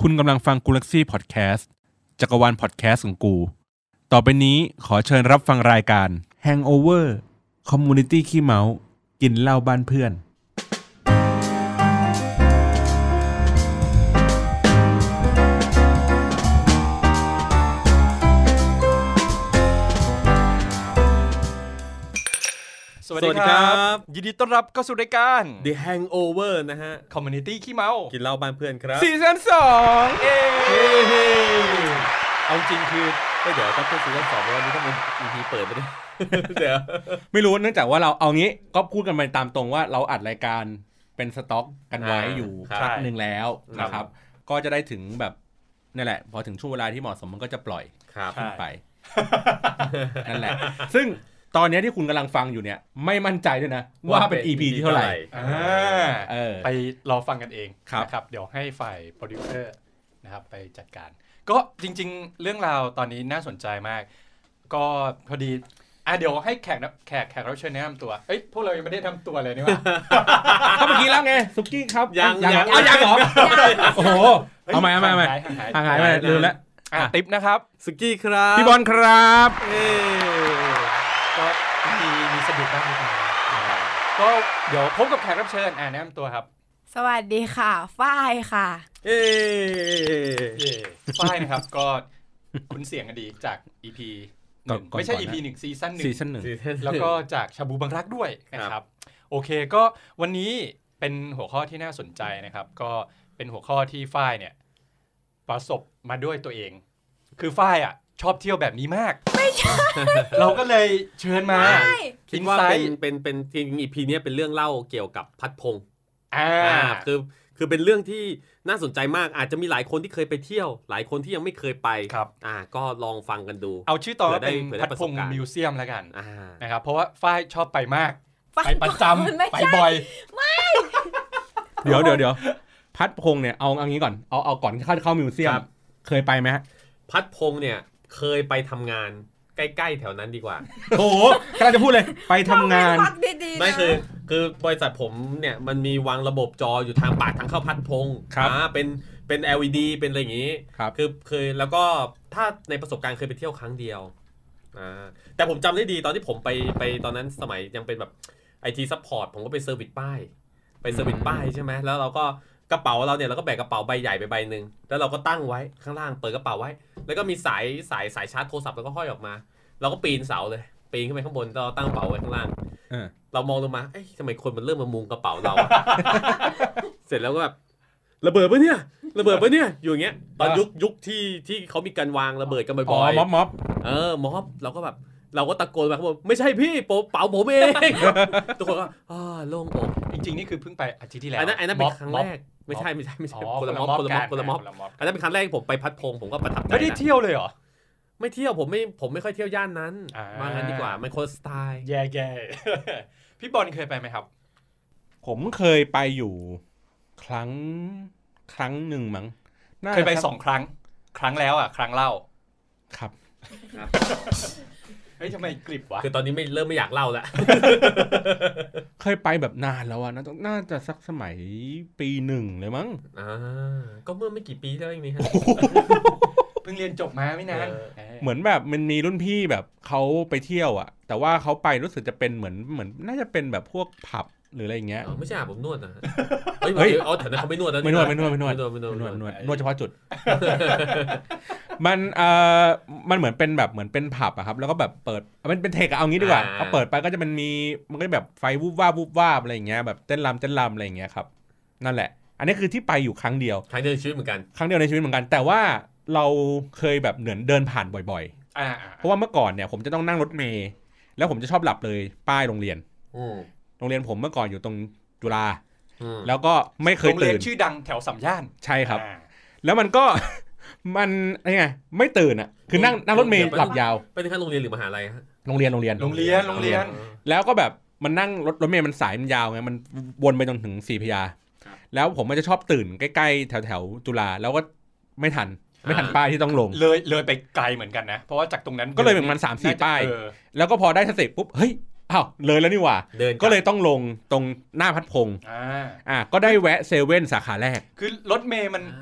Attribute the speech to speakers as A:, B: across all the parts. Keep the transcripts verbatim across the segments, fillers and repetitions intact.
A: คุณกำลังฟังกูลักซี่พอดแคสต์จักรวาลพอดแคสต์ของกูต่อไปนี้ขอเชิญรับฟังรายการ Hangover Community ขี้เมากินเหล้าบ้านเพื่อน
B: สวัสดีครับยินดีต้อนรับเข้าสู่รายการ
C: The Hangover นะฮะ
B: Community ขี้เมา
C: กินเหล้าบ้านเพื่อนครับ
B: ซีซั่นสองเอ้เอาจริงคือ
C: เดี๋ยวถ้าเป็นซีซั่นสองวันนี้ต้องเป็น อี พี เปิดไปด้วยเดี๋ยว
A: ไม่รู้เนื่องจากว่าเราเอางี้ก็พูดกันไปตามตรงว่าเราอัดรายการเป็นสต็อกกันไว้อยู่พักนึงแล้วนะครับก็จะได้ถึงแบบนี่แหละพอถึงช่วงเวลาที่เหมาะสมมันก็จะปล่อยขึ้นไปนั่นแหละซึ่งตอนนี้ที่คุณกำลังฟังอยู่เนี่ยไม่มั่นใจด้วยนะว่าเป็น อี พี ที่เท่าไหร่
B: ไปรอฟังกันเองนะครับเดี๋ยวให้ฝ่ายโปรดิวเซอร์นะครับไปจัดการก็จริงๆเรื่องราวตอนนี้น่าสนใจมากก็พอดีอ่ะเดี๋ยวให้แขกแขกแขกรับเชิญแนะนำตัวเอ้ยพวกเรายังไม่ได้ทำตัวเลยนี่ว่า
A: ก็เมื่อกี้แล้วไงซุกี้ครับ
C: ยัง
A: ยังเอายังเหรอโอ้โหเอาใหม่เอาใหม่เอาใหม่ห่างหายไปลืมแล้ว
B: อ่ะติ๊บนะครับ
C: ซุกี้ครับ
A: พี่บอลครับ
B: ก็มีมีสะดุดบ้างนิดหน่อยก็เดี๋ยวพบกับแขกรับเชิญอ่าแนะนำตัวครับ
D: สวัสดีค่ะฝ้ายค่ะ
C: เอ้
B: ฝ้ายนะครับก็คุ้นเสียงกันดีจาก อี พี หนึ่งไม่ใช่ อี พี หนึ่งซีซั่นหนึ่ง
A: ซีซั่นหนึ่ง
B: แล้วก็จากชาบูบังรักด้วยนะครับโอเคก็วันนี้เป็นหัวข้อที่น่าสนใจนะครับก็เป็นหัวข้อที่ฝ้ายเนี่ยประสบมาด้วยตัวเองคือฝ้ายอ่ะชอบเที่ยวแบบนี้มาก
D: ไม่ใช่
B: เราก็เลยเชิญมา
C: คิดว่าเป็นเป็นเป็นทีนี้ อี พี เนี้ยเป็นเรื่องเล่าเกี่ยวกับพัดพงษ์
B: อ่า
C: คือคือเป็นเรื่องที่น่าสนใจมากอาจจะมีหลายคนที่เคยไปเที่ยวหลายคนที่ยังไม่เคยไป
B: ครับ
C: อ่าก็ลองฟังกันดู
B: เอาชื่อตอนเป็นพัดพงษ์มิวเซียมแล้วกันนะครับเพราะว่าฝ้ายชอบไปมากไปประจำไปบ่อย
D: ไม่
A: เดี๋ยวเดี๋ยวเดี๋ยวพัดพงษ์เนี่ยเอาเอางี้ก่อนเอาเอาก่อนเข้าเข้ามิวเซียมเคยไปไหมฮะ
C: พัดพงษ์เนี่ยเคยไปทำงานใกล้ๆแถวนั้นดีกว่า
A: โอ้โหกำลังจะพูดเลยไปทำงาน
C: ไม่คือคือบริษัทผมเนี่ยมันมีวางระบบจออยู่ทางปากทางเข้าพัดพงษ์อ่าเป็นเป็น แอล อี ดี เป็นอะไรอย่างงี้คือเคยแล้วก็ถ้าในประสบการณ์เคยไปเที่ยวครั้งเดียวอ่าแต่ผมจำได้ดีตอนที่ผมไปไปตอนนั้นสมัยยังเป็นแบบ ไอ ที Support ผมก็ไปเซอร์วิสป้ายไปเซอร์วิสป้ายใช่ไหมแล้วเราก็กระเป๋าเราเนี่ยเราก็แบกกระเป๋าใบใหญ่ไปใบนึงแล้วเราก็ตั้งไว้ข้างล่างเปิดกระเป๋าไว้แล้วก็มีสายสายสายชาร์จโทรศัพท์แล้วก็ห้อยออกมาเราก็ปีนเสาเลยปีนขึ้นไปข้างบนเราตั้งกระเป๋าไว้ข้างล่างเรามองลงมาเอ๊ะทำไมคนมันเริ่มมามุงกระเป๋าเรา เสร็จแล้วก็แบบระเบิดปะเนี่ยระเบิดปะเนี่ยอยู่อย่างเงี้ยตอนยุคยุคที่ที่เขามีการวางระเบิดกันบ่อยๆอ๋อ
A: ม็อบม็อบ
C: เออม็อบเราก็แบบเราก็ตะโกนไปข้างบนไม่ใช่พี่เป๋าผมเอง ทุกคนก็อ่าโล่งอก
B: จริงๆนี่คือเพิ่งไปอาทิตย์ที่แล้ว
C: อันนั้นอันนั้นเป็นครั้งแรกไม่ใช่ไม่ใช่ไม่ใช่คนละม็อบคนละม็อบคนละม็อบอันนั้นเป็นครั้งแรกที่ผมไปพัดพงผมก็ประทับใจ
B: ไม่ได้เที่ยวเลยเหรอ
C: ไม่เที่ยวผมไม่ผมไม่ค่อยเที่ยวย่านนั้นมางั้นดีกว่ามันคนสไตล์
B: แย่ๆพี่บอลเคยไปไหมครับ
A: ผมเคยไปอยู่ครั้งครั้งหนึ่งมั้ง
B: เคยไปสองครั้งครั้งแล้วอ่ะครั้งเล่า
A: ครับ
B: เฮ้ยทำไมกริบวะ
C: คือตอนนี้ไม่เริ่มไม่อยากเล่าแล้ว
A: เคยไปแบบนานแล้วอ่ะน่าจะสักสมัยปีหนึ่งเลยมั้ง
C: อ่าก็เมื่อไม่กี่ปีเท่านั้นเองครับ
B: เพิ่งเรียนจบมาไม่นาน
A: เหมือนแบบมันมีรุ่นพี่แบบเขาไปเที่ยวอ่ะแต่ว่าเขาไปรู้สึกจะเป็นเหมือนเหมือนน่าจะเป็นแบบพวกผับหรืออะไรอย่างเงี้ย
C: อ๋อไม่ใช่ผมนวดนะเฮ้ยเอาแต่เขาไม่นวดนะ
A: ไม่นวดไม่นวดไม่นวด
C: ไม่นวดไม่นวด
A: นวดนวดเฉพาะจุดมันเอ่อมันเหมือนเป็นแบบเหมือนเป็นผับอะครับแล้วก็แบบเปิดมันเป็นเทคเอางี้ดีกว่าพอเปิดไปก็จะมันมีมันก็แบบไฟวูบวาบวูบวาบอะไรอย่างเงี้ยแบบเต้นรำเต้นรำอะไรอย่างเงี้ยครับนั่นแหละอันนี้คือที่ไปอยู่ครั้งเดียว
C: ครั้งเดียวในชีวิตเหมือนกัน
A: ครั้งเดียวในชีวิตเหมือนกันแต่ว่าเราเคยแบบเหมือนเดินผ่านบ่อยๆเพราะว่าเมื่อก่อนเนี่ยผมจะต้องนั่งรถเมล์แล้วผมจะชอบหลับเลยป้ายโรงเรียนโรงเรียนผมเมื่อก่อนอยู่ตรงจุฬาแล้วก็ไม่เคยตื่นโรงเรีย
B: นชื่อดังแถวสัมย่าน
A: ใช่ครับแล้วมันก็มันอะไรไงไม่ตื่นอ่ะคือนั่งนั่งรถเมล์หลับยาว
C: เป็นที่โรงเรียนหรือมหาลัยฮะ
A: โรงเรียนโรงเรียน
B: โรงเรียนโรงเรียน
A: แล้วก็แบบมันนั่งรถรถเมล์มันสายมันยาวไงมันวนไปจนถึงสี่พญาแล้วผมมันจะชอบตื่นใกล้ๆแถวๆจุฬาแล้วก็ไม่ทันไม่ทันป้ายที่ต้องลง
B: เลยเลยไปไกลเหมือนกันนะเพราะว่าจากตรงนั้น
A: ก็เลยเป็นมัน สามสี่ ป้ายแล้วก็พอได้สเต็ปปุ๊บเฮ้ยอ้าวเลยแล้วนี่หว่าก็เลยต้องลงตรงหน้าพัดพงษ์อ่าอ่าก็ได้แวะเซเว่นสาขาแรก
B: คือรถเมย์มัน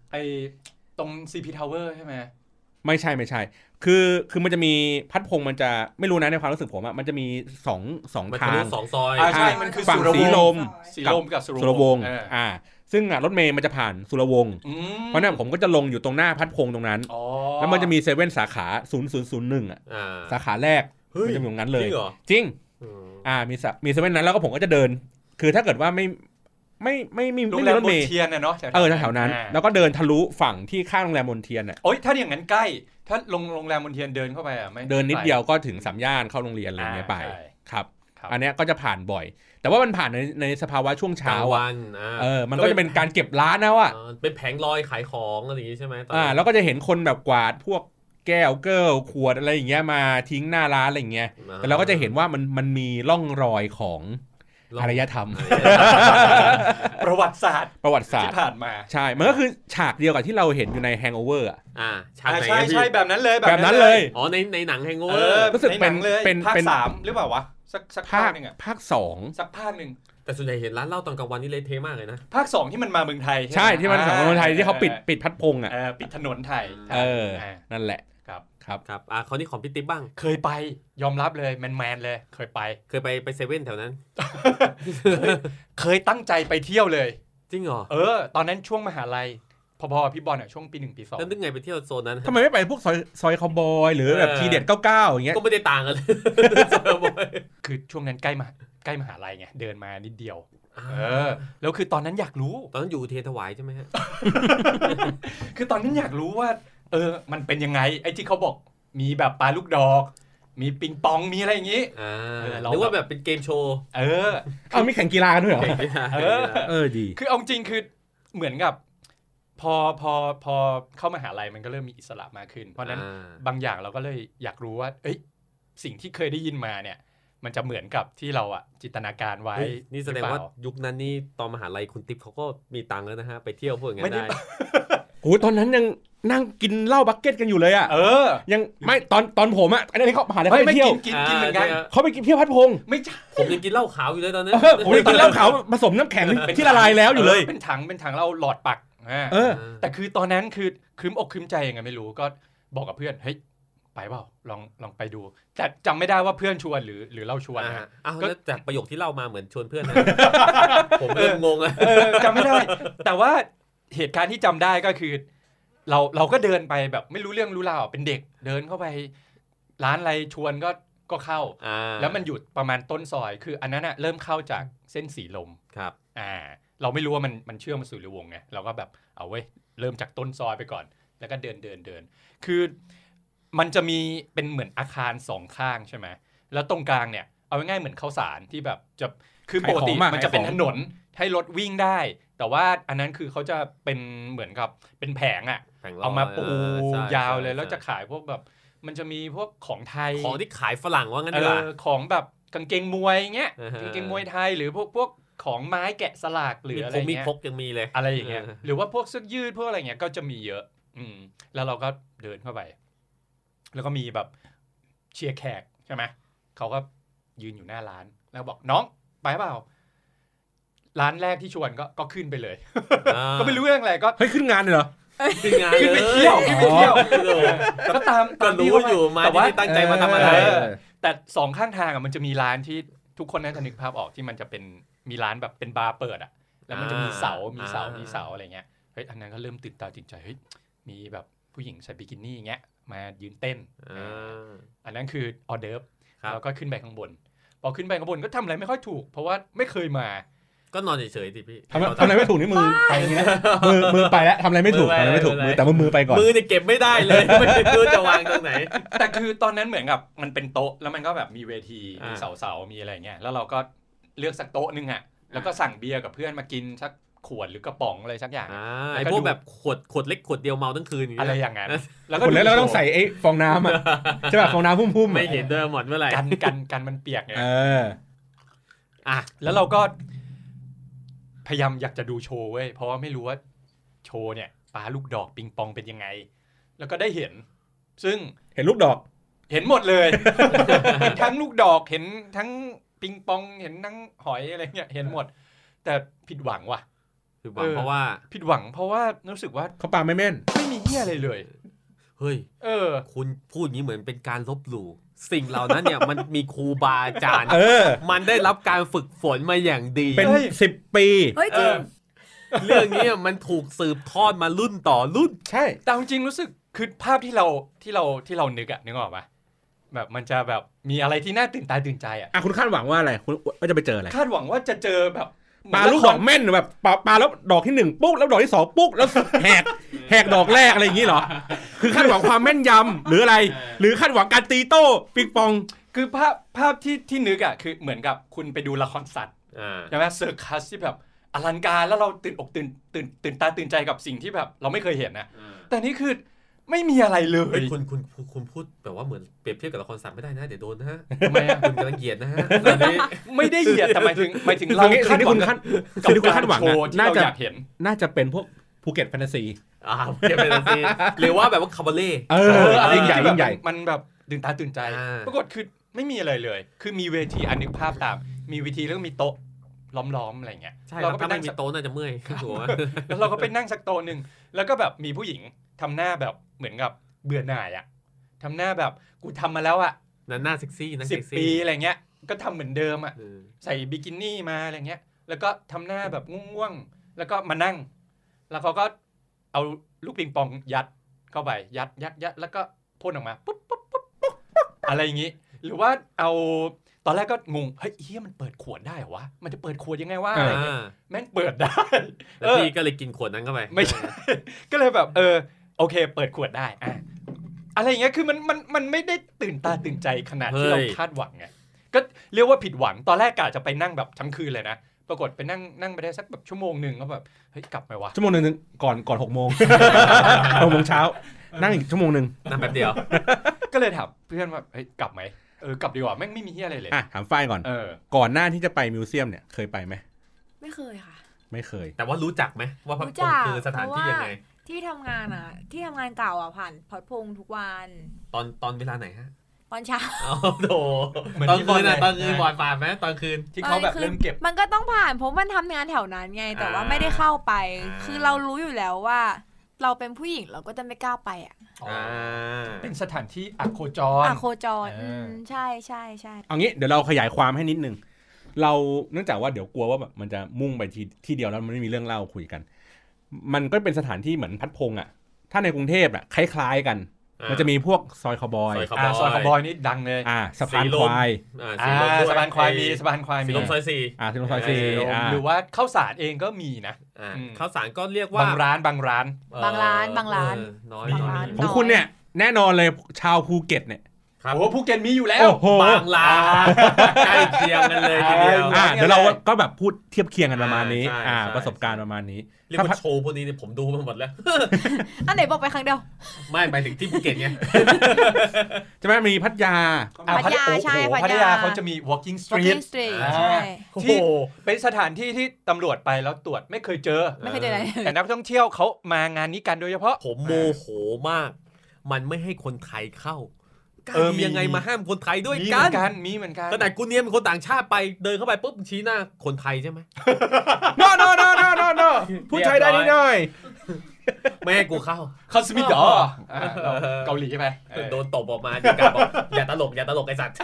B: ไอตรง ซี พี Tower ใช่ไหม
A: ไม่ใช่ไม่ใช่คือคือมันจะมีพัดพงมันจะไม่รู้นะในความรู้สึกผมอ่ะมันจะมีสองสองทาง
C: สองซอย
B: อ่าใช่มันคือ
A: ฝั่งสีลม
B: สีลมกับสุ
A: รวงศ์อ่าซึ่งรถเมย์มันจะผ่านสุรวงศ์เพราะนั้นผมก็จะลงอยู่ตรงหน้าพัดพงตรงนั้นแล้วมันจะมีเซเว่นสาขาศูนย์ ศูนย์ ศูนย์ หนึ่งอ่ะสาขาแรกมันจะอยู่ตรงนั้นเลยจริงอ่ามีมีเซเว่นนั้นแล้วก็ผมก็จะเดินคือถ้าเกิดว่าไม่ไม่ไม่มีไม่มีรถเมล์
B: เทียนน่ะเนาะ
A: เออแถวนั้นแล้วก็เดินทะลุฝั่งที่ข้างโรงแรมมนเทียนอ่ะ
B: โอ๊ยถ้าอย่างนั้นใกล้ถ้าลงโรงแรมมนเทียนเดินเข้าไปอ่ะไม่
A: เดินนิดเดียวก็ถึงสามย่านเข้าโรงเรียนอะไรเงี้ยไปครับอันเนี้ยก็จะผ่านบ่อยแต่ว่ามันผ่านในในสภาวะช่วงเช้า
C: วัน
A: เออมันก็จะเป็นการเก็บร้านนะว่ะ
C: เป็นแผงลอยขายของอะไรอย่างงี้ใช่ไหม
A: อ่าแล้วก็จะเห็นคนแบบกวาดพวกแก้วเกิลขวดอะไรอย่างเงี้ยมาทิ้งหน้าร้านอะไรอย่างเงี้ยแต่เราก็จะเห็นว่ามันมันมีร่องรอยของอารยธรรม
B: ประวัติศาสตร์
A: ประวัติศาสตร์
B: ที่ผ่านมา
A: ใช่มันก็คือฉากเดียวกับที่เราเห็นอยู่ใน Hangover อ่ะ
C: อ่าฉากไหน
B: ใช่ใช่แบบนั้นเลย
A: แบบนั้นเลย
C: อ๋อในในหนัง Hangover
A: รู้สึกเป็นเป็น
B: ภาคสามหรือเปล่าวะสักสักภาคนึงอ่ะ
A: ภาคสอง
B: สักภาคนึง
C: แต่ส่วนใหญ่เห็นร้านเหล้าตอนกลางวันนี่เละเทะมากเลยนะ
B: ภาคสองที่มันมาเมืองไทย
A: ใช่ที่มันสองเมืองไทยที่เขาปิดปิดพัดพงอ่ะ
B: ปิดถนนไทย
A: เออนั่นแหละ
B: ครับ
A: ครับ
C: ครับอ่ะคราวนี้ของพี่ติ๊บบ้าง
B: เคยไปยอมรับเลยแมนๆเลยเคยไป
C: เคยไปไปเซเว่นแถวนั้น
B: เคยตั้งใจไปเที่ยวเลย
C: จริงเหรอ
B: เออตอนนั้นช่วงมหาลัยพอๆพี่บอลอ่ะช่วงปีหนึ่งปีสอง
C: แล้วนึกไงไปเที่ยวโซนนั้น
A: ทำไมไม่ไปพวกซอยซอยคาวบอยหรือแบบทีเด็ดเก้าเก้าอย่างเงี้ย
C: ก็ไม่ได้ต่างกันเลย
B: คือช่วงนั้นใกล้มาใกล้มหาลัยไงเดินมานิดเดียวเออแล้วคือตอนนั้นอยากรู้
C: ตอนนั้นอยู่เทถวายใช่ไหมฮะ
B: คือตอนนั้นอยากรู้ว่าเออมันเป็นยังไงไอ้ที่เขาบอกมีแบบปลาลูกดอกมีปิงปองมีอะไรอย่างงี้
C: อ่าหรือว่าแบบเป็นเกมโชว์
B: เออ
A: เอามีแข่งกีฬากันด้วยเหรอ
B: เออ
A: เออดี
B: คือเอาจริงคือเหมือนกับพอพอพอเข้ามหาลัยมันก็เริ่มมีอิสระมากขึ้นเพราะนั้นบางอย่างเราก็เลยอยากรู้ว่าเอ้ยสิ่งที่เคยได้ยินมาเนี่ยมันจะเหมือนกับที่เราอ่ะจินตนาการไว้
C: นี่แสดงว่ายุคนั้นนี่ตอนมหาลัยคุณติ๊บเขาก็มีตังค์แล้วนะฮะไปเที่ยวพวกอย่างนั้นได้
A: โอ้ตอนนั้นยังนั่งกินเหล้าบักเก็ตกันอยู่เลยอ่ะ
B: เออ
A: ยังไม่ตอนตอนผมอ่ะอันนี้เขามหาลัยเขาไปเที่ยว
B: กินกินเหมือนกัน
A: เขาไปกินเที่ยวพัดพง
B: ไม่
C: ผมยังกินเหล้าขาวอยู่เลยตอนนั้น
A: ผมยังกินเหล้าขาวผสมน้ำแข็งที่ละลายแล้วอยู่เลย
B: เป็นถังเป็นถังเหล้าหลอดปัก
A: เออ
B: แต่คือตอนนั้นคือคืมอกคืมใจยังไงไม่รู้ก็บอกกับเพื่อนเฮ้ยไปเปล่าลองลองไปดูแต่จำไม่ได้ว่าเพื่อนชวนหรือหรือเราชวนนะ
C: ก็จากประโยคที่เล่ามาเหมือนชวนเพื่อนนะผมเริ่มงงอ่ะ
B: จำไม่ได้แต่ว่าเหตุการณ์ที่จำได้ก็คือเราเราก็เดินไปแบบไม่รู้เรื่องรู้ราวเป็นเด็กเดินเข้าไปร้านอะไรชวนก็ก็เข้าแล้วมันหยุดประมาณต้นซอยคืออันนั้นอ่ะเริ่มเข้าจากเส้นสีลม
C: ครับ
B: อ่าเราไม่รู้ว่ามันมันเชื่อมมาสู่สุรวงศ์ไงเราก็แบบเอาเว้ยเริ่มจากต้นซอยไปก่อนแล้วก็เดินเดินเดินคือมันจะมีเป็นเหมือนอาคารสองข้างใช่ไหมแล้วตรงกลางเนี่ยเอาง่ายๆเหมือนข้าวสารที่แบบจะคือปกติมันจะเป็นถนนให้รถวิ่งได้แต่ว่าอันนั้นคือเขาจะเป็นเหมือนกับเป็นแผงอ่ะเอามาปูยาวเลยแล้วจะขายพวกแบบมันจะมีพวกของไทย
C: ของที่ขายฝรั่งว่างั้นดีกว่า
B: ของแบบกางเกงมวยเงี้ยกางเกงมวยไทยหรือพวกพวกของไม้แกะสลักหรืออะไรเงี้ย
C: มีพกยังมีเลย
B: อะไรอย่างเงี้ยหรือว่าพวกเสื้อยืดพวกอะไรเงี้ยก็จะมีเยอะอืมแล้วเราก็เดินเข้าไปแล้วก็มีแบบเชียร์แขกใช่ไหมเขาก็ยืนอยู่หน้าร้านแล้วบอกน้องไปเปล่าร้านแรกที่ชวนก็ก็ขึ้นไปเลยก็ไม่รู้เรื่องอะไรก็
A: เฮ้ยขึ้นงานเลยเหรอ
C: ขึ้นงาน
B: ขึ้นไปเที่ยวขึ้นไปเที่ยวก็ตาม
C: ตามที่เขาอยู่มาที่ตั้งใจมาทำอะไร
B: แต่สองข้างทางอ่ะมันจะมีร้านที่ทุกคนน่าจะนึกภาพออกที่มันจะเป็นมีร้านแบบเป็นบาร์เปิดอ่ะแล้วมันจะมีเสามีเสามีเสาอะไรเงี้ยเฮ้ยอันนั้นก็เริ่มตื่นตาตื่นใจเฮ้ยมีแบบผู้หญิงใส่บิกินี่เงี้ยมายืนเต้นอันนั้นคือออเดิร์ฟแล้วก็ขึ้นไปข้างบนพอขึ้นไปข้างบนก็ทำอะไรไม่ค่อยถูกเพราะว่าไม่เคยมา
C: ก็นอนเฉยๆสิพี่
A: ทำอะไรไม่ถูกนี่มือไปอย่างเงี้ยมือมือไปแล้วทำอะไรไม่ถูกทำอะไรไม่ถูกมือแต่ว่ามือไปก่อน
C: มือเนี่ยเก็บไม่ได้เลยไม่รู้จะวางตรงไหน
B: แต่คือตอนนั้นเหมือนกับมันเป็นโต๊ะแล้วมันก็แบบมีเวทีมีเสาๆมีอะไรเงี้ยแล้วเราก็เลือกสักโต๊ะนึงอ่ะแล้วก็สั่งเบียร์กับเพื่อนมากินสักขวดหรือกระป๋องอะไรสักอย่าง
C: ไอ้พวกแบบขวดขวดเล็กขวดเดียวเมาทั้งคืน
B: อะไรอย่างนั้น
A: แล้วก็คนแล้วต้องใส่ไอ้ฟองน้ำอ่ะใช่ป่ะฟองน้ำพุ่มๆ
C: ไม่เห็นเดิมหมดเมื่อไหร่
B: กันกันกันมันเปียกไง
A: เออ
B: อ่ะแล้วเราก็พยายามอยากจะดูโชว์เว้ยเพราะว่าไม่รู้ว่าโชว์เนี่ยปลาลูกดอกปิงปองเป็นยังไงแล้วก็ได้เห็นซึ่ง
A: เห็นลูกดอก
B: เห็นหมดเลยเห็นทั้งลูกดอกเห็นทั้งปิงปองเห็นทั้งหอยอะไรเงี้ยเห็นหมดแต่ผิดหวังว่ะ
C: ผิดหวังเพราะว่า
B: ผิดหวังเพราะว่ารู้สึกว่า
A: เขาปาไม่แม่น
B: ไม่มีเหี้ยอะไรเลย
C: เฮ้ย
B: เออ
C: คุณพูดอย่างนี้เหมือนเป็นการลบหลู่สิ่งเหล่านั้นเนี่ยมันมีครูบาอาจารย์มันได้รับการฝึกฝนมาอย่างดี
A: เป็นสิบปี
D: เฮ้ยจริง
C: เรื่องนี้มันถูกสืบทอดมารุ่นต่อรุ่น
B: ใช่แต่จริงรู้สึกคือภาพที่เราที่เราที่เรานึกอะนึกออกปะแบบมันจะแบบมีอะไรที่น่าตื่นตาตื่นใจอะ
A: อ่ะคุณคาดหวังว่าอะไรคุณว่าจะไปเจออะไร
B: คาดหวังว่าจะเจอแบบ
A: ปลาลูกดอกแม่นแบบปลาปลาแล้วดอกที่หนึ่งปุ๊บแล้วดอกที่สองปุ๊บแล้วแหกแหกดอกแรกอะไรอย่างนี้เหรอคือคาดหวังความแม่นยำหรืออะไรหรือคาดหวังการตีโต้ปิงปอง
B: คือภาพภาพที่ที่นึกอะคือเหมือนกับคุณไปดูละครสัตว์ใช่ไหมเซอร์คัสที่แบบอลังการแล้วเราตื่นอกตื่นตื่นตื่นตาตื่นใจกับสิ่งที่แบบเราไม่เคยเห็นนะแต่นี่คือไม่มีอะไรเลย
C: คุณคุณคุณพูดแบบว่าเหมือนเปรียบเทียบกับละครสัตว์ไม่ได้นะเดี๋ยวโดนนะฮะ
B: ทำไมอ่ะ
C: คุณกำลังเหยียดนะฮะ
B: ไม่ได้เหยียดแต่หมายถึงหมายถึงเรา
A: คาดหวังสิ่งที่คุณคาดหวัง
B: น่าจะเห็น
A: น่าจะเป็นพวกภูเก็ตแฟนตาซี
C: อ่าภูเก็ตแฟนตาซีหรือว่าแบบว่าคาบาเล่
A: เออยิ่งใหญ่ยิ่งใหญ่
B: มันแบบตื่นตาตื่นใจปรากฏคือไม่มีอะไรเลยคือมีเวทีอันนึกภาพตามมีเวทีแล้วก็มีโต๊ะล้อมๆอะไรเงี้ย
C: เราก็ไปนั่งสักโต๊ะน่าจะเมื่อยหัว
B: แล้วเราก็ไปนั่งสักโต๊ะนึงแล้วก็แบบมีผู้หญิงทำหน้าแบบเหมือนกับเบื่อหน่ายอ่ะทำหน้าแบบกูทำมาแล้วอ่ะ
C: นั่นหน้าเซ็กซี่นะ
B: สิบปีอะไรเงี้ยก็ทำเหมือนเดิมอ่ะใส่บิกินี่มาอะไรเงี้ยแล้วก็ทำหน้าแบบง่วงๆแล้วก็มานั่งแล้วเขาก็เอาลูกปิงปองยัดเข้าไปยัดยัดยัดแล้วก็พ่นออกมาปุ๊บปุ๊บปุ๊บปุ๊บอะไรอย่างงี้หรือว่าเอาตอนแรกก็งงเฮ้ยเฮียมันเปิดขวดได้เหรอวะมันจะเปิดขวดยังไงวะอะไรเงี้ยแม่งเปิดได้
C: แล้วพี่ก็เลยกินขวดนั้นเข้าไป
B: ไม่ใช่ก็เลยแบบเออโอเคเปิดขวดได้อ่ะอะไรอย่างเงี้ยคือมันมันมันไม่ได้ตื่นตาตื่นใจขนาดที่เราคาดหวังไงก็เรียกว่าผิดหวังตอนแรกกะจะไปนั่งแบบทั้งคืนเลยนะปรากฏไปนั่งนั่งไปได้สักแบบชั่วโมงนึงก็แบบเฮ้ยกลับไหมวะ
A: ชั่วโมงนึงก่อนก่อนหกโมงหกโมงเช้านั่งอีกชั่วโมงนึง
C: นั่งแป๊บเดียว
B: ก็เลยถามเพื่อนว่าเฮ้ยกลับไหมเออกลับดีกว่าแม่งไม่มีเหี้ยอะไรเลย
A: อ่ะถามฝ้ายก่อนเออก่อนหน้าที่จะไปมิวเซียมเนี่ยเคยไปไหม
D: ไม่เคยค่ะ
A: ไม่เคย
C: แต่ว่ารู้จักไหมว่าพระพรหมคือสถานที่ยังไง
D: ที่ทำงานอ่ะที่ทำงานเก่าอ่ะผ่านพระพรหมทุกวัน
C: ตอนตอนเวลาไหนฮะ
D: ตอนเช้า
C: อ๋อโธ่ตอนคืนน่ะตอนคืนบ่อยผ่านไหมตอนคืน
B: ที่เขาแบบเริ่มเก็บ
D: มันก็ต้องผ่านเพราะมันทำงานแถวนั้นไงแต่ว่าไม่ได้เข้าไปคือเรารู้อยู่แล้วว่าเราเป็นผู้หญิงเราก็จะไม่กล้าไปอ่ะ
B: เป็นสถานที่อโคจร
D: อโคจรใช่ใช่ใช่
A: เอางี้เดี๋ยวเราขยายความให้นิดนึงเราเนื่องจากว่าเดี๋ยวกลัวว่าแบบมันจะมุ่งไปที่ที่เดียวแล้วมันไม่มีเรื่องเล่าคุยกันมันก็เป็นสถานที่เหมือนพัดพงอ่ะถ้าในกรุงเทพอ่ะคล้ายๆกันมันจะมีพวกซอยคาวบอย
B: อ่าซอยคาวบอยนี่ดังเลย
A: อ่าสะพานควาย
B: อ่าสะพานควายมีสะพานควายมี
C: ลมซอยสี่
A: อ่าลมซอยสี่
B: หรือว่าข้าวสารเองก็มีนะ
C: อ่าข้าวสารก็เรียกว่า
B: บางร้านบางร้าน
D: บางร้านบางร้าน
C: น้อย
A: ของคุณเนี่ยแน่นอนเลยชาวภูเก็ตเนี่ย
B: โอ้ภูเก็ตมีอยู่แล้ว
C: บางร้านใกล้เคียงกันเลยทีเดียว
A: อ่าเดี๋ยวเราก็แบบพูดเทียบเคียงกันประมาณนี้อ่าประสบการณ์ประมาณนี้
C: เรียกว่าโชว์พวกนี้เนี่ยผมดูมาหมดแล้ว
D: อันไหนบอกไปครั้งเดียว
C: ไม่หมายถึงที่ภูเก็ตไง
A: ใช่ไหมมีพัทยา
D: พัทยาใช่
B: พัทยาเขาจะมี walking street ที่เป็นสถานที่ที่ตำรวจไปแล้วตรวจไม่เคยเจอ
D: ไม่เคยเจออะไร
B: แต่นักท่องเที่ยวเขามางานนี้กันโดยเฉพาะ
C: ผมโมโหมากมันไม่ให้คนไทยเข้าเออยังไงมาห้ามคนไทยด้วย
B: กันมีเหมือนกัน
C: ขนาดกูเนี่ยเป็นคนต่างชาติไปเดินเข้าไปปุ๊บชี้หน้าคนไทยใช่ไหม
A: no no no no no no พูดไทยได้นิดหน่อย
C: ไม่ให้กูเข้า
B: เข้าสมิธเหรอเกาหลีใช่ไหม
C: โดนตบออกมาดีกาบอกอย่าตลกอย่าตลกไอ้สัตว์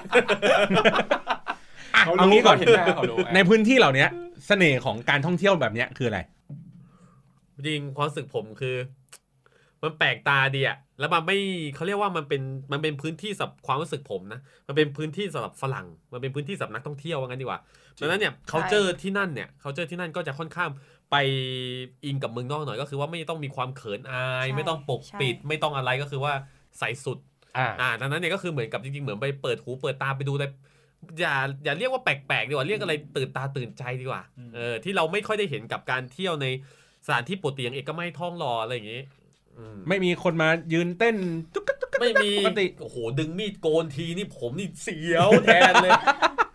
A: เอางี้ก่อนในพื้นที่เหล่านี้เสน่ห์ของการท่องเที่ยวแบบนี้คืออะไร
C: จริงความรู้สึกผมคือมันแปลกตาดีอะแล้วมันไม่เขาเรียกว่ามันเป็นมันเป็นพื้นที่สำหรับความรู้สึกผมนะมันเป็นพื้นที่สำหรับฝรั่งมันเป็นพื้นที่สำหรับนักท่องเที่ยวว่างั้นดีกว่าดังนั้นเนี่ย culture ที่นั่นเนี่ย culture ที่นั่นก็จะค่อนข้างไปอิงกับเมืองนอกหน่อยก็คือว่าไม่ต้องมีความเขินอายไม่ต้องปกปิดไม่ต้องอะไรก็คือว่าใส่สุดอ่าดังนั้นเนี่ยก็คือเหมือนกับจริงๆเหมือนไปเปิดหูเปิดตาไปดูอะไรอย่าอย่าเรียกว่าแปลกๆดีกว่าเรียกอะไรตื่นตาตื่นใจดีกว่าเออที่เราไม่ค่อยได้เห็นกับการเที่ยวในสถานที่ปกติอย่างเอกมัยทองหล่ออะไรอย่างงี้
A: ไม่มีคนมายืนเต้น
C: ไม่มีโอ้โหดึงมีดโกนทีนี่ผมนี่เสียวแทนเลย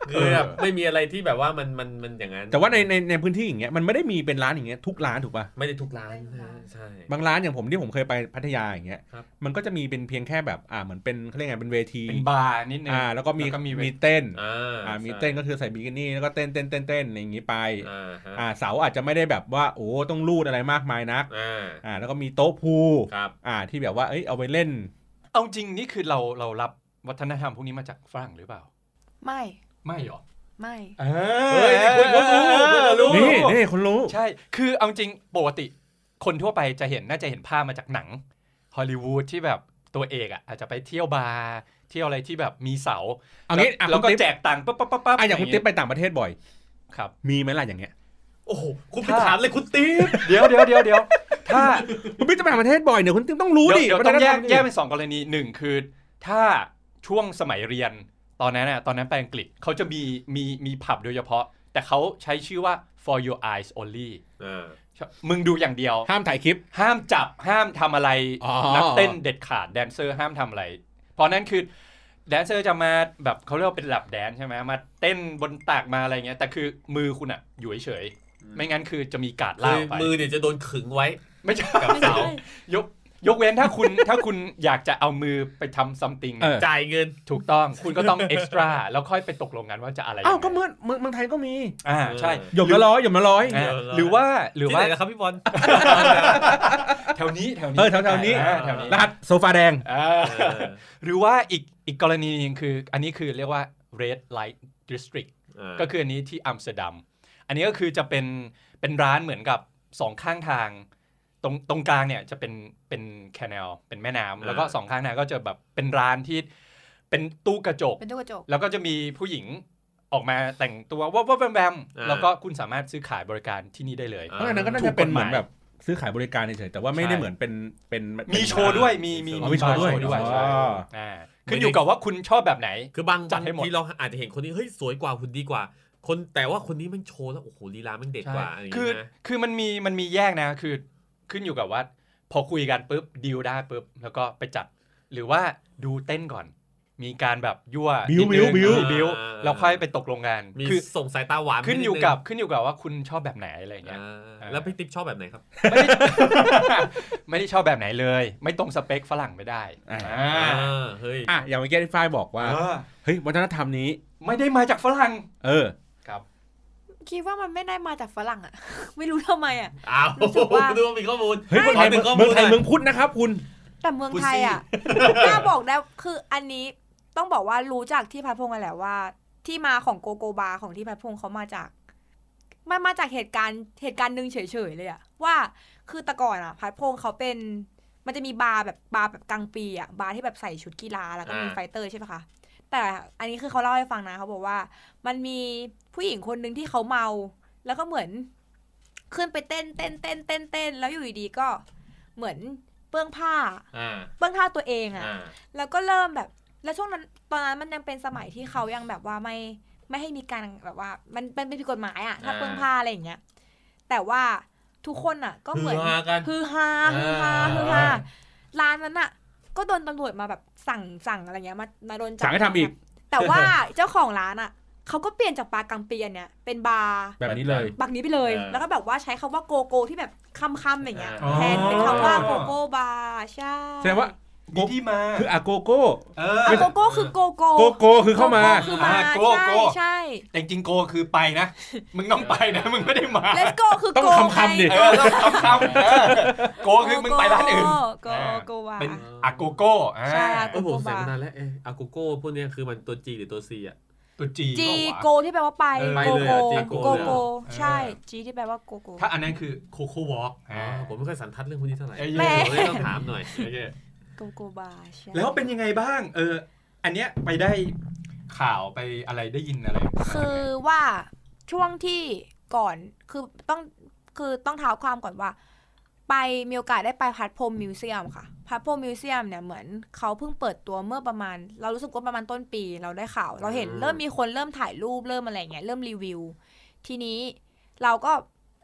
C: คือแบบไม่มีอะไรที่แบบว่ามันมันมันอย่างนั้น
A: แต่ว่าในในในพื้นที่อย่างเงี้ยมันไม่ได้มีเป็นร้านอย่างเงี้ยทุกร้านถูกป่ะ
C: ไม่ได้ทุกร้านใช่
A: บางร้านอย่างผมที่ผมเคยไปพัทยาอย่างเงี้ยมันก็จะมีเป็นเพียงแค่แบบอ่าเหมือนเป็นเขาเรียกไงเป็นเวที
B: เป็นบาร์นิดนึง
A: อ่าแล้วก็มีมีเต้น
C: อ่า
A: มีเต้นก็คือใส่บิกินี่แล้วก็เต้นเต้นเต้นเต้นอย่างงี้ไปอ่าเสาอาจจะไม่ได้แบบว่าโอ้ต้องลูดอะไรมากมายนักอ่าแล้วก็มีโต๊ะพูลอ่าที่แบบว่าเอ้ยเอาไปเล่น
B: เอาจริงนี่คือเราเรารับวัฒนธรรมพวกนี้มาจากฝรั่งหรือเปล่า
D: ไม่
B: ไม่หรอ
D: ไม่
B: เฮ้ยคุณก็รู้คุณก็รู้
A: นี่นี่คุณรู้
B: ใช่คือเอาจริงปกติคนทั่วไปจะเห็นน่าจะเห็นภาพมาจากหนังฮอลลีวูดที่แบบตัวเอกอ่ะอาจจะไปเที่ยวบาร์เที่ยวอะไรที่แบบมีเสา
A: เอางี้
B: แล้วก็แจกตังค์ปั๊บปั๊บปั๊บปั๊บ
A: อย่างคุณติ๊บไปต่างประเทศบ่อย
B: ครับ
A: มีไหมล่ะอย่างเงี้ย
C: โอ้โหคุณไปถามเลยคุณติ๊บ
B: เดี๋ยวเดี๋ยวเดี๋ยวเดี๋ยวถ้า
A: คุณติ๊บจะไปต่างประเทศบ่อยเนี่ยคุณติ๊บต้องรู้ดิ
B: เดี๋ยวต้องแยกแยกเป็นสองกรณีหนึ่งคือถ้าช่วงสมัยเรียนตอนนั้นน่ะตอนนั้นไปอังกฤษเขาจะมีมีมีผับโดยเฉพาะแต่เขาใช้ชื่อว่า for your eyes only มึงดูอย่างเดียว
A: ห้ามถ่ายคลิป
B: ห้ามจับห้ามทำอะไรนักเต้นเด็ดขาดแดนเซอร์ห้ามทำอะไรเพราะนั้นคือแดนเซอร์จะมาแบบเขาเรียกว่าเป็นแลปแดนใช่ไหมมาเต้นบนตักมาอะไรเงี้ยแต่คือมือคุณอะอยู่เฉยๆไม่งั้นคือจะมีการ์ดล่าไป
C: มือเนี่ยจะโดนขึงไว้
B: ไม่ใช่กับเสายกยกเว้นถ้าคุณถ้าคุณอยากจะเอามือไปทำ something
C: จ่ายเงิน
B: ถูกต้องคุณก็ต้อง extra แล้วค่อยไปตกลงกันว่าจะอะไร
A: อ้าวก็เมืองเมืองไทยก็มี
B: อ่าใช่
A: หยกละร้อยหยกละร้อย
B: หรือว่าหรือว่า
C: ที่ไหนนะครับพี่บอล
B: แถวนี้แถวนี้
A: เออแถวแถวนี้แถวนี้รหัสโซฟาแดง
B: หรือว่าอีกอีกกรณีนึงคืออันนี้คือเรียกว่า red light district ก็คืออันนี้ที่อัมสเตอร์ดัมอันนี้ก็คือจะเป็นเป็นร้านเหมือนกับสองข้างทางตรงตรงกลางเนี่ยจะเป็นเป็นแคนลเป็นแม่น้ำแล้วก็สองข้างทางก็จะแบบเป็นร้านที่เป็นตู้กระจก
D: เป็นตู้กระจก
B: แล้วก็จะมีผู้หญิงออกมาแต่งตัวว่าว่าแวมๆแล้วก็คุณสามารถซื้อขายบริการที่นี่ได้เลย
A: เพราะฉะนั้นก็น่าจะเป็นเหมือนแบบซื้อขายบริการเฉยๆแต่ว่าไม่ได้เหมือนเป็นเป็น
B: มีโชว์ด้วยมีมี
A: มีโชว์ด้วย
B: อ่าขึ้นอยู่กับว่าคุณชอบแบบไหน
C: คือบางจัดให้หมดที่เราอาจจะเห็นคนนี้เฮ้ยสวยกว่าหุ่นดีกว่าคนแต่ว่าคนนี้มันโชว์แล้วโอ้โหลีลามันเด็ดกว่าอะไรอย่างเงี้ย
B: คือคือมันมีมันมีแยกนะคือขึ้นอยู่กับว่าพอคุยกันปุ๊บดีลได้ปุ๊บแล้วก็ไปจัดหรือว่าดูเต้นก่อนมีการแบบยั่ว
A: บิวบิวบิว
B: บิวแล้วค่อยไปตกลงกัน
C: คือส่งสายตาหวาน
B: ขึ้นอยู่กับขึ้นอยู่กับว่าคุณชอบแบบไหนอะไรอย่างเงี้ย
C: แล้วพี่ติ๊บชอบแบบไหนครับ
B: ไม่ได้ชอบแบบไหนเลยไม่ตรงสเปคฝรั่งไม่ได้
A: อ่าเฮ้ยอ่ะอย่างเมื่อกี้ที่ฝ้ายบอกว่าเฮ้ยวัฒนธรรมนี้
B: ไม่ได้มาจากฝรั่ง
A: เออ
B: ครับ
D: คิดว่ามันไม่ได้มาจากฝรั่งอ่ะไม่รู้ทำไมอ่ะ
C: อ้าวรู้สึกว่าดูว่ามีข้อมูล
A: เฮ้ยเมืองไทยเมืองไทยเมืองพุทธนะครับคุณ
D: แต่เมืองไทยอ่ะกล้าบอกได้คืออันนี้ต้องบอกว่ารู้จากที่พัดพงษ์กันแหละว่าที่มาของโกโกบาของที่พัดพงษ์เขามาจากมันมาจากเหตุการณ์เหตุการณ์นึงเฉยๆเลยอ่ะว่าคือแต่ก่อนอ่ะพัดพงษ์เขาเป็นมันจะมีบาร์แบบบาร์แบบกลางปีอ่ะบาร์ที่แบบใส่ชุดกีฬาแล้วก็มีไฟเตอร์ใช่ปะคะแต่อันนี้คือเขาเล่าให้ฟังนะเขาบอกว่ามันมีผู้หญิงคนนึงที่เขาเมาแล้วก็เหมือนขึ้นไปเต้นเต้นเต้นเต้นเต้นแล้วอยู่ดีๆก็เหมือนเปื้องผ้าเปื้องผ้าตัวเองอ่ะแล้วก็เริ่มแบบแล้วช่วงนั้นตอนนั้นมันยังเป็นสมัยที่เขายังแบบว่าไม่ไม่ให้มีการแบบว่ามันเป็นผิดกฎหมายอ่ะถ้าเปื้องผ้าอะไรอย่างเงี้ยแต่ว่าทุกคนอ่ะก็เหมือนฮือฮาฮือฮาฮือฮาร้านนั้นอ่ะก็โดนตำรวจมาแบบสั่งสั่งอะไรเงี้ยมามาโดนจับ
A: สั่งให้ทำอีก
D: แต่ว่าเจ้าของร้านอ่ะเขาก็เปลี่ยนจากบาร์กลางปีอันเนี้ยเป็นบาร์
A: แบบนี้เลย
D: บาร์นี้ไปเลยแล้วก็แบบว่าใช้คำว่าโกโก้ที่แบบค่ำๆอย่างเงี้ยแทนเป็นคำว่าโกโก้บาร์ใช่
A: แสดงว่า
B: มีที่มา
A: คืออะโกโก้
D: เอออะโกโก้คือโกโก้
A: โกโก้คือเข้ามา
D: คือมา
B: โกโก้ใช่แต่จริงโกคือไปนะมึงต้องไปนะมึงไม่ได้มา
D: Let's go คือโก
A: ต้องคำๆดิ
B: เออต้องคำๆโกคือมึงไปร้านอื่น
D: โกโก้
B: เป็นอะโกโก้
D: ใช่
C: อะโกโก้ผมเสร็จมานานแล้วเอออะโกโก้พวกนี้คือมันตัว G หรือตัว C อ่ะ
B: ตัว G
D: จีโกที่แปลว่าไปโกโก้โกโก้ใช่จีที่แปลว่าโกโก้
B: ถ้าอันนั้นคือโคโค่วอล์ก
C: ผมไม่ค่อยสันทัดเรื่องพวกนี้เท่าไหร่ผมเลยต้องถามหน่อยโอเค
D: โกโก้บาร์
B: แล้วเป็นยังไงบ้างเอออันเนี้ยไปได้ข่าวไปอะไรได้ยินอะไร
D: คือว่าช่วงที่ก่อนคือต้องคือต้องเท้าความก่อนว่าไปมีโอกาสได้ไปพัดพรมมิวเซียมค่ะพัดพรมมิวเซียมเนี่ยเหมือนเขาเพิ่งเปิดตัวเมื่อประมาณเรารู้สึกว่าประมาณต้นปีเราได้ข่าวเราเห็นเริ่มมีคนเริ่มถ่ายรูปเริ่มอะไรเงี้ยเริ่มรีวิวทีนี้เราก็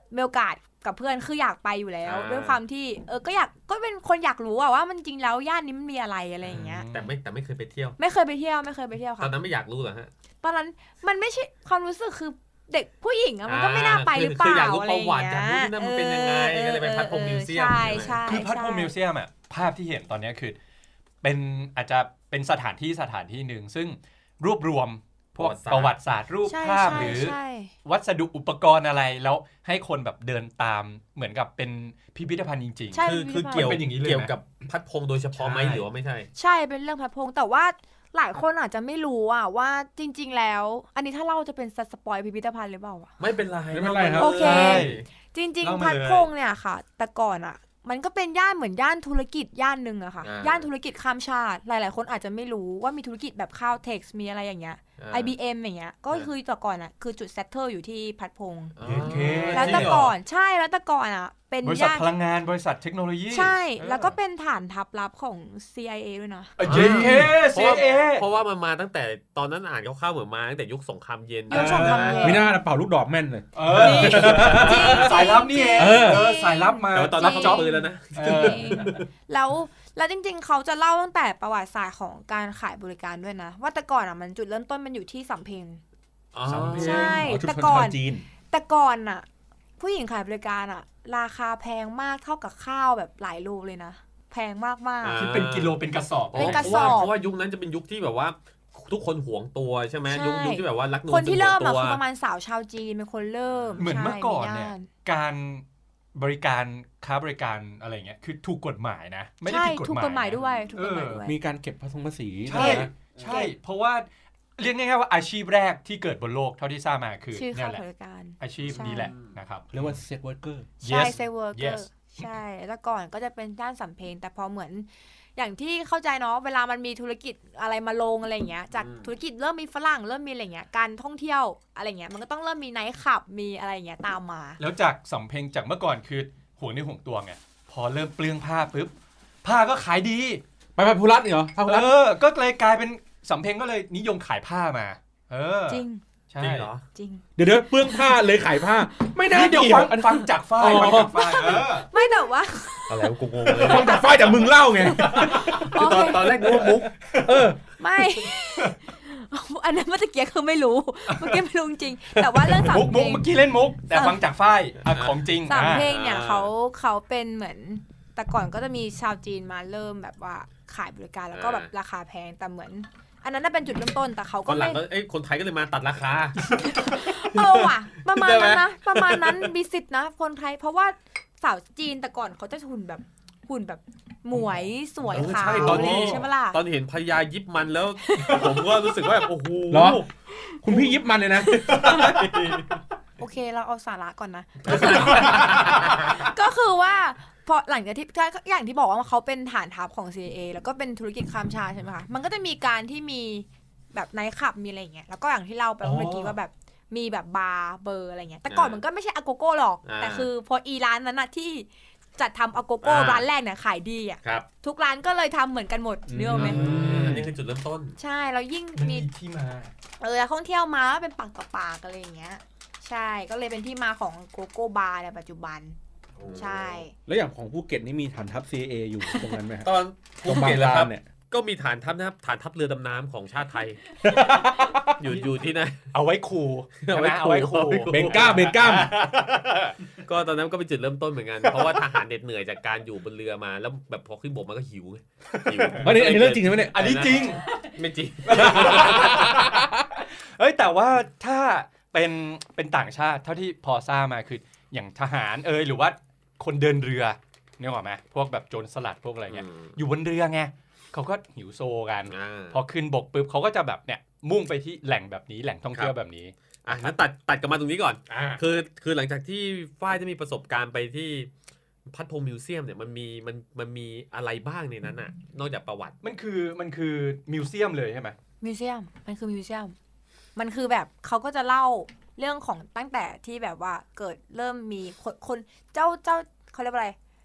D: มีโอกาสกับเพื่อนคืออยากไปอยู่แล้วด้วยความที่เออก็อยากก็เป็นคนอยากรู้อะว่ามันจริงแล้วย่านนี้มันมีอะไรอะไรอย่างเงี้ย
C: แต่ไม่แต่ไม่เคยไปเที่ยว
D: ไม่เคยไปเที่ยวไม่เคยไปเที่ยวค่ะ
C: ตอนนั้นไม่อยากรู้เหรอฮะ
D: ตอนนั้นมันไม่ใช่ความรู้สึกคือเด็กผู้หญิงอะมันก็ไม่น่าไปหรือเปล่าอะไรอย่างเงี้ย
C: อยากรู้นั่นมันเป็นยังไงก็เลยไปพัดพงมิวเซียม
D: ใช่ใช่
B: คือพัดพงมิวเซียมอะภาพที่เห็นตอนนี้คือเป็นอาจจะเป็นสถานที่สถานที่หนึ่งซึ่งรวบรวมพวกประวัติศาสตร์รูปภาพหรือวัสดุอุปกรณ์อะไรแล้วให้คนแบบเดินตามเหมือนกับเป็นพิพิธภัณฑ์จริง
C: ๆคือคือเกี่ยวเป็นอย่างนี้เลยเกี่ยวกับพัดพงโดยเฉพาะไหมหรือว่าไม่ใช่
D: ใช่เป็นเรื่องพัดพงแต่ว่าหลายคนอาจจะไม่รู้อ่ะว่าจริงๆแล้วอันนี้ถ้าเล่าจะเป็นสปอยพิพิธภัณฑ์หรือเปล่า
C: ไม่เป็นไร
A: ไม่เป็นไรครับ
D: โอเคจริงๆพัดพงเนี่ยค่ะแต่ก่อนอ่ะมันก็เป็นย่านเหมือนย่านธุรกิจย่านหนึ่งอะค่ะย่านธุรกิจข้ามชาติหลายๆคนอาจจะไม่รู้ว่ามีธุรกิจแบบข้าวเท็กซ์มีอะไรอย่างเงี้ย ไอ บี เอ็ม อย่างเงี้ยก็คือแต่ก่อนอ่ะคือจุดเซตเตอร์อยู่ที่พัดพงแล้วแต่ก่อนใช่แล้วแต่ก่อนอ่ะเป็น
B: บริษัทพลังงานบริษัทเทคโนโลยี
D: ใช่แล้วก็เป็นฐานทัพลับของ ซี ไอ เอ ด้วยนะ
B: เจ เค ซี ไอ เอ
C: เพราะว่ามันมาตั้งแต่ตอนนั้นอ่านคร่าวๆเหมือนมาตั้งแต่ยุคสงครามเย็น
D: ยุคสงครามเย็น
A: ไม่น่าเป่าลูกดอกแม่นเลย
B: เออสายลับนี่เองเออสายลับมา
C: แต่ตอนนั้นเขาปืนแล้วนะ
D: แล้วแล้วจริงๆเขาจะเล่าตั้งแต่ประวัติศาสตร์ของการขายบริการด้วยนะว่าแต่ก่อนอ่ะมันจุดเริ่มต้นมันอยู่ที่สำเพ็งใช่แต่ก่อนแต่ก่อนอ่ะผู้หญิงขายบริการอ่ะราคาแพงมากเท่ากับข้าวแบบหลายโลเลยนะแพงมากๆ
B: ที่เป็นกิโลเป็นกระสอบ
D: เป็นกระสอบ
C: เพราะว่ายุคนั้นจะเป็นยุคที่แบบว่าทุกคนหวงตัวใช่ไหมยุคยุคที่แบบว่ารักนวล
D: คนที่เริ่มอ่ะคือประมาณสาวชาวจีนเป็นคนเริ่ม
B: เหมือนเมื่อก่อนเนี่ยการบริการค้าบริการอะไรเงี้ยคือถูกกฎหมายนะไม่ได้ผิดกฎหมาย
D: ถูกกฎหมายด้วยถูกกฎหมายด้วย
A: มีการเก็บภาษีภาษี
B: ใช่ใช่เพราะว่าเรียกง่ายๆว่าอาชีพแรกที่เกิดบนโลกเท่าที่ทราบมาคือ
D: เนี่ยแหละ
B: อาชีพนี้แหละนะครับ
A: เรียกว่าเซ็กเวิร์กเกอร์
D: ใช่เซ็กเวิร์กเกอร์ใช่แล้วก่อนก็จะเป็นด้านสำเพ็งแต่พอเหมือนอย่างที่เข้าใจเนาะเวลามันมีธุรกิจอะไรมาลงอะไรเงี้ยจากธุรกิจเริ่มมีฝรั่งเริ่มมีอะไรเงี้ยการท่องเที่ยวอะไรเงี้ยมันก็ต้องเริ่มมีไนท์คลับมีอะไรเงี้ยตามมา
B: แล้วจากสำเพ็งจากเมื่อก่อนคือห่วงในห่วงตัวไงพอเริ่มเปลืองผ้าปุ๊บผ้าก็ขายดี
A: ไปไปภูรัตน์เหรอ
B: เออก็เลยกลายเป็นสำเพ็งก็เลยนิยมขายผ้ามาเออ
D: จริง
B: ใช่เหรอ
D: จริง
A: เดี๋ยวเดี๋ยวเปลืองผ้าเลยขายผ้าไม่ได้
B: เดี๋ยวฟังฟังจากฝ้ายฟังจากฝ้ายเออ
D: ไม่แต่ว่า
C: อะไรกูงงเลย
A: ฟังจากฝ้ายแต่มึงเล่าไง
C: คือตอนตอนแรกนึกว่ามุก
A: เออ
D: ไม่อันนั้นเมื่อกี้คือไม่รู้เมื่อกี้ไม่รู้จริงแต่ว่าเรื่องสำเพ็ง
B: เมื่อกี้เล่นมุกแต่ฟังจากฝ้ายของจริง
D: สำเพ็งเนี่ยเขาเขาเป็นเหมือนแต่ก่อนก็จะมีชาวจีนมาเริ่มแบบว่าขายบริการแล้วก็แบบราคาแพงแต่เหมือนอันนั้นน่าเป็นจุดเริ่มต้นแต่เขาก็ไม่
C: เอ้ยคนไทยก็เลยมาตัดราคา
D: เออว่ะประมาณนั้นนะประมาณนั้นมีสิทธิ์นะคนไทยเพราะว่าสาวจีนแต่ก่อนเขาจะหุ่นแบบหุ่นแบบหมวยสวยขาว
C: ตอนนี้
D: ใช่ไหมล่ะ
C: ตอนเห็นพญายิบมันแล้วผมก็รู้สึกว่าแบบโอ้โห
A: คุณพี่ยิบมันเลยนะ
D: โอเคเราเอาสาระก่อนนะก็คือว่าพอหลังจากที่อย่างที่บอกว่าเขาเป็นฐานทัพของ ซี ไอ เอ แล้วก็เป็นธุรกิจข้ามชาติใช่ไหมคะมันก็จะมีการที่มีแบบไนท์คลับมีอะไรอย่างเงี้ยแล้วก็อย่างที่เล่าไปเมื่อกี้ว่าแบบมีแบบบาร์เบอร์อะไรเงี้ยแต่ก่อนมันก็ไม่ใช่อาโกโก้หรอกแต่คือพออีร้านนั้นนะที่จัดทำอาโกโก้ร้านแรกเนี่ยขายดีอ่ะทุกร้านก็เลยทำเหมือนกันหมดเนื้อไหม
C: นี่คือจุดเริ่มต้น
D: ใช่แล้วยิ่ง
B: มีที่มา
D: เออท่องเที่ยวมาเป็นปากต่อปากอะไรอย่างเงี้ยใช่ก็เลยเป็นที่มาของโกโก้บาร์ในปัจจุบันใช่
A: แล้วอย่างของภูเก็ตนี่มีฐานทัพ ซี ไอ เอ อยู่ตรงนั้นไหม
C: ตอนภูเก็ตแล้วครับเนี่ยก็มีฐานทัพนะครับฐานทัพเรือดำน้ำของชาติไทยอยู่อยู่ที่นั่น
B: เอาไว้คูเอาไว้เอาไว้คู
A: เบงก้าเบงก้า
C: ก็ตอนนั้นก็เป็นจุดเริ่มต้นเหมือนกันเพราะว่าทหารเหน็ดเหนื่อยจากการอยู่บนเรือมาแล้วแบบพอขึ้นบกมันก็หิวหิว
A: อันนี้อันนี้เรื่องจริงใช่ไหมเนี่ย
B: อันนี้จริง
C: ไม่จริง
B: เอ้ยแต่ว่าถ้าเป็นเป็นต่างชาติเท่าที่พอทราบมาคืออย่างทหารเอยหรือว่าคนเดินเรือเนี่ยหรอไหมพวกแบบโจรสลัดพวกอะไรเงี้ยอยู่บนเรือไงเขาก็หิวโซกันพอขึ้นบกปุ๊บเขาก็จะแบบเนี่ยมุ่งไปที่แหล่งแบบนี้แหล่งท่องเที่ยวแบบนี้
C: อ่ะงั้นตัดตัดกลับมาตรงนี้ก่อนคือคือหลังจากที่ฝ้ายได้มีประสบการณ์ไปที่พัดพงมิวเซียมเนี่ยมันมีมันมันมีอะไรบ้างในนั้นน่ะนอกจากประวัติ
B: มันคือมันคือมิวเซียมเลยใช่ไหม
D: มิวเซียมมันคือมิวเซียมมันคือแบบเขาก็จะเล่าเรื่องของตั้งแต่ที่แบบว่าเกิดเริ่มมีคนคนเจ้าเจ้าเขาเรียกว่าอะไร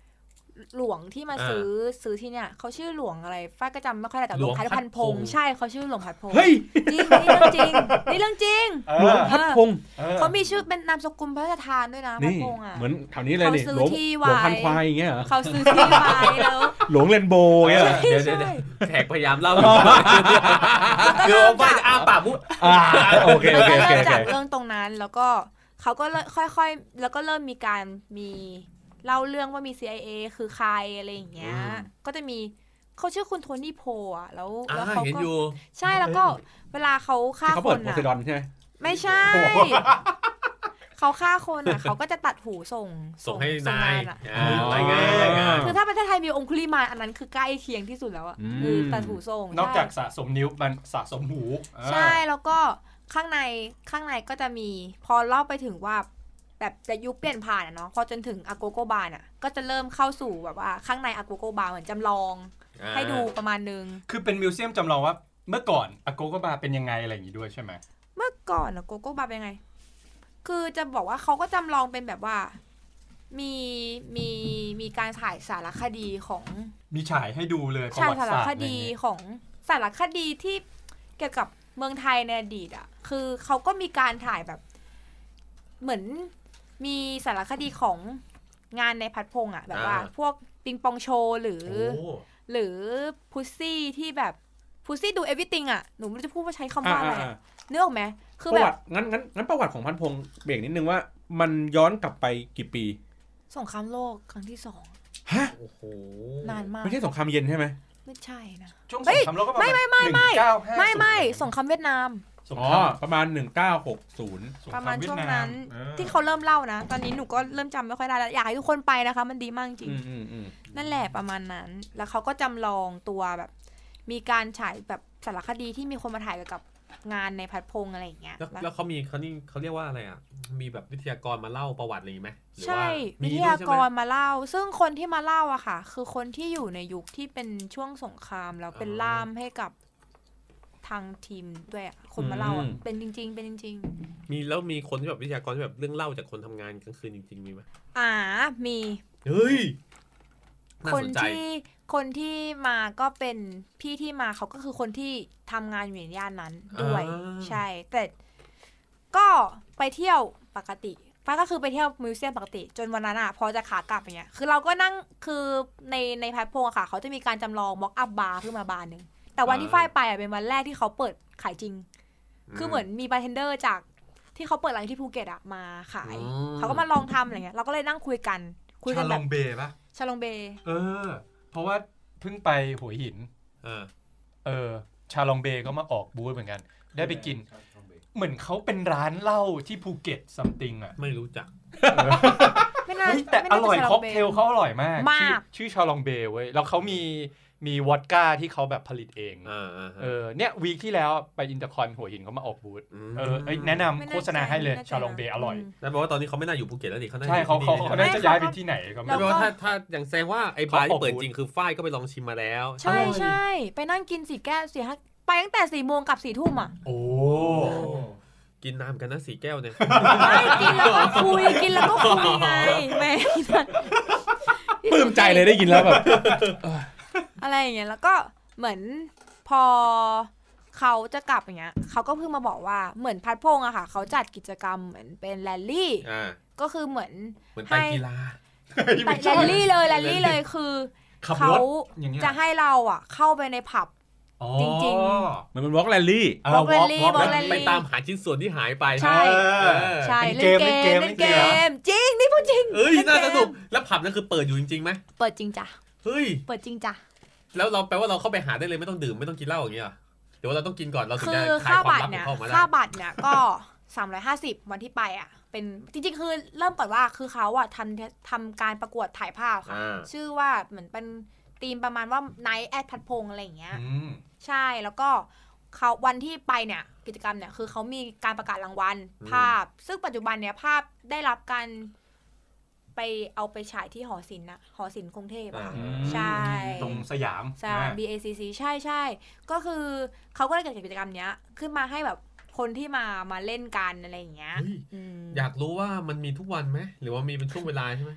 D: หลวงที่มาซื้อซื้อที่เนี่ยเขาชื่อหลวงอะไรฝ้ายก็จำไม่ค่อยได้แต่หลวงพัดพงษ์ใช่เขาชื่อหลวงพัดพงษ์จริงนี่เรื่องจริงนี่เรื่องจริง
A: หลวงพัดพงษ์
D: เขามีชื่อเป็นนามสกุลพระราชทานด้วยนะพัดพงษ์อ่ะ
A: เหมือนแถวนี้เลยนี่หลวงหลวงพันควายอย่างเงี้ยเหรอ
D: เขาซื้อที่ไว้แล้ว
A: หลวงเรนโบว์เงี้ย
C: เดี๋ยวๆแขกพยายามเล่าคือฝ้ายจะอ้าปากมุด
A: โอเคโอเคโอเค
D: จากเรื่องตรงนั้นแล้วก็เขาก็ค่อยๆแล้วก็เริ่มมีการมีเล่าเรื่องว่ามี ซี ไอ เอ คือใครอะไรอย่างเงี้ยก็จะมีเขาชื่อคุณโทนี่โพอ่ะแล้วแล้วเขาก็ใช่แล้วก็เวลาเขาฆ่าคน
A: อ่ะใช่ไหม
D: ไม่ใช่เขาฆ่าคนอ่ะเขาก็จะตัดหูส่ง
C: ส่งให้นายอ่ะ
D: รายงานรายงานคือถ้าประเทศไทยมีองคุลิมานอันนั้นคือใกล้เคียงที่สุดแล้วอ่ะคือตัดหูส่ง
B: นอกจากสะสมนิ้วมันสะสมหู
D: ใช่แล้วก็ข้างในข้างในก็จะมีพอเล่าไปถึงว่าแบบจะยุคเปลี่ยนผ่านอ่ะเนาะพอจนถึงอาโกโกบาร์อ่ะก็จะเริ่มเข้าสู่แบบว่าข้างในอาโกโกบาร์เหมือนจำลองให้ดูประมาณนึง
B: คือเป็นมิวเซียมจำลองว่าเมื่อก่อนอาโกโกบาร์เป็นยังไงอะไรอย่างงี้ด้วยใช่ไหม
D: เมื่อก่อนอาโกโกบาร์เป็นยังไงคือจะบอกว่าเขาก็จำลองเป็นแบบว่ามีมีมีการถ่ายสารคดีของ
B: มีฉายให้ดูเลย
D: ใช่สารคดีของสารคดีที่เกี่ยวกับเมืองไทยในอดีตอ่ะคือเขาก็มีการถ่ายแบบเหมือนมีสารคดีของงานในพัดพงษ์อ่ะแบบว่าพวกปิงปองโชว์หรือหรือพุซซี่ที่แบบพุซซี่ดูเอวิติ้งอ่ะหนูไม่รู้จะพูดว่าใช้คำว่าอะไรนึกออกไหมคือแบบ
A: งั้นงั้นงั้นประวัติของพัดพงษ์เบรกนิดนึงว่ามันย้อนกลับไปกี่ปี
D: สงครามโลกครั้งที่สอง
A: ฮะ
C: โอ้โห
D: นานมาก
A: ไม่ใช่สงครามเย็นใช่ไหม
D: ไม่ใช่นะ
B: ช่วงสงครามโลกก็ประมาณ
D: ไม่ไม่ไม่ไม่ไม่ไม่สงครามเวียดนาม
A: อ๋อประมาณหนึ่งพันเก้าร้อยหกสิบ
D: ประมาณช่วงนั้นที่เขาเริ่มเล่านะตอนนี้หนูก็เริ่มจำไม่ค่อยได้แล้วอยากให้ทุกคนไปนะคะมันดีมากจริงนั่นแหละประมาณนั้นแล้วเขาก็จำลองตัวแบบมีการฉายแบบสารคดีที่มีคนมาถ่ายเกี่ยวกับงานในพัดพงษ์อะไรอย่างเงี้ย
C: แล้วเขามีเขานี่เขาเรียกว่าอะไรอ่ะมีแบบวิทยากรมาเล่าประวัติอะไรไหม
D: ใช่วิทยากรมาเล่าซึ่งคนที่มาเล่าอะค่ะคือคนที่อยู่ในยุคที่เป็นช่วงสงครามแล้วเป็นล่ามให้กับทางทีมด้วยอ่ะคนมาเล่าอ่ะเป็นจริงๆเป็นจริง
C: ๆมีแล้วมีคนที่แบบวิทยากรที่แบบเรื่องเล่าจากคนทำงานกลางคืนจริงๆมีไหม
D: อ่ามี
C: เฮ้ย
D: คนที่คนที่มาก็เป็นพี่ที่มาเขาก็คือคนที่ทำงานอยู่ในย่านนั้นด้วยใช่แต่ก็ไปเที่ยวปกติฟ้าก็คือไปเที่ยวมิวเซียมปกติจนวันนั้นอ่ะพอจะขากลับอย่างเงี้ยคือเราก็นั่งคือในในพัดพงษ์อะค่ะเขาจะมีการจำลองม็อกอัพบาร์ขึ้นมาบาร์นึงแต่วันที่ฝ้ายไปอ่ะเป็นวันแรกที่เขาเปิดขายจริงคือเหมือนมีบาร์เทนเดอร์จากที่เขาเปิดร้านที่ภูเก็ตอ่ะมาขายเขาก็มาลองทำอะไรเงี้ยเราก็เลยนั่งคุยกันคุยกันแบบ
B: ชาลองเบย์ปะ
D: ชาลองเบย์
B: เออเพราะว่าเพิ่งไปหัวหินเออเออชาลองเบย์ก็มาออกบูธเหมือนกันได้ไปกินเหมือนเขาเป็นร้านเหล้าที่ภูเก็ตซัมติงอ่ะ
C: ไม่รู้จัก
B: แต่อร่อยค็อกเทลเขาอร่อยมากชื่อชาลองเบย์เว้ยแล้วเขามีมีวอดก้าที่เขาแบบผลิตเองเออเนี่ยวีคที่แล้วไปอินเตอร์คอนหัวหินเขามาออกบูธเออแนะนำโฆษณาให้เลยชาลองเบย์อร่อย
C: แล้วบอกว่าตอนนี้เขาไม่น่าอยู่ภูเก็ตแล้วดิเขา
B: ใช่เขาเขาเขาน่าจะย้ายไปที่ไหนก็
C: ไม่รู้ว่าถ้าถ้าอย่างแซงว่าไอ้บาร์ที่เปิดจริงคือฝ้ายก็ไปลองชิมมาแล้ว
D: ใช่ใช่ไปนั่งกินสี่แก้วสี่ห้าไปตั้งแต่สี่โมงกับสี่ทุ่มอ่ะ
B: โอ้
C: กินน้ำกันนะสี่แก้วเนี่ย
D: ไม่กินแล้วก็คุยกินแล้วก็คุยไงแม่
A: ปลื้มใจเลยได้ยินแล้วแบบ
D: อะไรอย่างเงี้ยแล้วก็เหมือนพอเขาจะกลับอย่างเงี้ยเขาก็เพิ่งมาบอกว่าเหมือนพัดพงษ์อะค่ะเขาจัดกิจกรรมเหมือนเป็นแรลลี่ก็คือเหมือน
C: ให้กีฬา
D: แรลลี่เลยแรลลี่เลยคือเขาจะให้เราอะเข้าไปในผับจริง
A: ๆมันเป็นวอล์กแรลลี่
D: วอล์กแรลลี่วอล์กแรลลี่
C: ไปตามหาชิ้นส่วนที่หายไป
D: ใช่ใช่เล่นเกมเล่นเกมจริงนี่พูดจริง
C: เอ้ยน่าสนุกแล้วผับนั่นคือเปิดอยู่จริงๆไหม
D: เปิดจริงจ้ะ
C: เฮ้ย
D: เปิดจริงจ้ะ
C: แล้วเราแปลว่าเราเข้าไปหาได้เลยไม่ต้องดื่มไม่ต้องกินเหล้าอย่างเงี้ยหรือว่าเราต้องกินก่อนเราถึงจะ
D: คลายความลับของเขามาได้ค่าบัตรเนี่ยก็สามร้อยห้าสิบวันที่ไปอ่ะเป็นจริงๆคือเริ่มก่อนว่าคือเขาอ่ะทำทำการประกวดถ่ายภาพค่ะชื่อว่าเหมือนเป็นธีมประมาณว่า Night at พัดพงษ์อะไรอย่างเงี้ยใช่แล้วก็เขาวันที่ไปเนี่ยกิจกรรมเนี่ยคือเขามีการประกาศรางวัลภาพซึ่งปัจจุบันเนี่ยภาพได้รับการไปเอาไปฉายที่หอศิลป์นะหอศิลป์กรุงเทพอ่ะใช่
B: ตรงสยาม
D: ใช่ บี เอ ซี ซี ใช่ใช่ก็คือเขาก็ได้จัดกิจกรรมเนี้ยขึ้นมาให้แบบคนที่มามาเล่นกันอะไรอย่างเงี้ย
C: อยากรู้ว่ามันมีทุกวันไหมหรือว่ามีเป็นช่วงเวลาใช่ไหม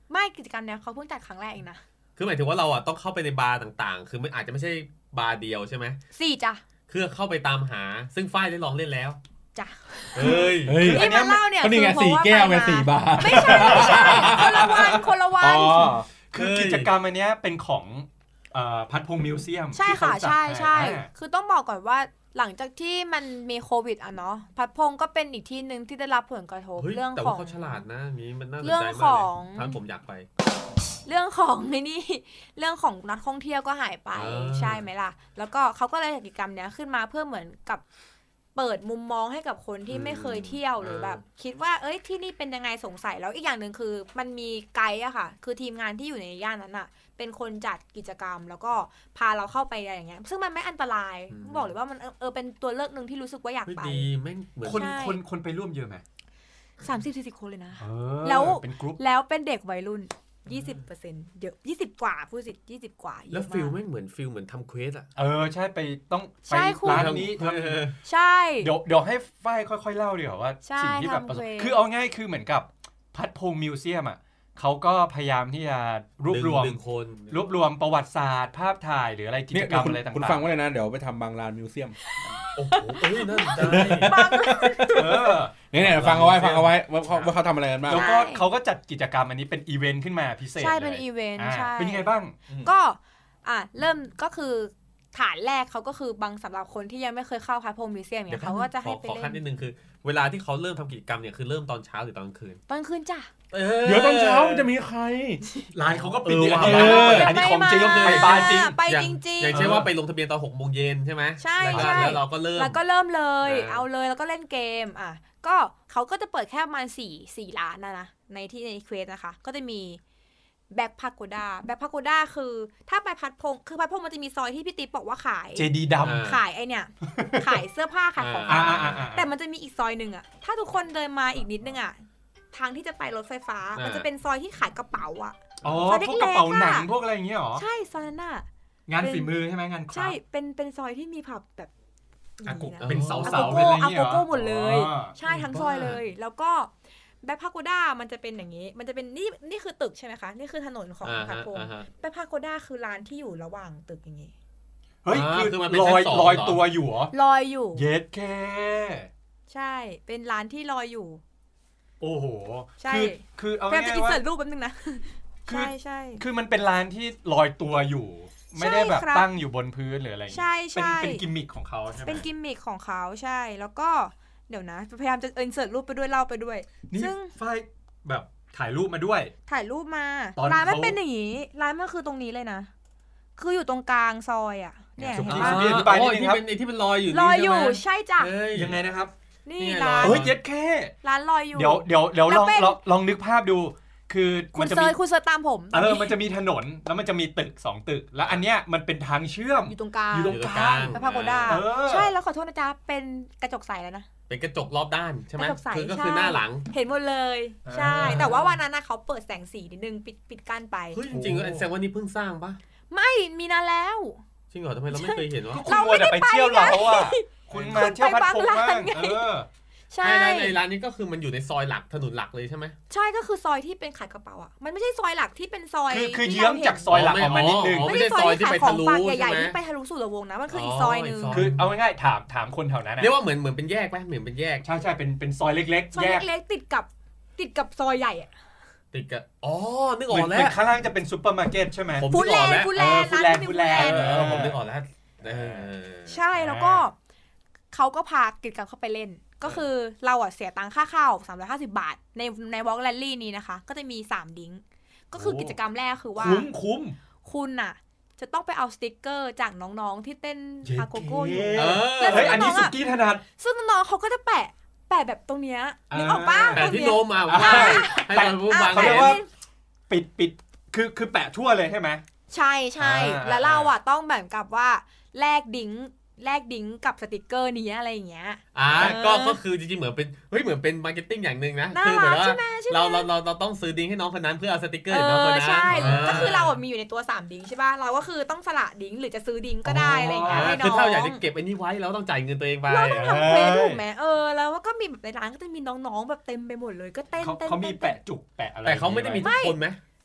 D: ไม่กิจกรรมเนี้ยเขาเพิ่งจัดครั้งแรกเองนะ
C: คือหมายถึงว่าเราอ่ะต้องเข้าไปในบาร์ต่างๆคือมันอาจจะไม่ใช่บาร์เดียวใช่ไหม
D: สี่จ้ะ
C: คือเข้าไปตามหาซึ่งฝ้ายได้ลองเล่นแล้ว
D: จ้ะ
C: เฮ้ย
D: ที่มาเล่าเนี่ย
A: คือสี่แก้วกับสี่บาร์
D: ไม่ใช่ไม่ใช่คนละวันคนละวัน
B: คือกิจกรรมอันเนี้ยเป็นของพัดพงมิวเซียม
D: ใช่ค่ะใช่ใช่คือต้องบอกก่อนว่าหลังจากที่มันมีโควิดอ่ะเนาะพัดพงก็เป็นอีกที่นึงที่ได้รับผลกระทบเรื่องของแต่ว่า
C: เขาฉลาดนะนี้มันน่าสนใจมากเลยท่านผมอยากไป
D: เรื่องของนี่เรื่องของนักท่องเที่ยวก็หายไปใช่ไหมล่ะแล้วก็เขาก็เลยจัดกิจกรรมเนี้ยขึ้นมาเพื่อเหมือนกับเปิดมุมมองให้กับคนที่ไม่เคยเที่ยวหรือแบบคิดว่าเอ้ยที่นี่เป็นยังไงสงสัยแล้วอีกอย่างหนึ่งคือมันมีไกด์อะค่ะคือทีมงานที่อยู่ในย่านนั้นอะเป็นคนจัดกิจกรรมแล้วก็พาเราเข้าไปอะไรอย่างเงี้ยซึ่งมันไม่อันตรายบอกเลยว่ามันเออเป็นตัวเลือกนึงที่รู้สึกว่าอยากไป
C: ดีไม่เหมือน
B: คนคนคนไปร่วมเยอะไหม
D: สามสิบสี่สิบคนเลยนะแล้วแล้วเป็นเด็กวัยรุ่นยี่สิบเปอร์เซ็นต์เยอะยี่สิบกว่าผู้สิทธิ์ยี่สิบกว่า
C: แล้วฟิลไม่เหมือนฟิลเหมือนทำเควสอ่ะ
B: เออใช่ไปต้องไปร้านนี้
D: ใช่
B: เดี๋ยวเดี๋ยวให้ฝ้ายค่อยๆเล่าดีกว่าว่าสิ่งที่แบบคือเอาง่ายคือเหมือนกับพัดพงมิวเซียมอ่ะเขาก็พยายามที่จะรวบรวมรวบรวมประวัติศาสตร์ภาพถ่ายหรืออะไรกิจกรรมอะไรต่างๆ
A: คุณฟังไว้เลยนะเดี๋ยวไปทำบางลานมิวเซียม
C: โอ้โหเอ้ยนั่นได้
D: บาง
B: เออ
A: เนี่ยฟังเอาไว้ฟังเอาไว้ว่าเขาว่าเขาทำอะไรกันบ้าง
B: แล้วก็เขาก็จัดกิจกรรมอันนี้เป็นอีเวนต์ขึ้นมาพิเศษ
D: ใช่เป็นอีเวนต์ใช่
B: เป็นยังไงบ้าง
D: ก็อ่ะเริ่มก็คือฐานแรกเขาก็คือบางสำหรับคนที่ยังไม่เคยเข้าพัดพงมิวเซียมเนี่ยเขาก็จะให้ไปเล่น
C: ขอขั้นนิดนึงคือเวลาที่เขาเริ่มทำกิจกรรมเนี่ยคือเริ่มตอนเช้าหรือตอนกลางคืน
D: ตอนคืนจ้ะ
A: เดี๋ยวตอนเช้ามันจะมีใคร
B: ร้านเขาก็ปิด
D: อั
B: นนี้ของจริงก็คือไปบ้านจริง
D: ไปจริงๆ
C: อย่างเช่นว่าไปลงทะเบียนตอนหกโมงเย็นใช่ไหม
D: ใช่
C: ใช่แล้วเราก็เริ่ม
D: แล้วก็เริ่มเลยเอาเลยแล้วก็เล่นเกมอ่ะก็เขาก็จะเปิดแค่ประมาณสี่ สี่ร้านนะนะในที่ในเควสนะคะก็จะมีแบ็คพาโกด้าแบ็คพาโกด้าคือถ้าไปพัดพงคือพัดพงมันจะมีซอยที่พี่ติ๊บบอกว่าขาย
B: เจดีด
D: ำขายไอเนี่ยขายเสื้อผ้าขายของฝากแต่มันจะมีอีกซอยหนึ่งอะถ้าทุกคนเดินมาอีกนิดนึงอะทางที่จะไปรถไฟฟ้ามันจะเป็นซอยที่ขายกระเป๋าอะ
B: อ๋อพวกกระเป๋าหนังพวกอะไรอย่างเงี้ยหรอ
D: ใช่ซอยนั้นน่ะ
B: งานฝีมือใช่ไหมงาน
D: ใช่เป็นเป็นซอยที่มีผับแบบ
B: เป็นเสาเสา
D: เป็นอะไรเงี้ยอาโกโก้หมดเลยใช่ทั้งซอยเลยแล้วก็แบ็คพาโกด้ามันจะเป็นอย่างนี้มันจะเป็นนี่นี่คือตึกใช่ไหมคะนี่คือถนนของพัดพงแบ็คพาโกด้าคือร้านที่อยู่ระหว่างตึกอย่างนี้
B: เฮ้ยคือลอยลอยตัวอยู่เหรอ
D: ลอยอยู่
B: เย็ดแค่
D: ใช่เป็นร้านที่ลอยอยู่
B: โอ้โห
D: ใช่
B: คือเอา
D: ง่ายๆว่าจะอินเสิร์ตรูปแป๊บนึงนะใช่ใช่
B: คือมันเป็นร้านที่ลอยตัวอยู่ไม่ได้แบบตั้งอยู่บนพื้นหรืออะไร
D: ใช่ใช่
B: เป็นกิมมิคของเขาใช่ไหม
D: เป็นกิมมิคของเขาใช่แล้วก็เดี๋ยวนะพยายามจะอินเสิร์ตรูปไปด้วยเล่าไปด้วย
B: ซึ่งไฟแบบถ่ายรูปมาด้วย
D: ถ่ายรูปมาร้านมันเป็นอย่างนี้ร้านมันคือตรงนี้เลยนะคืออยู่ตรงกลางซอยอ่ะเนี่ย
B: เห็นไหม
C: อ๋อที่เป็นที่เป็นลอยอยู่
D: ลอยอยู่ใช่จ้ะ
B: ยังไงนะครับ
D: นี่ร้าน
B: เฮ้ยเย็ดแค่
D: ร้านลอยอยู่
B: เดี๋ยวเดี๋ยวเดี๋ยวลองลองนึกภาพดูคือ
D: มันจะมีคุณเซิร์ชตามผม
B: เออมันจะมีถนนแล้วมันจะมีตึกสองตึกแล้วอันเนี้ยมันเป็นทางเชื่อม
D: อยู่ตรงกลาง
B: อยู่ตรงกลาง
D: พาโกด้าใช่แล้วขอโทษนะจ๊ะเป็นกระจกใสแล้วนะ
C: เป็นกระจกรอบด้านใช่ไหมคือก็คือหน้าหลัง
D: เห็นหมดเลยใช่แต่ว่าวันนั้นนะเขาเปิดแสงสีนิดนึงปิดปิดกั้นไป
C: เฮ้ยจริงๆแสดงว่านี่เพิ่งสร้างปะ
D: ไม่มีนานแล้ว
C: จริงเหรอทำไมเราไม่เคยเห็นวะ
D: เราไม่ได้ไปเที่ยว
B: เราอ่ะคุณมาเที่ยวพัดพงบ้างเออ
C: ใช่ในร้านนี้ก็คือมันอยู่ในซอยหลักถนนหลักเลยใช่ไหม
D: ใช่ก็คือซอยที่เป็นขายกระเป๋าอ่ะมันไม่ใช่ซอยหลักที่เป็นซอย
B: คือคือเยื้องจากซอยหลักออกมานิดนึง
D: ไม่ใช่ซอยที่ไปทะลุใหญ่ๆที่ไปทะลุสุรวงศ์นะมันคืออีกซอยนึง
B: คือเอาง่ายๆถามถามคนแถวนั้น
C: เรียกว่าเหมือนเหมือนเป็นแยกไหมเหมือนเป็นแยก
B: ใช่ใช่เป็นเป็นซอยเล็ก
D: ๆซอยเล็กๆติดกับติดกับซอยใหญ่อ่ะ
C: ติดกับอ๋อนึกออกแล้ว
B: ข้างล่างจะเป็นซุปเปอร์มาร์เก็ตใช่ไหม
D: ฟู้ดแลนด์ฟู้ดแลนด์
B: ฟู้ดแลนด์ฟู้ดแลนด์
C: ผมนึกออกแล้ว
D: ใช่แล้วก็เขาก็พากิจกรรมเข้าไปเล่นก็คือเราอ่ะเสียตังค่าเข้าสามร้อยห้าสิบบาทในในวอล์กแรลลี่นี้นะคะก็จะมีสามดิ้งก็คือกิจกรรมแรกคือว่า
B: คุ้มคุ้ม
D: คุณน่ะจะต้องไปเอาสติ๊กเกอร์จากน้องๆที่เต้นอาโกโก้อยู่
B: แล้วอันนี้สุกี้ถนัด
D: ซึ่งน้องๆเขาก็จะแปะแปะแบบตรงเนี้ยนึกออกป่ะ
C: แปะที่โน้มอ่ะให้เรารู้บ้าง
B: เขาเรียกว่าปิดปิดคือคือแปะทั่วเลยใช่ไหม
D: ใช่ใช่แล้วเราอ่ะต้องแบบกับว่าแลกดิ้งแลกดิ้งกับสติกเกอร์นี้อะไรอย่างเงี้ย
C: อ่าก็ก็คือจริงๆเหมือนเป็นเฮ้ยเหมือนเป็นมาร์เก็ตติ้งอย่างนึงนะคือเหมือนว่าเราเราเราเราต้องซื้อดิ้งให้น้องคนนั้นเพื่อเอาสติกเกอร์น้องคนนั้น
D: ใช่ก็คือเรามีอยู่ในตัวสามดิ้งใช่ป่ะเราก็คือต้องสละดิ้งหรือจะซื้อดิ้งก็ได้อะไรอย่างเงี้ยให้น้อง
C: คือถ้าอยากจะเก็บไอ้นี่ไว้แล้วต้องจ่ายเงินตัวเองไป
D: เราต้องทำเควสถูกไหมเออแล้วก็มีแบบในร้านก็จะมีน้องๆแบบเต็มไปหมดเลยก็เต้นเต้น
B: เขามีแปะจุกแปะอะไร
C: แต่เขาไม่ได้มีทุกคนไหม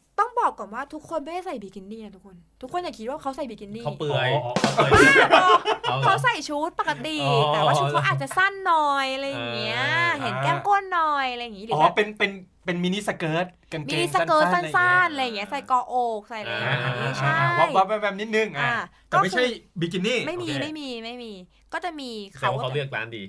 D: บอกก่อนว่าทุกคนไม่ได้ใส่บิกินี่นะทุกคนทุกคนอย่าคิดว่าเขาใส่บิกินี่
C: เขาเปลือย
D: เขาใส่ชุดปกติแต่ว่าชุดเขาอาจจะสั้นหน่อยอะไรอย่างเงี้ยเห็นแก้มก้นหน่อยอะไรอย่างงี้หรือ
B: อ๋อเป็นเป็นเป็นมินิสเกิร์ตกางเกง
D: มินิสเกิร์ตสั้นๆอะไรอย่างเงี้ยใส่กออกใส่อะไรอย่างเงี้ยใช่
B: วับๆแบบนิดนึงอ่ะแต่ไม่ใช่บิกินี่
D: ไม่มีไม่มีไม่มีก็จะมี
C: เขาเขาเลือกร้านดี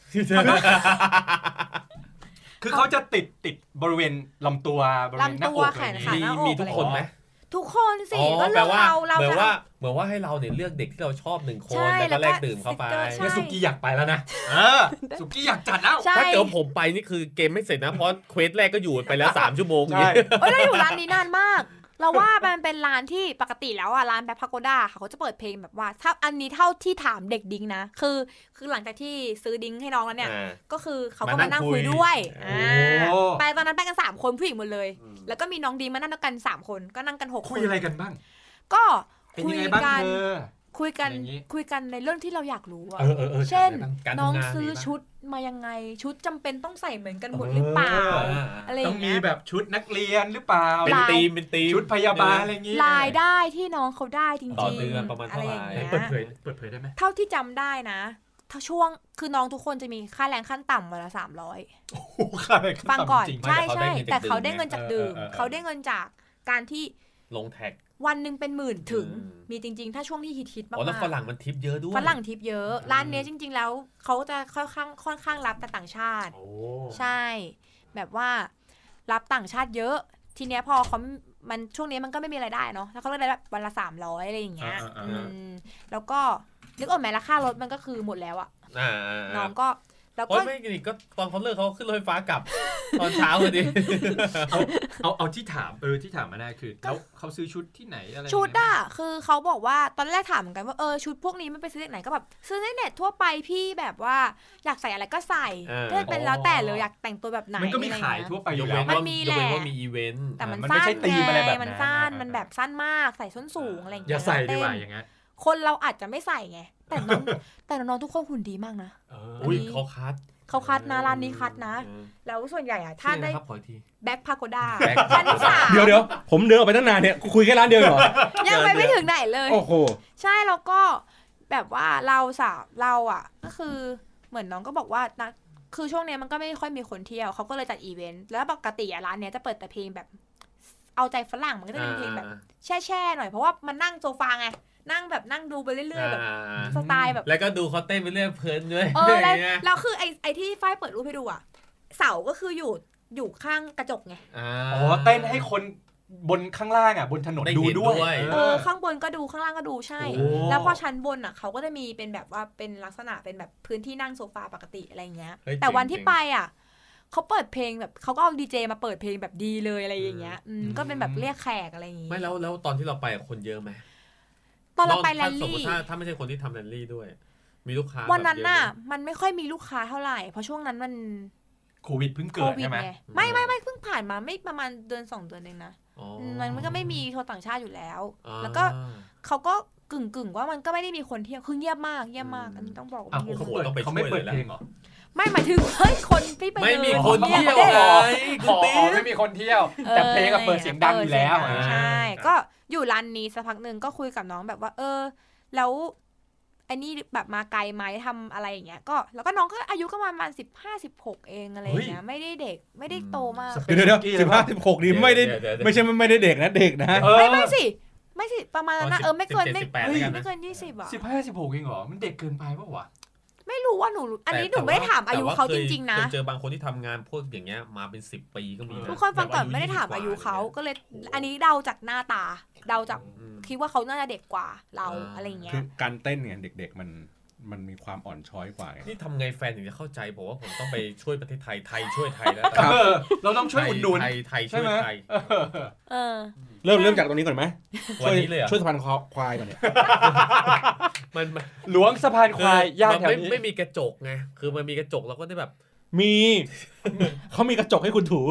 B: คือเขาจะติดติดบริเวณลำตัวบริเวณหน้าอกอะไรอย่าง
C: งี้มีทุกคนไหม
D: ทุกคนสิก็เลือกเราเรา
C: เหมือนว่าเหมือนว่าให้เราเนี่ยเลือกเด็กที่เราชอบหนึ่งคนแล้วก็แลกดื่มเข้าไป
B: เนี่ยสุกี้อยากไปแล้วนะเออสุกี้อยากจัดแล้ว
C: ถ้าเกิดผมไปนี่คือเกมไม่เสร็จนะเพราะเควสแรกก็อยู่ไปแล้วสามชั่วโมง
B: ใช่
D: เอ้ยเราอยู่ร้านนี้นานมากเราว่ามันเป็นร้านที่ปกติแล้วอ่ะร้านแบ็คพาโกด้าเขาจะเปิดเพลงแบบว่าถ้าอันนี้เท่าที่ถามเด็กดิ้งนะคือคือหลังจากที่ซื้อดิ้งให้น้องแล้วเนี่ยก็คือเขาก็มานั่งคุยด้วยอ่าไปตอนนั้นไปกันสามคนผู้หญิงหมดเลยแล้วก็มีน้องดิ้งมานั่งกันสามคนก็นั่งกันหกคน
B: คุยอะไรกันบ้าง
D: ก็คุยกันคุยกันคุยกันในเรื่องที่เราอยากรู้อ่ะเช่นน้องซื้อชุดมายังไงชุดจำเป็นต้องใส่เหมือนกันหมดหรือเปล่าอะไรอย่างเงี้ย
B: ต้องมีแบบชุดนักเรียนหรือเปล่า
C: เป็นทีมเป็นทีม
B: ชุดพยาบาลอะไรอย่างงี้
D: รายได้ที่น้องเขาได้จริงๆ
C: ต่อเดือนประมาณเท่าไหร่
B: เปิดเผยเปิดเผยได้ไหม
D: เท่าที่จำได้นะถ้าช่วงคือน้องทุกคนจะมีค่าแรงขั้นต่ำวันละสามร้อย
B: โอ้โหค่าแรงขั้นต่ำ
D: ฟังก่อนใช่ใช่แต่เขาได้เงินจากดื่มเขาได้เงินจากการที่
C: ลงแท็ก
D: วันหนึ่งเป็นหมื่นถึงมีจริงๆถ้าช่วงที่ฮิตๆมากๆ
C: อ๋อแล้วฝรั่งมันทิปเยอะด้วย
D: ฝรั่งทิปเยอะร้านนี้จริงๆแล้วเขาจะค่อนข้างค่อนข้างรับแต่ต่างชาติใช่แบบว่ารับต่างชาติเยอะทีเนี้ยพอเขามันช่วงนี้มันก็ไม่มีรายได้เนาะแล้วเขาเลยได้แบบวันละสามร้อยอะไรอย่างเงี้ยแล้วก็นึกออกไหมราคารถมันก็คือหมดแล้วอะน้องก็แล้วก็
C: ไม่กี่ก็ตอนเขาเลิกเขาขึ้นรถไฟฟ้ากลับตอนเช้าพอดี
B: เอาเอาเอาที่ถามเออที่ถามมาได้คือแล้วเขาซื้อชุดที่ไหนอะไร
D: ชุดอ่ะคือเขาบอกว่าตอนแรกถามเหมือนกันว่าเออชุดพวกนี้มันไปซื้อที่ไหนก็แบบซื้อในเน็ตทั่วไปพี่แบบว่าอยากใส่อะไรก็ใส่ก็เป็นแล้วแต่เลยอยากแต่งตัวแบบไหน
B: มันก็มีขายทั่วไปอยู่แล้ว
D: มันมีแหละ
C: ว่ามีอีเวนต์
D: แต่มันสั้นไงมันสั้นมันแบบสั้นมากใส่ส้นสูงอะไรอย่างเงี้ย
B: อย่าใส่ดีกว่าอย่างเงี้ย
D: คนเราอาจจะไม่ใส่ไงแต่น้องแต่น้องทุกคนหุ่นดีมากนะ
C: อุ้ยเขาคัด
D: เขาคัดนะร้านนี้คัดนะแล้วส่วนใหญ่อะถ้าได้แบ็คพาโกด้า
A: ชั้นสามเดี๋ยวเดี๋ยวผมเดินออกไปตั้งนานเนี่ยคุยแค่ร้านเดียวเหรอ
D: ยังไปไม่ถึงไหนเลย
A: โอ้โห
D: ใช่แล้วก็แบบว่าเราสาวเราอะก็คือเหมือนน้องก็บอกว่านะคือช่วงนี้มันก็ไม่ค่อยมีคนเที่ยวเขาก็เลยจัดอีเวนต์แล้วปกติอะร้านเนี้ยจะเปิดแต่เพลงแบบเอาใจฝรั่งมันก็จะเป็นเพลงแบบแช่ๆหน่อยเพราะว่ามันนั่งโซฟาไงนั่งแบบนั่งดูไปเรื่อยๆแบบสไตล์แบบ
C: แล้วก็ดูเขาเต้นไปเรื่อยเพลินด้วย
D: เออแล้วแล้วคือไอ้ไอ้ที่ฝ้ายเปิดรูปให้ดูอ่ะเสาก็คืออยู่อยู่ข้างกระจกไง
B: อ๋อเต้นให้คนบนข้างล่างอ่ะบนถนนดูด้วย
D: เออข้างบนก็ดูข้างล่างก็ดูใช่แล้วพอชั้นบนอ่ะเขาก็จะมีเป็นแบบว่าเป็นลักษณะเป็นแบบพื้นที่นั่งโซฟาปกติอะไรเงี้ยแต่วันที่ไปอ่ะเขาเปิดเพลงแบบเขาก็เอาดีเจมาเปิดเพลงแบบดีเลยอะไรอย่างเงี้ยก็เป็นแบบเรียกแขกอะไรอย่างงี้
C: ไม่แล้วแล้วตอนที่เราไปคนเยอะไหม
D: ตอนเราไปแรลลี่
C: ถ้าถ้าไม่ใช่คนที่ทำแรลลี่ด้วยมีลูกค้า
D: วันนั้นน่ะมันไม่ค่อยมีลูกค้าเท่าไหร่เพราะช่วงนั้นมัน
B: โควิดเพิ่งเกิดใช่ไหม
D: ไม่ไม่ไม่เพิ่งผ่านมาไม่ประมาณเดือนสองเดือนเองนะมันมันก็ไม่มีชาวต่างชาติอยู่แล้วแล้วก็เขาก็กึ่งกึ่งว่ามันก็ไม่ได้มีคนเที่ยวคือเงียบมากเงียบมากอันนี้ต้องบอกว่า
B: เขาไม่เปิดเพลงหรอ
D: ไม่หมายถึงเฮ้ยคนที่ไป
C: ไม่มีคนเที่ยวไง
B: อ๋อไม่มีคนเที่ยวแต่เพลงก็เปิดเสียงดังอยู่แล้ว
D: ใช่ก็อยู่ร้านนี้สักพักนึงก็คุยกับน้องแบบว่าเออแล้วไอ้นี่แบบมาไกลไหมทำอะไรอย่างเงี้ยก็แล้วก็น้องก็อายุก็ประมาณสิบห้าสิบหกเองอะไรอย่างเงี้ยไม่ได้เด็กไม่ได้โตมาก
A: เดี๋ยวเดี๋ยวสิบห้าสิบหกนี่ไม่ได้ไม่ใช่ไม่ได้เด็กนะเด็กนะ
D: ไม่ไม่สิไม่สิประมาณนั้นนะเออไม่เกินไม่ไม่เกินยี่สิบอ่ะ
B: สิบห้าสิบหกเองเหรอมันเด็กเกินไปป่ะวะ
D: ไม่รู้ว่าหนูอันนี้หนูไม่ได้ถามอายุเขาจริงๆนะ
C: เจอบางคนที่ทำงานพวกอย่างเงี้ยมาเป็นสิบปีก็มี
D: ทุกคนฟังก่อนไม่ได้ถามอายุเขาก็เลยอันนี้เดาจากหน้าตาเดาจากคิดว่าเขาน่าจะเด็กกว่าเราอะไรเงี้ย
A: คือการเต้นเนี่ยเด็กๆมันมันมีความอ่อนช้อยกว่า
C: นี่ทำไงแฟนถึงจะเข้าใจบอกว่าผมต้องไปช่วยประเทศไทยไทยช่วยไทยแล้ว
B: เราต้องช่วยอุดหนุน
C: ไทยไทยช่วยไทย
A: เริ่มเริ่มจากตรงนี้ก่อนไหม
C: วันนี้เลย
A: ช่วยสะพานควายก่อนเนี่ย
C: มัน
B: หลวงสะพานควายย่านแถวนี้
C: ไม่มีกระจกไงคือมันมีกระจกเราก็ได้แบบ
A: มีเขามีกระจกให้คุณถู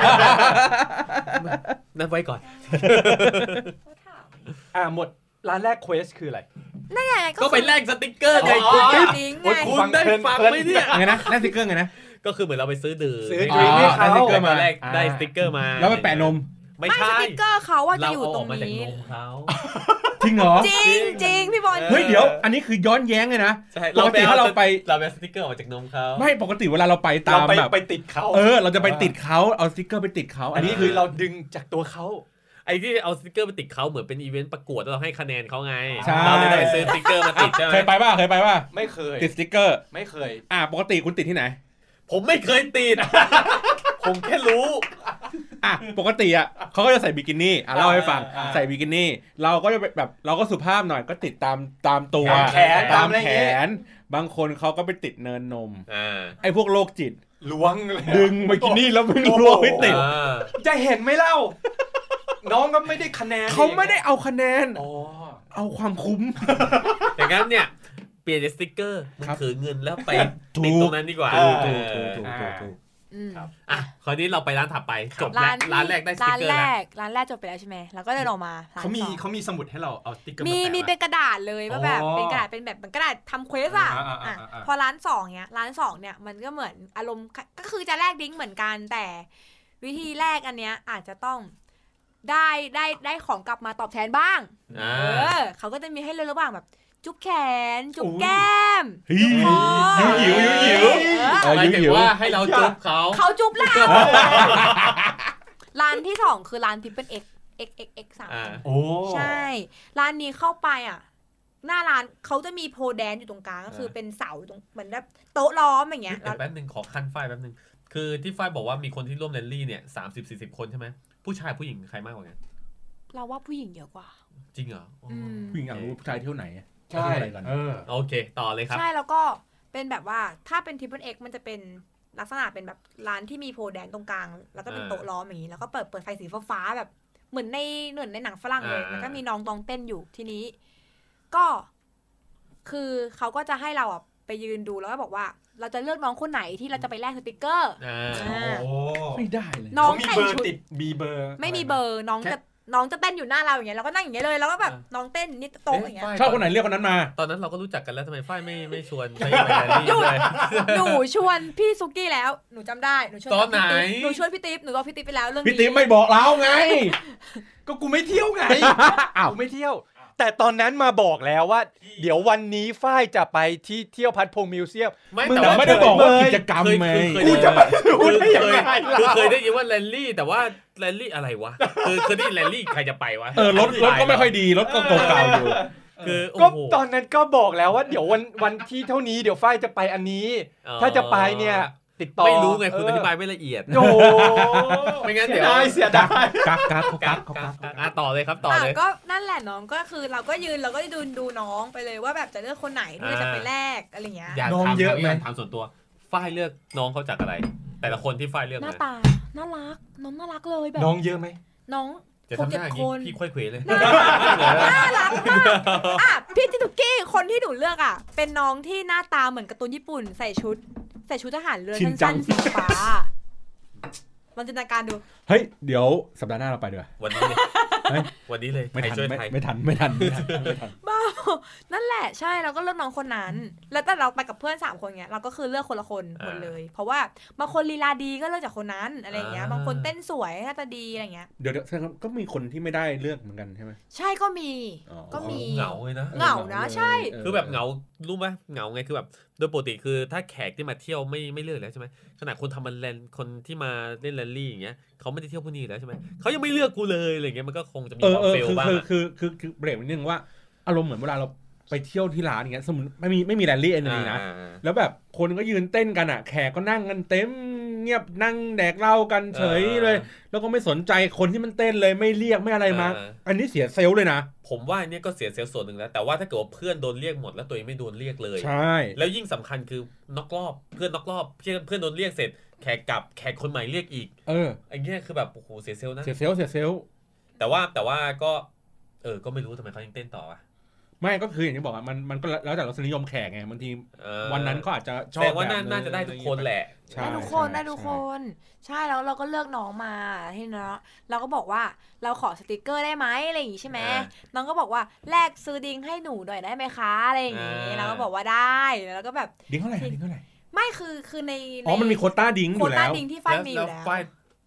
C: นั่นไว้ก่อน
B: อ่าหมดร้านแรกเควสคืออะไร
D: นั่นไง
C: ก็ไปแลกสติ๊กเกอร์ไงคุณคุณได้ฟังไหมเนี่ย
A: ไงนะแลกสติ๊กเกอร์ไงนะ
C: ก็คือเหมือนเราไปซื้อดื่ม
B: ซื้อดื่มให้เขา
C: ได้สติ๊กเกอร์มาแลกได้สติ๊กเกอร์มา
A: แล้วไปแปะนม
C: ไม่ใช่
D: สติ๊กเกอร์เขาว่าจะอยู่ตรงนี้
A: จริงเหรอ
D: จริงจริงพี่บอล
A: เฮ้ยเดี๋ยวอันนี้คือย้อนแย้งเลยนะ
C: ปกติถ้า
A: เราไป
C: เราไปสติ๊กเกอร์ออกจากนมเขา
A: ไม่ปกติเวลาเราไปตามแบบ
B: ไปติดเขา
A: เออเราจะไปติดเขาเอาสติ๊กเกอร์ไปติดเขา
B: อันนี้คือเราดึงจากตัวเขา
C: ไอ้ที่เอาสติ๊กเกอร์ไปติดเขาเหมือนเป็นอีเวนต์ประกวดแล้วเราให้คะแนนเขาไงเราเลยได้ซื้อสติ๊กเกอร์มาติดใช่ไหม
A: เคยไปป่ะเคยไปป่ะ
B: ไม่เคย
A: ติดสติ๊กเกอร์
B: ไม่เคย
A: อ่าปกติคุณติดที่ไหน
C: ผมไม่เคยติดผมแค่รู้
A: อ่ะปกติอ่ะเขาก็จะใส่บิกินี่อ่ะเล่าให้ฟังใส่บิกินี่เราก็จะแบบเราก็สุภาพหน่อยก็ติดตามตามตัว
B: แขน
A: ตามแขนบางคนเขาก็ไปติดเนินนมไอ้พวกโรคจิต
B: ล้วง
A: ดึงบิกินี่แล้วมึงล้วงให้ติด
B: จะเห็นไหมเล่าน้องก็ไม่ได้คะแนน
A: เขาไม่ได้เอาคะแนนเอาความคุ้ม
C: อย่างนั้นเนี่ยเปลี่ยนสติ๊กเกอร์มึงถือเงินแล้วไปติดตรงนั้นดีกว่า
A: ถูกถูกถูกถูก
C: อ่ะคราวนี้เราไปร้านถัดไปจบแล้วร้านแรกได้สติ๊กเกอร์แล้ว
D: ร้านแรกจบไปแล้วใช่ไหมแล้วก็เดินออกมา
B: เขามีเขามีสมุดให้เราเอาสติ๊กเกอร์
D: มีมีเป็นกระดาษเลยว่าแบบเป็นกระดาษเป็นแบบเหมือนกระดาษทำเควสอ่ะพอร้านสองเนี้ยร้านสองเนี่ยมันก็เหมือนอารมณ์ก็คือจะแลกดิ้งเหมือนกันแต่วิธีแรกอันเนี้ยอาจจะต้องได้ได้ได้ของกลับมาตอบแทนบ้างเออเขาก็จะมีให้เลือกระหว่างแบบจุ๊บแขนจุ๊บแก้ม
A: จุ๊บคอหิวหิวหิว
C: หมายถึงว่าให้เราจุ๊บเขา
D: เขาจุ๊บเราร้านที่สองคือร้าน Triple X X X X สาม
A: โอ้
D: ใช่ร้านนี้เข้าไปอ่ะหน้าร้านเขาจะมีโพแดนอยู่ตรงกลางก็คือเป็นเสาตรงเหมือนแบบโต๊ะล้อมอย่างเงี้ย
C: แป๊บนึงขอขั้นฝ้ายแป๊บนึงคือที่ฝ้ายบอกว่ามีคนที่ร่วมแรลลี่เนี่ยสามสิบสี่สิบคนใช่ไหมผู้ชายผู้หญิงใครมากกว่ากัน
D: เราว่าผู้หญิงเยอะกว่า
C: จริงเหรอ
A: ผู้หญิงอยากรู้ผู้ชายเที่ยวไหน
B: ใช่
A: เออ
C: โอเคต่อเลยครับ
D: ใช่แล้วก็เป็นแบบว่าถ้าเป็น Triple X มันจะเป็นลักษณะเป็นแบบร้านที่มีโพแดนตรงกลางแล้วก็เป็นโต๊ะล้อมอย่างนี้แล้วก็เปิดเปิดไฟสีฟ้าๆแบบเหมือนในเหมือนในหนังฝรั่งเลยแล้วก็มีน้องตองเต้นอยู่ทีนี้ก็คือเขาก็จะให้เราอ่ะไปยืนดูแล้วก็บอกว่าเราจะเลือกน้องคนไหนที่เราจะไปแลกสติ๊กเกอร์
A: ไม่ได้เลย
B: น้องแต่งชุดติดมีเบอร์
D: ไม่มีเบอร์น้องจะน้องจะเต้นอยู่หน้าเราอย่างเงี้ยเราก็นั่งอย่างเงี้ยเลยแล้วก็แบบน้องเต้นนี่โต๊ะอย่างเงี้ย
A: ชอบคนไหนเรียกคนนั้นมา
C: ตอนนั้นเราก็รู้จักกันแล้วทำไมฝ้ายไม่ไม่ชวนไปแรลลี่เลย
D: หนูชวนพี่ซุกี้แล้วหนูจำได้หนูชวน
C: ตอนไหน
D: หนูชวนพี่ติ๊บหนูบอกพี่ติ๊บไปแล้วเรื่อง
A: นี้พี่ติ๊บไม่บอกเราไง
B: ก็กูไม่เที่ยวไงกูไม่เที่ยวแต่ตอนนั้นมาบอกแล้วว่าเดี๋ยววันนี้ฝ้ายจะไปที่เที่ยวพัดพงมิวเซียม
A: แต่ไม่ได้บอกว่ากิจกรรมไง
B: กูจะไปรู้ได้ยังไง
C: คือเคยได้ยินว่าแรลลี่แต่ว่าแรลลี่อะไรวะคือคือที่แรลลี่ใครจะไปวะ
A: เออรถรถก็ไม่ค่อยดีรถก็เก่าๆอยู่
C: คือ
B: ก็ตอนนั้นก็บอกแล้วว่าเดี๋ยววันวันที่เท่านี้เดี๋ยวฝ้ายจะไปอันนี้ถ้าจะไปเนี่ยติดต่อ
C: ไม่รู้ไงคุณอธิบายไม่ละเอียด
B: โอ้
C: ไม่งั้นเดี๋ยว
B: เสียดาย
A: กักกักกักกัก
C: อ่ะต่อเลยครับต่อเลย
D: ก็นั่นแหละน้องก็คือเราก็ยืนเราก็ดูดูน้องไปเลยว่าแบบจะเลือกคนไหนที่จะไปแลกอะไรเงี้ย
C: น้องเยอะไหมถามส่วนตัวฝ้ายเลือกน้องเขาจากอะไรแต่ละคนที่ฝ้ายเลือก
D: หน้าตาน่ารักน้องน่ารักเลยแบบ
B: น้องเยอะไหม
D: น้อง
C: จะทำหน้าอย่างนี้พี่ค่อยเขวเลย
D: น่ารักมากอ่ะพี่จิตุกี้คนที่หนูเลือกอ่ะเป็นน้องที่หน้าตาเหมือนการ์ตูนญี่ปุ่นใส่ชุดใส่ชุดทหารเรือสั้นๆสีฟ้าลองจินตนาการดู
A: เฮ้ยเดี๋ยวสัปดาห์หน้าเราไปดีกว่า
C: วันนี้เลยวันนี้เลย
A: ไม่ทันไม่ทันไม่ทันไม่ทันไม่ทัน
D: บ้านั่นแหละใช่เราก็เลือกน้องคนนั้นแล้วแต่เราไปกับเพื่อนสามคนเงี้ยเราก็คือเลือกคนละคนหมดเลยเพราะว่าบางคนลีลาดีก็เลือกจากคนนั้นอะไรเงี้ยบางคนเต้นสวยหน้าตาดีอะไรเงี้ย
A: เดี๋ยวก็มีคนที่ไม่ได้เลือกเหมือนกันใช่ไหม
D: ใช่ก็มีก็มี
C: เหงาเลยนะ
D: เหงานะใช่
C: คือแบบเหงารู้ไหมเหงาไงคือแบบโดยปกติคือถ้าแขกที่มาเที่ยวไม่ไม่เลือกแล้วใช่ไหมขนาดคนทำมันแลนคนที่มาเล่นแรลลี่อย่างเงี้ยเขาไม่ได้เที่ยวพวกนี้แล้วใช่ไหมเขายังไม่เลือกกูเลยอะไรเงี้ยมันก็คงจะมีความเฟลบ้าง
A: คือคือคือคือเบรกนิดนึงว่าอารมณ์เหมือนเวลาเราไปเที่ยวที่ร้านอย่างเงี้ยสมมติไม่มีไม่มีแรลลี่อะไรนะแล้วแบบคนก็ยืนเต้นกันอ่ะแขกก็นั่งกันเต็มเงียบนั่งแดกเหล้ากันเฉยเลยแล้วก็ไม่สนใจคนที่มันเต้นเลยไม่เรียกไม่อะไรมาอันนี้เสียเซลล์เลยนะ
C: ผมว่าอันนี้ก็เสียเซลล์ส่วนหนึ่งแล้วแต่ว่าถ้าเกิดว่าเพื่อนโดนเรียกหมดแล้วตัวเองไม่โดนเรียกเลย
A: ใช่
C: แล้วยิ่งสำคัญคือนอกรอบเพื่อนนอกรอบเพื่อนเพื่อนโดนเรียกเสร็จแขกกลับแขกคนใหม่เรียกอีก
A: เออ
C: อันนี้คือแบบโอ้โหเสียเซลล์นะ
A: เสียเซลล์เสียเซลล์
C: แต่ว่าแต่ว่าก็เออก็ไม่รู้ทำไมเขายังเต้นต่ออ่ะ
A: ไม่ก็คืออย่างที่บอกอ่ะมันมันก็แล้วแต่รสนิยมแขกไงบางทีวันนั้นเขาอาจจะชอบ
C: แต่ว่าน่าจะได้ทุกคนแหละ
D: ได้ทุกคนได้ทุกคนใช่แล้วเราก็เลือกน้องมาที่เนาะเราก็บอกว่าเราขอสติกเกอร์ได้ไหมอะไรอย่างงี้ใช่ไหมน้องก็บอกว่าแลกซื้อดิ้งให้หนูหน่อยได้ไหมคะอะไรอย่างงี้เราก็บอกว่าได้แล้วก็แบบ
A: ดิ้งเท่าไหร่ดิ้งเท่าไหร่
D: ไม่คือคือใน
A: อ๋อมันมีโควต้าดิ้งอยู่แล้ว
D: โควต้าดิ้งที่ฝ้ายมีอยู่แล้ว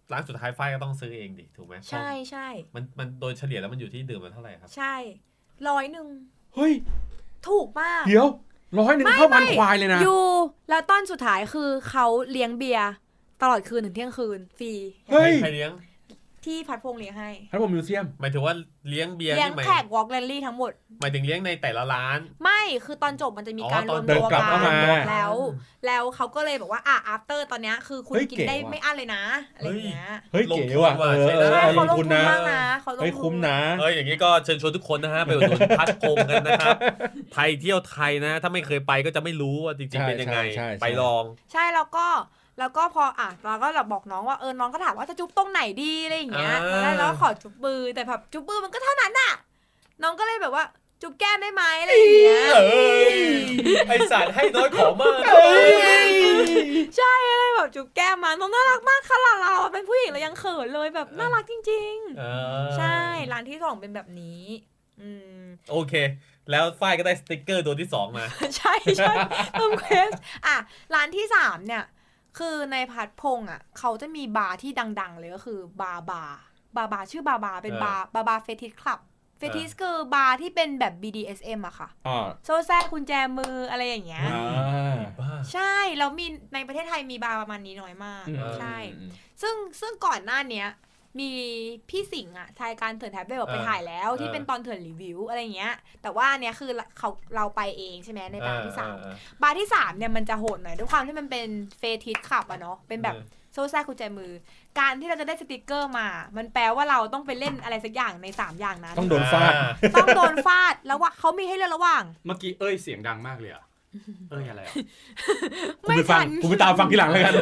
C: ร้านสุดท้ายไฟก็ต้องซื้อเองดิถูกไหม
D: ใช่ใช่
C: มันมันโดยเฉลี่ยแล้วมันอยู่ที่ดื่มมันเท่าไหร่ครับ
D: ใช่ร้อยหนึ่ง
A: เฮ้ย
D: ถูกมาก
A: เดี๋ยวร้อยหนึ่งเข้าพันควายเลยนะ
D: อยู่แล้วตอนสุดท้ายคือเขาเลี้ยงเบียร์ตลอดคืนถึงเที่ยงคืนฟรี
A: เฮ้ย
C: ใครเลี้ยง
D: ที่พัดพงเลี้ยงให้
A: พัดพงมิวเซียม
C: หมายถึงว่าเลี้ยงเบียร์
D: เลี้ยงแขกวอล์กแรลลี่ทั้งหมด
C: หมายถึงเลี้ยงในแต่ละร้าน
D: ไม่คือตอนจบมันจะมีการรวมตัวกันแล้วแล้วเขาก็เลยบอกว่าอ่ะ after ตอนนี้คือคุณกินได้ไม่อั้นเลยนะอะไรอย่างเงี้ย
A: เฮ้ยเก๋ว่ะ
D: ใช่เขาลงทุนมากนะเขาลงทุน
A: เฮ้ยคุ้มนะ
C: เฮ้ยอย่างนี้ก็เชิญชวนทุกคนนะฮะไปอุดหนุนพัดพงกันนะครับไทยเที่ยวไทยนะถ้าไม่เคยไปก็จะไม่รู้ว่าจริงๆเป็นยังไงไปลอง
D: ใช่แล้วก็แล้วก็พออ่ะเราก็เราบอกน้องว่าเออน้องก็ถามว่าจะจุ๊บตรงไหนดีอะไรอย่างเงี้ยแล้วเราก็ขอจุ๊บมือแต่แบบจุ๊บมือมันก็เท่านั้นน่ะน้องก็เลยแบบว่าจุ๊บแก้มได้ไหมอะไรอย่างเงี้ย
C: ไอสารให้น้อยขอมาก
D: ใช่อะไรแบบจุ๊บแก้มมาน้องน่ารักมากค่ะเราเป็นผู้หญิงเรายังเขินเลยแบบน่ารักจริงๆใช่ร้านที่สองเป็นแบบนี้อืม
C: โอเคแล้วฝ้ายก็ได้สติ๊กเกอร์ตัวที่สองมา
D: ใช่ใช่ทำเควสอ่ะร้านที่สามเนี่ยคือในพัดพงอ่ะเขาจะมีบาร์ที่ดังๆเลยก็คือบาบาบาบาชื่อบาบาเป็นบาบาบาเฟติสคลับเฟติสคือบาร์ที่เป็นแบบ บี ดี เอส เอ็ม อะค่ะโซ่แซ่กุญแจมืออะไรอย่างเงี้ยใช่แล้วมีในประเทศไทยมีบาร์ประมาณนี้น้อยมากใช่ซึ่งซึ่งก่อนหน้านี้มีพี่สิงห์อะทายการเถื่อนแท็บเล็ตไปถ่ายแล้วที่เป็นตอนเถื่อนรีวิวอะไรเงี้ยแต่ว่าเนี้ยคือเขาเราไปเองใช่ไหมในบาร์ที่สามบาร์ที่สามเนี่ยมันจะโหดหน่อยด้วยความที่มันเป็นเฟติสคลับอะเนาะเป็นแบบโซ่แซ่กุญแจมือการที่เราจะได้สติกเกอร์มามันแปลว่าเราต้องไปเล่นอะไรสักอย่างในสามอย่างนั้น
A: ต้องโดนฟาด
D: ต้องโดนฟาดแล้วว่าเขามีให้เลือกระหว่าง
B: เมื่อกี้เอ้ยเสียงดังมากเลยอะเอ้ยอะไรอ่ะ
A: ไม่ฟังกูไปตามฟังทีหลังเลยกัน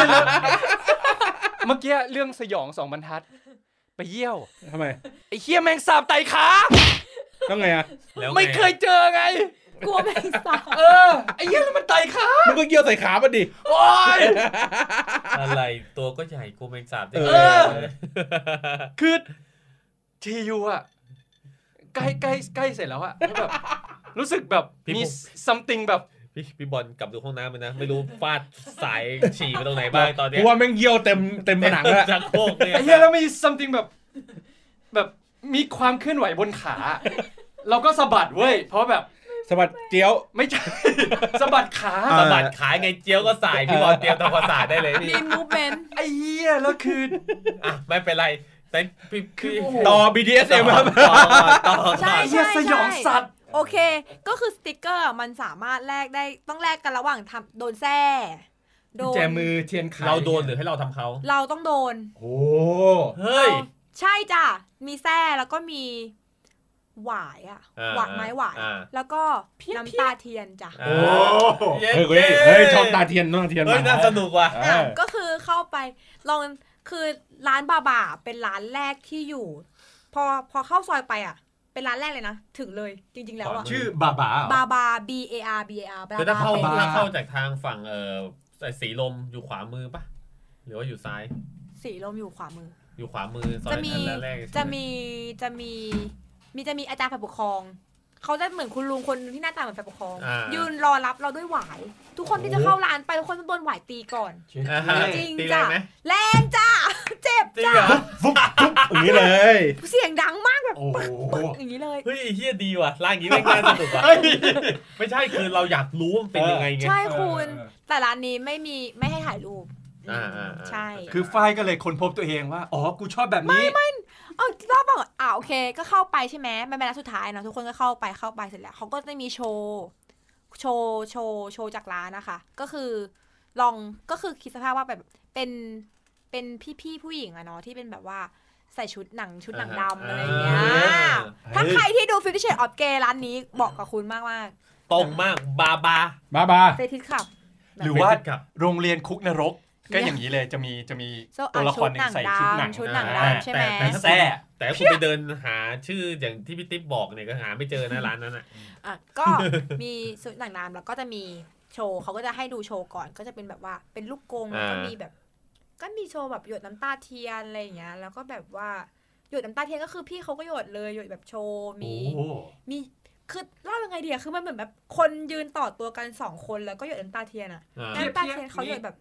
B: เมื่อกี้เรื่องสยองสองบรรทัดไปเยี่ยว
A: ทำไม
B: ไอ้เหี้ยแมงสาบไต่ขา
A: ต้องไงอะ
B: ไม่เคยเจอไง
D: กลัวแมงสาบ
B: เออไอ้เหี้ยแล้วมันไต่ขา
A: มันก็เกี่ยวใส่ขามันดิ
B: โอ๊ย
C: อะไรตัวก็ใหญ่กลัวแมงสาบ
B: เออคือทียูอะใกล้ใกล้ใกล้เสร็จแล้วอะแบบรู้สึกแบบมี something แบบ
C: พี่พี่บอลกลับดูห้องน้ำไปนะไม่รู้ฟาดสายฉี่ไปตรงไหนบ้างตอนนี้
A: กลัวแม่งเยี่ยวเต็มเต็มผนังแล้ว
C: จากโคกเนี่ย
B: ไอ้เหี้ยแล้วมี something แบบแบบมีความเคลื่อนไหวบนขาเราก็สะบัดเว้ยเพราะแบบ
A: สะบัดเจี๊ยว
B: ไม่ใช่สะบัดขา
C: สะบัดขาไงเจี๊ยวก็สายพี่บอลเตรียมทำความสะอาดได้เลย
D: มี movement
B: ไอ้เหี้ยแล้วคือ
C: อ่ะไม่เป็นไรแต่พี่คือ
A: ต่อ บี ดี เอส เอ็ม ครับ
C: ต่อ
D: ใช่ใช่
B: สยองสัตว์
D: โอเคก็คือสติ๊กเกอร์มันสามารถแลกได้ต้องแลกกันระหว่างทำโดนแซ่
B: โดนแจมือเทียนไข
C: เราโดนหรือให้เราทำเขา
D: เราต้องโดน
A: โอ้
C: เฮ้ย
D: ใช่จ้ะมีแซ่แล้วก็มีหวายอ่ะหวายไม้หวายแล้วก็น้ำตาเทียนจ้ะ
A: โอ้เฮ้ยเฮ้ยชอบตาเทียนน้ำตาเทียน
C: เฮ้ยน่าสนุกว่ะ
D: ก็คือเข้าไปลองคือร้านบาบาเป็นร้านแรกที่อยู่พอพอเข้าซอยไปอ่ะเป็นร้านแรกเลยนะถึงเลยจริงๆแล้วอ่ะ
B: ชื่อบาบา
D: บาบา B A R B A R
C: คือถ้าเข้าถ้าเข้าจากทางฝั่งเอ่อสีลมอยู่ขวามือปะหรือว่าอยู่ซ้าย
D: สีลมอยู่ขวามือ
C: อยู่ขวามือซอยแรก
D: จะมีจะมีมีจะมีอาจารย์ฝ่ายปกครองเขาจะเหมือนคุณลุงคนที่หน้าตาเหมือนฝ่ายปกครองยืนรอรับเราด้วยหวายทุกคนที่จะเข้าร้านไปทุกคนต้องโดนหวายตีก่อนจริงจ้ะแรงจ้ะเจ็บจ้ะ
A: ฟุ๊บฟุ๊บอย่างนี้เลย
D: เสียงดังมากแบบปึ๊กอย่างนี้เลย
C: เฮ้ยเฮียดีว่ะร้านอย่างนี้ไม่น่าสนุกว่ะไม่ใช่คือเราอยากรู้มันเป็นยังไงไง
D: ใช่คุณแต่ร้านนี้ไม่มีไม่ให้ถ่ายรูปใช่
B: คือฝ้ายก็เลยค้นพบตัวเองว่าอ๋อกูชอบแบบนี้
D: ไม่ไม่เอารอบบอกอ่าโอเคก็เข้าไปใช่ไหมมันเป็นร้านสุดท้ายเนาะทุกคนก็เข้าไปเข้าไปเสร็จแล้วเขาก็จะมีโชว์โชว์โชว์โชว์จากร้านนะคะก็คือลองก็คือคิดสภาพว่าแบบเป็นเป็นพี่ๆผู้หญิงอะเนาะที่เป็นแบบว่าใส่ชุดหนังชุดหนังดำอะไรอย่างเงี้ยถ้าใครที่ดู Fifty Shades of Grey ร้านนี้บอกกับคุณมากมาก
C: ตรงมากบาบา
A: บาบา
D: เฟติสคลับ
B: หรือว่าโรงเรียนคุกนรกก็อย่างนี้เลยจะมีจะมีตัวละครนึงใส่ชุดหนัง
D: ชุดหนังดำใช่ไหม
C: แซ่แต่คุณไปเดินหาชื่ออย่างที่พี่ติ๊บบอกเนี่ยก็หาไม่เจอนะร้านนั้น
D: อ่ะก็มีชุดหนังดำแล้วก็จะมีโชว์เขาก็จะให้ดูโชว์ก่อนก็จะเป็นแบบว่าเป็นลูกกงแล้วก็มีแบบก็มีโชว์แบบหยดน้ำตาเทียนอะไรอย่างเงี้ยแล้วก็แบบว่าหยดน้ำตาเทียนก็คือพี่เขาก็หยดเลยหยดแบบโชว์มีมีคือเล่ายังไงดีอะคือมันเหมือนแบบคนยืนต่อตัวกันสองคนแล้วก็หยดน้ำตาเทียนอะน้ำตาเทียนเขาหยดแบบ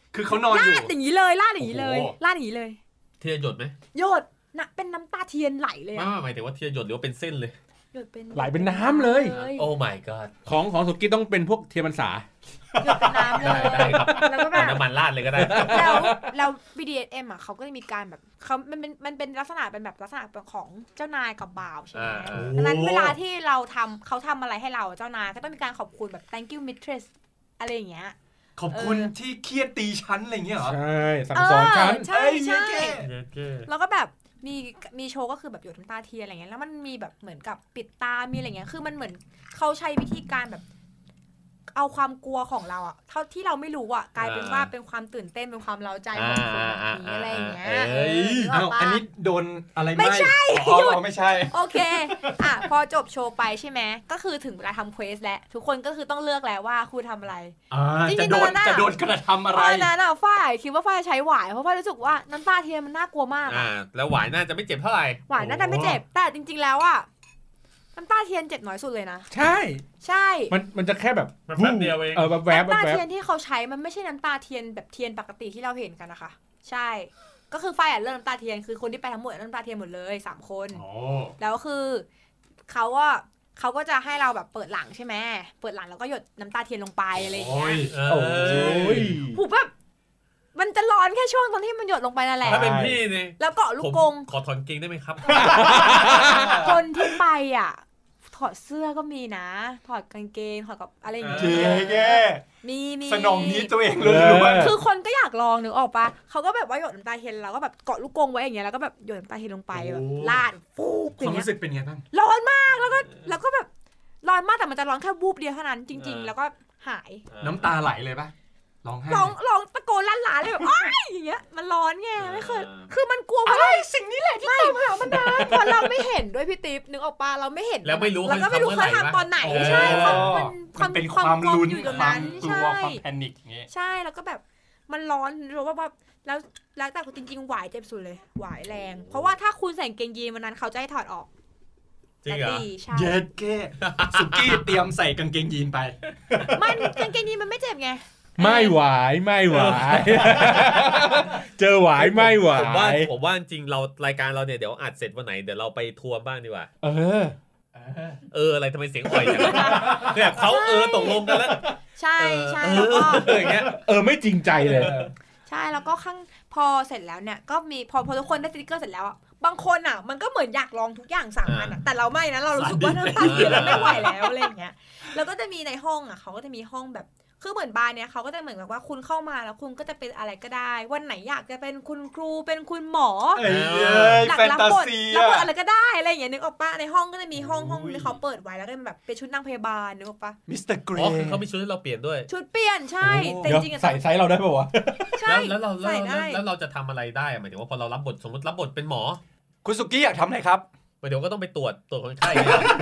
B: คือเขานอนอยู่
D: ลาดอย่างนี้เลยลาดอย่างนี้เลยลาดอย่างนี้เลย
C: เทียนหยดไหม
D: หยดนะเป็นน้ำตาเทียนไหลเลย
C: ไม่หมายถึงว่าเทียนหยดหรือว่าเป็นเส้นเลย
D: หยดเป็น
A: ไหลเป็นน้ำเลย
C: โอ้ my god
A: ของของสุกี้ต้องเป็นพวกเทียนพรรษา
D: หยดเป็นน้ำเลย
C: ได้ครับแล้วก็แบบน้ำมันราดเลยก็ได้
D: แล้วแล้ว บี ดี เอส เอ็ม อ่ะเขาก็จะมีการแบบเขามันเป็นมันเป็นลักษณะเป็นแบบลักษณะของเจ้านายกับบ่าวใช่ไหมดังนั้นเวลาที่เราทำเขาทำอะไรให้เราเจ้านายก็ต้องมีการขอบคุณแบบ thank you mistress อะไรอย่างเงี้ย
B: ขอบคุณที่เคี่ยตีชั้นอะไรเงี้ยเหรอ
A: ใช่สั่งสอนชั้น
D: ใช่ใช่แล้วก็แบบมีมีโชว์ก็คือแบบหยดน้ำตาเทียนอะไรเงี้ยแล้วมันมีแบบเหมือนกับปิดตามีอะไรเงี้ยคือมันเหมือนเขาใช้วิธีการแบบเอาความกลัวของเราอ่ะเท่าที่เราไม่รู้อ่ะกลายเป็นว่าเป็นความตื่นเต้นเป็นความเร้าใจของคนแบบนี้อะไรอย่างเงี้ย
B: อ้าวอันนี้โดนอะไร
D: ไม่ใช่
B: อ๋อไม่ใช่
D: โอเคอ่ะพอจบโชว์ไปใช่ไหมก็คือถึงเวลาทำเควสแล้วทุกคนก็คือต้องเลือกแล้วว่าครูทำอะไร
B: จะโดนจะโดนกระทำอะไร
D: ตอนนั้นอ่ะฝ้ายคิดว่าฝ้ายใช้หวายเพราะฝ้ายรู้สึกว่าน้ำตาเทียนมันน่ากลัวมาก
C: อ่าแล้วหวายน่าจะไม่เจ็บเท่าไหร่
D: หวายน่าจะไม่เจ็บแต่จริงๆแล้วอ่ะน้ำตาเทียนเจ็บน้อยสุดเลยนะ
A: ใช่
D: ใช่
A: มันมันจะแค่แบบ
C: แป๊บเดียวเอง
A: เออแบบแวบ
D: น้ำตาเทียนที่เขาใช้มันไม่ใช่น้ำตาเทียนแบบเทียนปกติที่เราเห็นกันนะคะใช่ก็คือไฟอ่ะเริ่มน้ำตาเทียนคือคนที่ไปทั้งหมดน้ำตาเทียนหมดเลยสามคนแล้วคือเขาว่าเขาก็จะให้เราแบบเปิดหลังใช่ไหมเปิดหลังแล้วก็หยดน้ำตาเทียนลงไปอะไรอย่างเงี้ย
A: โอ้ย
D: หูแบบมันจะร้อนแค่ช่วงตอนที่มันหยดลงไปนั่นแหละ
C: ถ้าเป็นพี่นี่
D: แล้วเกาะลูกกง
C: ขอถอนเกงได้ไหมครับ
D: คนที่ไปอ่ะถอดเสื้อก็มีนะถอดกางเกงถอดกับอะไรอย่างเงี้ย
B: แย่
D: มีมี
B: สนองนี้ตัวเองเลย
D: คือคนก็อยากลองนึกออกปะเขาก็แบบว่าหยดน้ำตาเทียนแล้วก็แบบเกาะลูกกงไว้อย่างเงี้ยแล้วก็แบบหยดน้ำตาเทียนลงไปแบบลาดฟูบ
B: ความรู้สึกเป็นไงบ้าง
D: ร้อนมากแล้วก็แล้วก็แบบร้อนมากแต่มันจะร้อนแค่วูบเดียวเท่านั้นจริงๆแล้วก็หาย
B: น้ำตาไหลเลยปะร้องไห้
D: ร้องร้องตะโกนลั่นหลาเลยแบบอ้ายอย่างเงี้ยมันร้อนไงไม่เคยคือมันกลัวเพราะ
B: สิ่งนี้แหละที่ทำให้เรามันนาน
D: เพราะเราไม่เห็นด้วยพี่ติ๊บนึกออกปะเราไม่เห็น
C: แล้วไม่รู้
D: แล้วก็ไม่รู้เขาทำตอนไหนใช่
B: มันเป็นความลุ้น
D: อยู่ตรง
B: นั้
D: น
B: กลัวความแพนิคอย่างเงี้ย
D: ใช่แล้วก็แบบมันร้อนรู้ว่าแบบแล้วแล้วแต่จริงๆหวายเจ็บสุดเลยหวายแรงเพราะว่าถ้าคุณใส่กางเกงยีนวันนั้นเขาจะให้ถอดออก
C: จริงเหรอ
B: เย็ดเก้สุกี้เตรียมใส่กางเกงยีนไป
D: มันกางเกงยีนมันไม่เจ็บไง
A: ไม่หวายไม่หวายเจอหวายไม่หวาย
C: ผมว่าผมว่าจริงเรารายการเราเนี่ยเดี๋ยวอัดเสร็จวันไหนเดี๋ยวเราไปทัวร์บ้างดีกว่า
A: เออ
C: เอออะไรทำไมเสียงอ่อยจังเนี่ยเขาเออตกลงกันแล้ว
D: ใช่ใช่แล้วก็
C: อย่างเงี้ย
A: เออไม่จริงใจเลย
D: ใช่แล้วก็ข้างพอเสร็จแล้วเนี่ยก็มีพอพอทุกคนได้สติ๊กเกอร์เสร็จแล้วบางคนอ่ะมันก็เหมือนอยากลองทุกอย่างสามอันอ่ะแต่เราไม่นะเรารู้สึกว่าน้ำตาเทียนเราไม่ไหวแล้วอะไรอย่างเงี้ยแล้วก็จะมีในห้องอ่ะเขาก็จะมีห้องแบบคือเหมือนบาร์เนี่ยเขาก็จะเหมือนกับว่าคุณเข้ามาแล้วคุณก็จะเป็นอะไรก็ได้วันไหนอยากจะเป็นคุณครูเป็นคุณหมอ
B: หลักรับบท
D: รับบทอะไรก็ได้อะไรอย่างเงี้ยนึกออกปะในห้องก็จะมีห้องห้องที่เขาเปิดไว้แล้วก็แบบเป็นชุดนางพยาบาลนึกออกปะ
B: มิสเตอร์เกรย์
C: อ๋อคือเขามีชุดให้เราเปลี่ยนด้วย
D: ชุดเปลี่ยนใช่แต่จริง
A: ๆใส่ไซส์เราได้ป่าววะ
D: ใช่
C: แล้วเราแล้วเราจะทำอะไรได้หมายถึงว่าพอเรารับบทสมมติรับบทเป็นหมอ
B: คุณสุกี้อยากทำอะไรครับ
C: เดี๋ยวก็ต้องไปตรวจตรวจคนไข้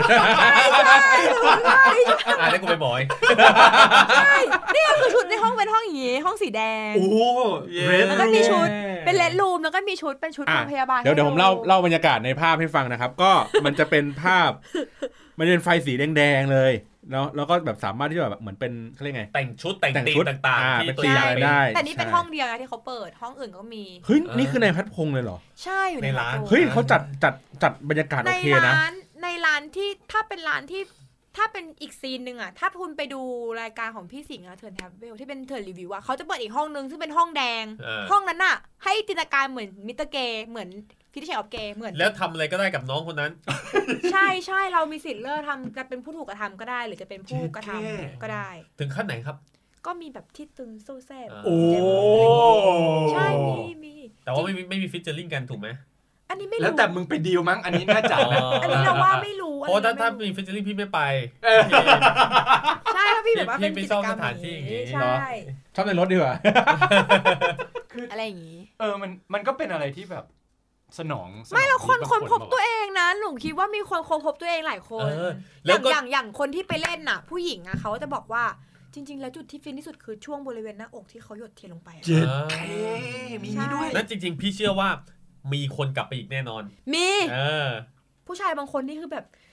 C: อ่าได้กูไปหมอย
D: ใช่นี่คือชุดในห้องเป็นห้องอย่างงี้ห้องสีแดง
B: โอ้
D: แล้วก็มีชุดเป็นเลดรูมแล้วก็มีชุดเป็นชุดพยาบาล
A: เดี๋ยวเดี๋ยวผมเล่าเล่าบรรยากาศในภาพให้ฟังนะครับก็มันจะเป็นภาพมันเป็นไฟสีแดงๆเลยแล้วแล้วก็แบบสามารถที่จะแบบเหมือนเป็นเขาเรียกไง
C: แต่งชุดแต่งตีมต่างๆที่ตัวอย่าง
A: ได้
D: แต่นี่เป็นห้องเดียวนะที่เขาเปิดห้องอื่นก็มี
A: เฮ้ยนี่คือในพัดพงเลยเหรอ
D: ใช่อยู่ในร้าน
A: เฮ้ยเขาจัดจัดจัดบรรยากาศโอเคนะ
D: ในร้านในร้านที่ถ้าเป็นร้านที่ถ้าเป็นอีกซีนนึงอ่ะถ้าคุณไปดูรายการของพี่สิงห์อะเทิร์นแทบเวลที่เป็นเทิร์นรีวิวอะเขาจะเปิดอีกห้องนึงซึ่งเป็นห้องแดงห้องนั้นอะให้จินตนาการเหมือนมิสเตอร์เกย์เหมือนฟิชเชอร์ออฟเกย์เหมือน
C: แล้วทำอะไรก็ได้กับน้องคนนั้น
D: ใช่ใช่เรามีสิทธิ์เลือกทำจะเป็นผู้ถูกกระทำก็ได้หรือจะเป็นผู้กระทำก็ได้
C: ถึงขั้นไหนครับ
D: ก็มีแบบที่ตึงโซ่แซ่บ
B: โอ้
D: ใช่มีมี
C: แต่ว่าไม่ไม่มีฟิชเชอร์ลิงกันถูกไหม
D: อันนี้ไม่รู้
B: แล้วแต่มึงไปดีลมั้งอันนี้น่าจะนะ
D: อันนี้เราว่าไม่รู้
C: เพราะถ้าถ้ามีฟิชเชอร์ลิงพี่ไม่ไป
D: ใช่ถ้าพี่แบบว่าเป็นกิจกรรม
C: สถานที่อย่างงี้
D: ใช่
A: ชอบในรถดีกว่า
D: อะไรอย่างงี้
B: เออมันมันก็เป็นอะไรที่แบบสนอง
D: ไม่เราคนคนพบตัวเองนะหนูคิดว่ามีคนคนพบตัวเองหลายคนอย่างอย่างอย่างคนที่ไปเล่นน่ะผู้หญิงอ่ะเขาจะบอกว่าจริงๆแล้วจุดที่ฟินที่สุดคือช่วงบริเวณหน้าอกที่เขาหยดเทียนลงไป
B: เจ็ดเคมีด้วย
C: นั่นจริงๆพี่เชื่อว่ามีคนกลับไปอีกแน่นอน
D: มี
C: เออ
D: ผู้ชายบางคนนี่คือแบบ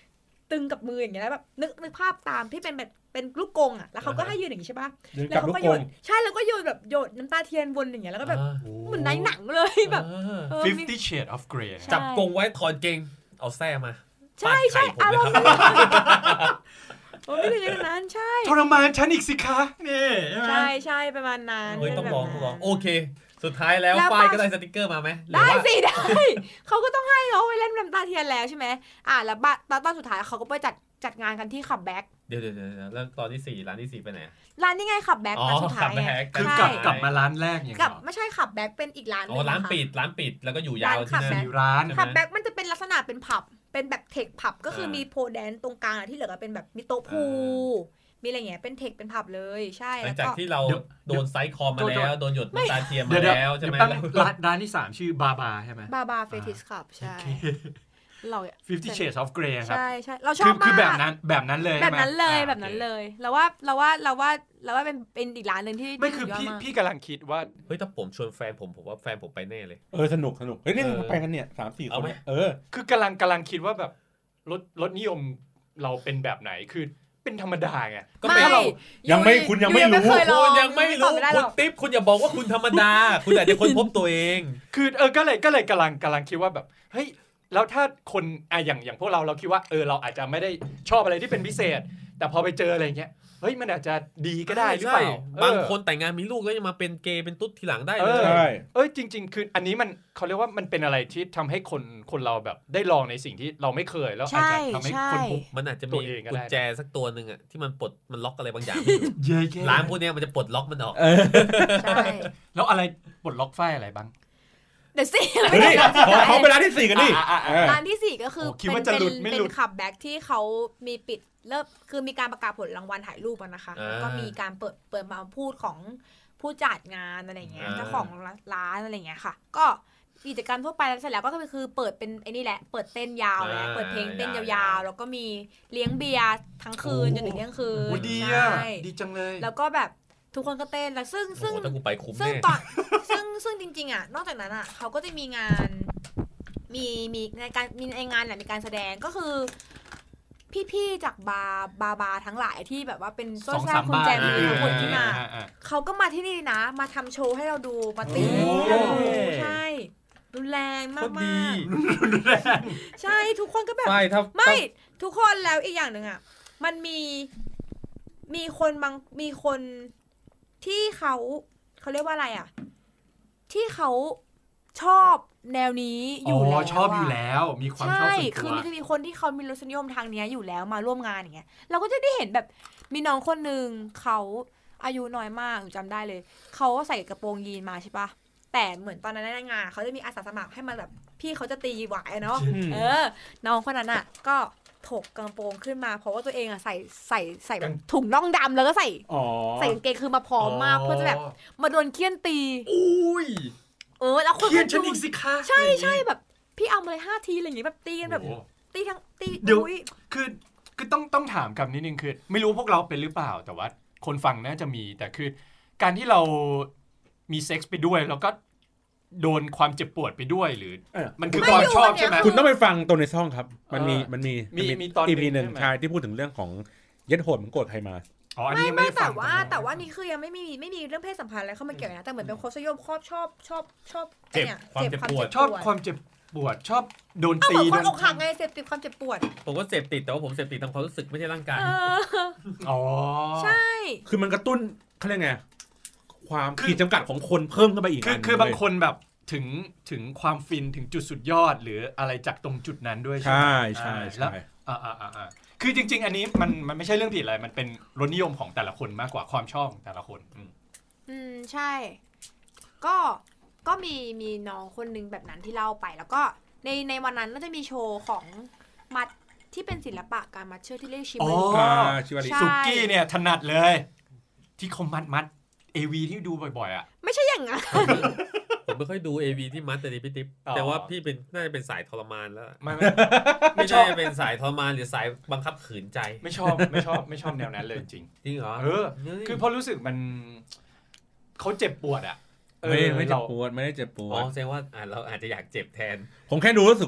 D: ตึงกับมืออย่างเงี้ยแล้วแบบนึกนึกภาพตามที่เป็นแบบเป็นลูกกงอ่ะแล้วเขาก็ให้ยืนอย่างนี้ใช่ป่ะแล้วเขาก็โยนใช่แล้วก็โยนแบบโยนน้ำตาเทียนวนอย่างเงี้ยแล้วก็แบบเหมือนในหนังเลยแบบ
B: Fifty Shades of Grey
C: จับกงไว้ถอดเกงเอาแส้มา
D: ใช่ใช่อารมณ์นั้นโอ้ไม่ถึงขนาดนั้นใช่
B: ทรมานฉันอีกสิคะนี่
D: ใช่ใช่ประมาณนั้น
C: เฮ้ยต้องลองต้องลองโอเคสุดท้ายแล้วฝ้ายก็ได้สติกเกอร์มาไหม
D: ได้สิได้เขาก็ต้องให้เขาไปเล่นน้ำตาเทียนแล้วใช่ไหมอ่ะแล้วตอนสุดท้ายเขาก็ไปจัดจัดงานกันที่ขับแบ็ค
C: เดี๋ยวเดี๋ยวเดี๋ยวแล้วตอนที่สี่ร้านที่สี่ไปไหน
D: ร้านนี่ไงขับแบ็คร้านสุดท้ายไง
B: คือกลับกลับมาร้านแรกอย่างเงี้
D: ยไม่ใช่ขับแบ็คเป็นอีกร้านนึง
C: อ๋อร้านปิดร้านปิดแล้วก็อยู่ยาวที่นั่น
B: อยู่ร้าน
D: ขับแบ็คมันจะเป็นลักษณะเป็นผับเป็นแบบเทคผับก็คือมีโพแดนตรงกลางที่เหลือก็เป็นแบบมีโต๊ะพูมีอะไรเงี้ยเป็นเทคเป็นผับเลยใช่
C: หลังจากที่เราโดนไซส์คอมมาแล้วโดนหยดน้ำตาเทียมมาแล้วใช่ไหม
B: ร้านที่สามชื่อบาบาใช่ไหม
D: บาบาเฟติสครับใช่เรา
B: Fifty Shades of Grey ครับ
D: ใช่ใช่เราชอบมาก
B: คือแบบนั้นแบบนั้นเลย
D: แบบนั้นเลยแบบนั้นเลยเราว่าเราว่าเราว่าเราว่าเป็นเป็นอีกร้านนึงที่
B: ไม่คือพี่พี่กำลังคิดว่า
C: เฮ้ยถ้าผมชวนแฟนผมผมว่าแฟนผมไปแน่เลย
A: เออสนุกสนุกเฮ้ยนี่ไปกันเนี่ยสามสี่คนเออ
B: คือกำลังกำลังคิดว่าแบบรถรถนิยมเราเป็นแบบไหนคือเป็นธรรมดาไง
A: ก็เป็นเรายังไม่คุณยังไม่รู้
C: คุณยังไม่รู้คุณติ๊บคุณอย่าบอกว่าคุณธรรมดาคุณอาจจะค้นพบตัวเอง
B: คือเออก็เลยก็เลยกำลังกำลังคิดว่าแบบเฮ้ยแล้วถ้าคนอ่ะอย่างอย่างพวกเราเราคิดว่าเออเราอาจจะไม่ได้ชอบอะไรที่เป็นพิเศษแต่พอไปเจออะไรเงี้ยเฮ้ยมันอาจจะดีก็ได้หรือเปล่า
C: บางคนแต่งงานมีลูกแล้วยังมาเป็นเกย์เป็นตุ๊ดทีหลังได้เลย
B: ใช่เอ้ยจริงๆคืออันนี้มันเขาเรียกว่ามันเป็นอะไรที่ทำให้คนคนเราแบบได้ลองในสิ่งที่เราไม่เคยแล้วอาจจะทำให้คนพบ
C: มันอาจจะมีกุญแจสักตัวนึงอ่ะที่มันปลดมันล็อกอะไรบางอย่างร้านพวกนี้มันจะปลดล็อกมันออก
D: ใช่
B: แล้วอะไรปลดล็อกไฟอะไรบ้าง
D: เดี๋ยวสิ
A: เขาเป็นร้านที่สี่กันดิ
D: ร้านที่สี่ก็คือเป็นเป็นขับแบ็คที่เขามีปิดเริ่มคือมีการประกาศผลรางวัลถ่ายรูปนะคะแล้วก็มีการเปิดเปิดมาพูดของผู้จัดงานอะไรเงี้ยเจ้าของร้านอะไรเงี้ยค่ะก็กิจกรรมทั่วไปแล้วเสร็จแล้วก็คือเปิดเป็นไอ้นี่แหละเปิดเต้นยาวเลยเปิดเพลงเต้นยาวๆแล้วก็มีเลี้ยงเบียร์ทั้งคืนจนถึงเที่ยงคืน
B: ดีอ่ะดีจังเลย
D: แล้วก็แบบทุกคนก็เต้นแล้วซึ่งซึ่งซึ่งตอนซึ่งซึ่งจริงๆอ่ะนอกจากนั้นอ่ะเขาก็จะมีงานมีมีในการมีในงานเนี่ยมีการแสดงก็คือพี่ๆจากบาร์บาร์บาร์ทั้งหลายที่แบบว่าเป็นโซ่แซ่คุณแจมมีทุกคนที่มาเขาก็มาที่นี่นะมาทำโชว์ให้เราดูมาตีให้เราดูใช่รุนแรงมากมากใช่ทุกคนก็แบบไม่ทุกคนแล้วอีกอย่างหนึ่งอ่ะมันมีมีคนบางมีคนที่เขาเขาเรียกว่าอะไรอ่ะที่เขาชอบแนวนี้อยู่แล้ว
B: ชอบอยู่แล้วมีความชอบส่วนตัว
D: ใช่คือมันจะมีคนที่เขามีรสนิยมทางนี้อยู่แล้วมาร่วมงานอย่างเงี้ยเราก็จะได้เห็นแบบมีน้องคนนึงเขาอายุน้อยมากจำได้เลยเขาใส่กระโปรงยีนมาใช่ปะแต่เหมือนตอนนั้นในงานเขาจะมีอาสาสมัครให้มาแบบพี่เขาจะตีหวายเนาะเออน้องคนนั้นอ่ะก็ถกกระโปรงขึ้นมาเพราะว่าตัวเองอ่ะใส่ใส่ใส่แบบถุงน่องดำแล้วก็ใส่ใส่กางเกงคือมาพร้อมมากเพื่อจะแบบมาโดนเคี่ยนตี
B: อุ้ย
D: เออแล้วคน
B: เคี่ยนฉันอีกสิคะ
D: ใช่ใช่แบบพี่เอามาเลยห้าทีอะไรอย่างงี้แบบตีกันแบบตีทั้งตี
B: เดี๋ยวคือคือต้องต้องถามคำนิดนึงคือไม่รู้พวกเราเป็นหรือเปล่าแต่ว่าคนฟังน่าจะมีแต่คือการที่เรามีเซ็กส์ไปด้วยแล้วก็โดนความเจ็บปวดไปด้วยหรือมันคือความชอบใช่ไหม
A: คุณต้องไปฟังตัวในช่องครับมันมีมันมีมีตอน อี พี หนึ่งใช่ที่พูดถึงเรื่องของเย็ดโหดมันโกรธใครมา
B: อ๋ออันนี้ไม่
D: แต่ว่าแต่ว่านี่คือยังไม่มีไม่มีเรื่องเพศสัมพันธ์อะไรเข้ามาเกี่ยวนะแต่เหมือนเป็นโคชโยมชอบชอบชอบชอบ
C: เจ็บความเจ็บปวด
B: ชอบความเจ็บปวดชอบโดนตี
D: โดนอกหักไงเสพติดความเจ็บปวด
C: ผมก็เสพติดแต่ว่าผมเสพติดทางความรู้สึกไม่ใช่ร่างกาย
B: อ๋อ
D: ใช่
A: คือมันกระตุ้นเขาเรียกไงความขีดจำกัดของคนเพิ่มขึ้นไปอีก
B: คือคือบางคนแบบถึงถึงความฟินถึงจุดสุดยอดหรืออะไรจากตรงจุดนั้นด้วย
A: ใช่ใช่ใช่
B: อ่าอ่าอ่าคือจริงๆอันนี้มันมันไม่ใช่เรื่องผิดอะไรมันเป็นรสนิยมของแต่ละคนมากกว่าความชอบของแต่ละคนอืม
D: อืมใช่ก็ก็มีมีน้องคนนึงแบบนั้นที่เล่าไปแล้วก็ในในวันนั้นก็จะมีโชว์ของมัดที่เป็นศิลปะการมัดเชือกที่เรียกชิบา
B: ริสุกี้เนี่ยถนัดเลยที่เขามัดมัดเอวีที่ดูบ่อยๆอ่ะ
D: ไม่ใช่อย่างนั้น
C: ผมไม่ค่อยดู เอ วี ที่มัดแต่นี่พี่ติ๊บแต่ว่าพี่เป็นน่าจะเป็นสายทรมานแล้ว
B: ไม่
C: ไม่ชอบเป็นสายทรมานหรือสายบังคับขืนใจ
B: ไม่ชอบไม่ชอบไม่ชอบแนวนั้นเลยจริง
C: จริงเหรอ
B: เออคือพอรู้สึกมันเขาเจ็บปวดอ่ะ
A: ไม่ไม่เจ็บปวดไม่ได้เจ็บปวด
C: อ๋อแสดงว่าเราอาจจะอยากเจ็บแทน
A: ผมแค่ดูรู้สึกว่า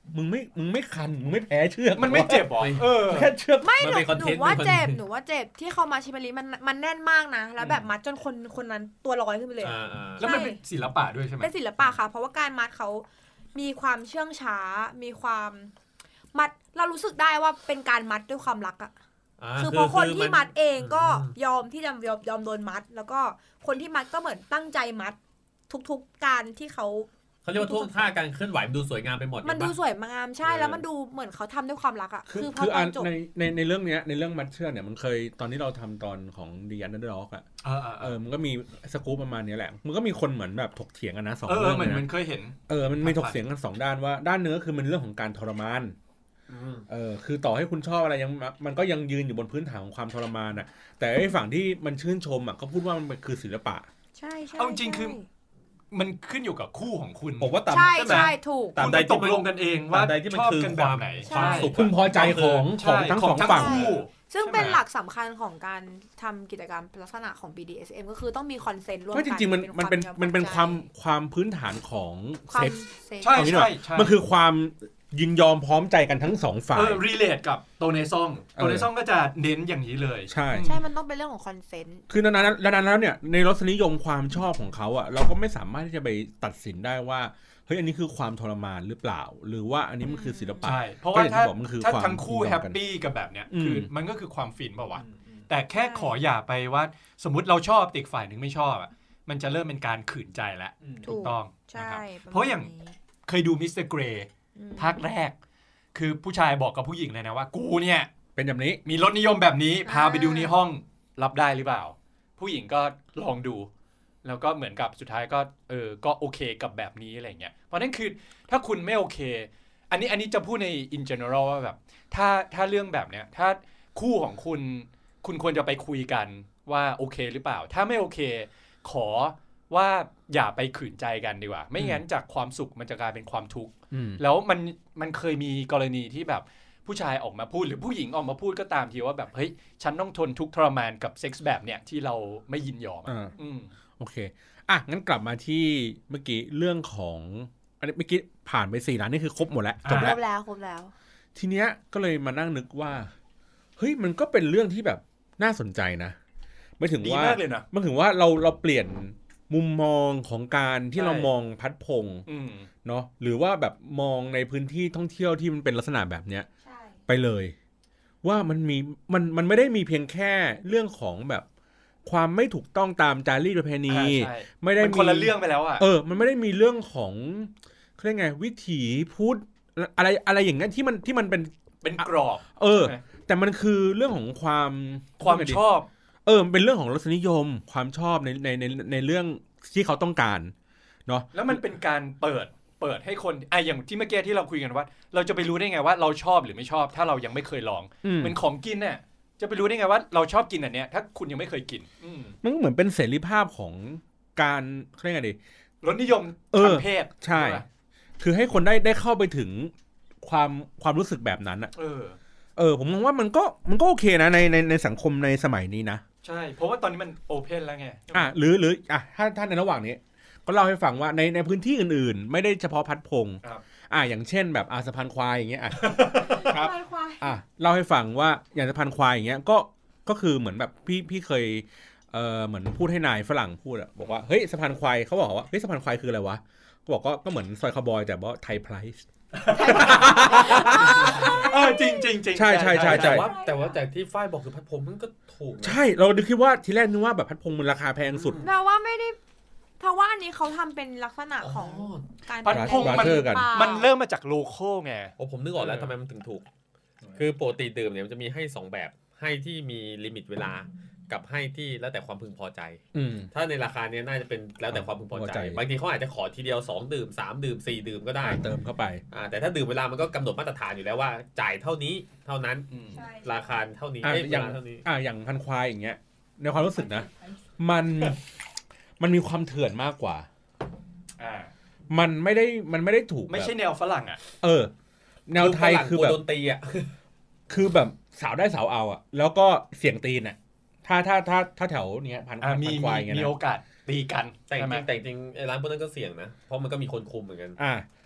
A: มึงไม่มึงไม่คันมึงไม่แพ้เชือก
B: มันไม่เจ็บหรอเออ
A: แค่เชือก
D: ไม่หนูหนูว่าเจ็บหนูว่าเจ็บที่เขามาชิมารีมันมันแน่นมากนะแล้วแบบมัดจนคนคนนั้นตัวลอยขึ้นไปเลย
B: แล้วมันเป็นศิลปะด้วยใช่ไหม
D: เป็นศิลปะค่ะเพราะว่าการมัดเขามีความเชื่องช้ามีความมัดเรารู้สึกได้ว่าเป็นการมัดด้วยความรักอะคือพอคนที่มัดเองก็ยอมที่จะยอมยอมโดนมัดแล้วก็คนที่มัดก็เหมือนตั้งใจมัดทุกๆการที่เขา
C: เขาเรียกว่าท่วงท่าการเคลื่อนไหวมันดูสวยงามไปหมด
D: มันดูสวยงามใช่แล้วมันดูเหมือนเขาทำด้วยความรักอ่ะ
A: คือพอตอนจบในในในเรื่องเนี้ยในเรื่องมัดเชือกเนี่ยมันเคยตอนที่เราทำตอนของดีอันเดอร์ด็อกอ่ะเออมันก็มีสกู๊ปประมาณนี้แหละมันก็มีคนเหมือนแบบถกเถียงกันนะสองเรื่อง
B: เลยนะมันเคยเห็น
A: เออมันมีถกเถียงกันสองด้านว่าด้านเนื้อคือมันเรื่องของการทรมานเออคือต่อให้คุณชอบอะไรยังมันก็ยังยืนอยู่บนพื้นฐานของความทรมานอ่ะแต่ไอ้ฝั่งที่มันชื่นชมอ่ะเขาพูดว่ามันคือศิลปะ
D: ใช่ใช่
B: เอาจริงคือมันขึ้นอยู่กับคู่ของคุณ
C: ผมว่าตาม
D: ใช่ใช่ถูก
B: ตามใดตกลงกันเองว่าชอบกันแบบไหน
A: ความสุขพึงพอใจของของทั้งสองฝั่ง
D: ซึ่งเป็นหลักสำคัญของการทำกิจกรรมลักษณะของ บี ดี เอส เอ็ม ก็คือต้องมีคอนเซนต์ร่วมกัน
A: จริงๆมันมันเป็นมันเป็นความความพื้นฐานของเซ็กส์
B: ใช่ใช่
A: มันคือความยินยอมพร้อมใจกันทั้งสองฝ่าย
B: เออรีเลทกับโตเนซองโตเนซองก็จะเน้นอย่างนี้เลย
A: ใช่
D: ใช่มันต้องเป็นเรื่องของคอนเซนต์
A: คือนั้นแล้วนั้นแล้วเนี่ยในรสนิยมความชอบของเขาอ่ะเราก็ไม่สามารถที่จะไปตัดสินได้ว่าเฮ้ยอันนี้คือความทรมานหรือเปล่าหรือว่าอันนี้มันคือศิลปะ
B: ใช่เพราะว่าถ้าถ้าทั้งคู่แฮปปี้กับแบบเนี้ยคือมันก็คือความฟินป่าววะแต่แค่ขออย่าไปว่าสมมุติเราชอบอีกฝ่ายหนึ่งไม่ชอบอ่ะมันจะเริ่มเป็นการขืนใจแล้วถูกต้องนะครับเพราะอย่างเคยดูมิสเตอร์เกรย์ภาคแรกคือผู้ชายบอกกับผู้หญิงเลยนะว่ากูเนี่ย
A: เป็นแบบนี้
B: มีรสนิยมแบบนี้พาไปดูในห้องรับได้หรือเปล่าผู้หญิงก็ลองดูแล้วก็เหมือนกับสุดท้ายก็เออก็โอเคกับแบบนี้อะไรเงี้ยเพราะนั้นคือถ้าคุณไม่โอเคอันนี้อันนี้จะพูดใน in general ว่าแบบถ้าถ้าเรื่องแบบเนี้ยถ้าคู่ของคุณคุณควรจะไปคุยกันว่าโอเคหรือเปล่าถ้าไม่โอเคขอว่าอย่าไปขืนใจกันดีกว่าไม่งั้นจากความสุขมันจะกลายเป็นความทุกข์แล้วมันมันเคยมีกรณีที่แบบผู้ชายออกมาพูดหรือผู้หญิงออกมาพูดก็ตามทีว่าแบบเฮ้ยฉันต้องทนทุกข์ทรมานกับเซ็กส์แบบเนี้ยที่เราไม่ยินยอมอ่ะอืม
A: โอเคอ่ะงั้นกลับมาที่เมื่อกี้เรื่องของอันนี้เมื่อกี้ผ่านไปสี่ล้านนี่คือครบหมดแล้ว
D: จบแล้วครบแล้วครบแล้ว
A: ทีเนี้ยก็เลยมานั่งนึกว่าเฮ้ยมันก็เป็นเรื่องที่แบบน่าสนใจนะไม่ถึงว่ามันถึงว่าเราเราเปลี่ยนมุมมองของการที่เรามองพัดพงเนาะหรือว่าแบบมองในพื้นที่ท่องเที่ยวที่มันเป็นลักษณะแบบเนี้ยไปเลยว่ามันมีมันมันไม่ได้มีเพียงแค่เรื่องของแบบความไม่ถูกต้องตามจารีตประเพณีไม่ได้
B: มีคนละเรื่องไปแล้วอ่ะ
A: เออมันไม่ได้มีเรื่องของเขาเรียกไงวิถีพุทธอะไรอะไรอย่างเงี้ยที่มันที่มันเป็น
B: เป็นกรอบ
A: เออแต่มันคือเรื่องของความ
B: ความชอบ
A: เออเป็นเรื่องของรสนิยมความชอบในในในในเรื่องที่เขาต้องการเนาะ
B: แล้วมันเป็นการเปิดเปิดให้คนไอ้อย่างที่เมื่อกี้ที่เราคุยกันว่าเราจะไปรู้ได้ไงว่าเราชอบหรือไม่ชอบถ้าเรายังไม่เคยลองเหมือนของกินเนี่ยจะไปรู้ได้ไงว่าเราชอบกินอันเนี้ยถ้าคุณยังไม่เคยกิน
A: มันก็เหมือนเป็นเสรีภาพของการเรียกไงดี
B: รสนิยมทางเพศ
A: ใช่คือให้คนได้ได้เข้าไปถึงความความรู้สึกแบบนั้นอ่ะเออเออผมมองว่ามันก็มันก็โอเคนะในในในสังคมในสมัยนี้นะ
B: ใช่เพราะว่าตอนนี้มันโอเพนแล้วไง
A: อ่ะหรือหรืออ่ะถ้าถ้าในระหว่างนี้ก็เล่าให้ฟังว่าในในพื้นที่อื่นๆไม่ได้เฉพาะพัดพงอ่ะอย่างเช่นแบบอาสะพานควายอย่างเงี้ยอ่ะครับอ่ะเล่าให้ฟังว่าอย่างสะพานควายอย่างเงี้ยก็ก็คือเหมือนแบบพี่พี่เคยเอ่อเหมือนพูดให้นายฝรั่งพูดอะบอกว่าเฮ้ยสะพานควายเขาบอกว่าเฮ้ยสะพานควายคืออะไรวะก็บอกก็ก็เหมือนซอยคาวบอยแต่ว่าไทยไพรซ์
B: เออจริงจริงจริง
A: ใช่ใช่ใช่
C: แต่ว่าแต่ว่าแต่ที่ฝ้ายบอกคือพัดพงมันก็ถูก
A: ใช่เราคิดว่าทีแรกนึกว่าแบบพัดพงมันราคาแพงสุด
D: แต่ว่าไม่ได้เพราะว่าอันนี้เขาทำเป็นลักษณะของการ
B: พัดพงมันมันเริ่มมาจากโลคอลไง
C: โอ้ผมนึกออกแล้วทำไมมันถึงถูกคือปกติดื่มเนี่ยมันจะมีให้สองแบบให้ที่มีลิมิตเวลากับให้ที่แล้วแต่ความพึงพอใจถ้าในราคาเนี้ยน่าจะเป็นแล้วแต่ความพึงพอใจบางทีเขาอาจจะขอทีเดียวสองดื่มสามดื่มสี่ดื่มก็ได้
A: เติมเข้าไป
C: อ่าแต่ถ้าดื่มเวลามันก็กำหนดมาตรฐานอยู่แล้วว่าจ่ายเท่านี้เท่านั้นราคาเท่านี้
A: อย่างอ่าอย่างพันควายอย่างเงี้ยในความรู้สึกนะมันมันมีความเถื่อนมากกว่าอ่ามันไม่ได้มันไม่ได้ถูก
B: ไม่ใช่แนวฝรั่งอ่ะ
A: เออแนวไทยคือแบบ
C: โดนตีอ่ะ
A: คือแบบสาวได้สาวเอาอ่ะแล้วก็เสียงตีนอ่ะถ้าถ้าถ้าถ้าแถวเนี้ยพันพันควายเงี้ย
B: มีโอกาสตีกัน
C: แต่จริงแต่จริงร้านพวกนั้นก็เสี่ยงนะเพราะมันก็มีคนคุมเหมือนกัน
A: อ่าแ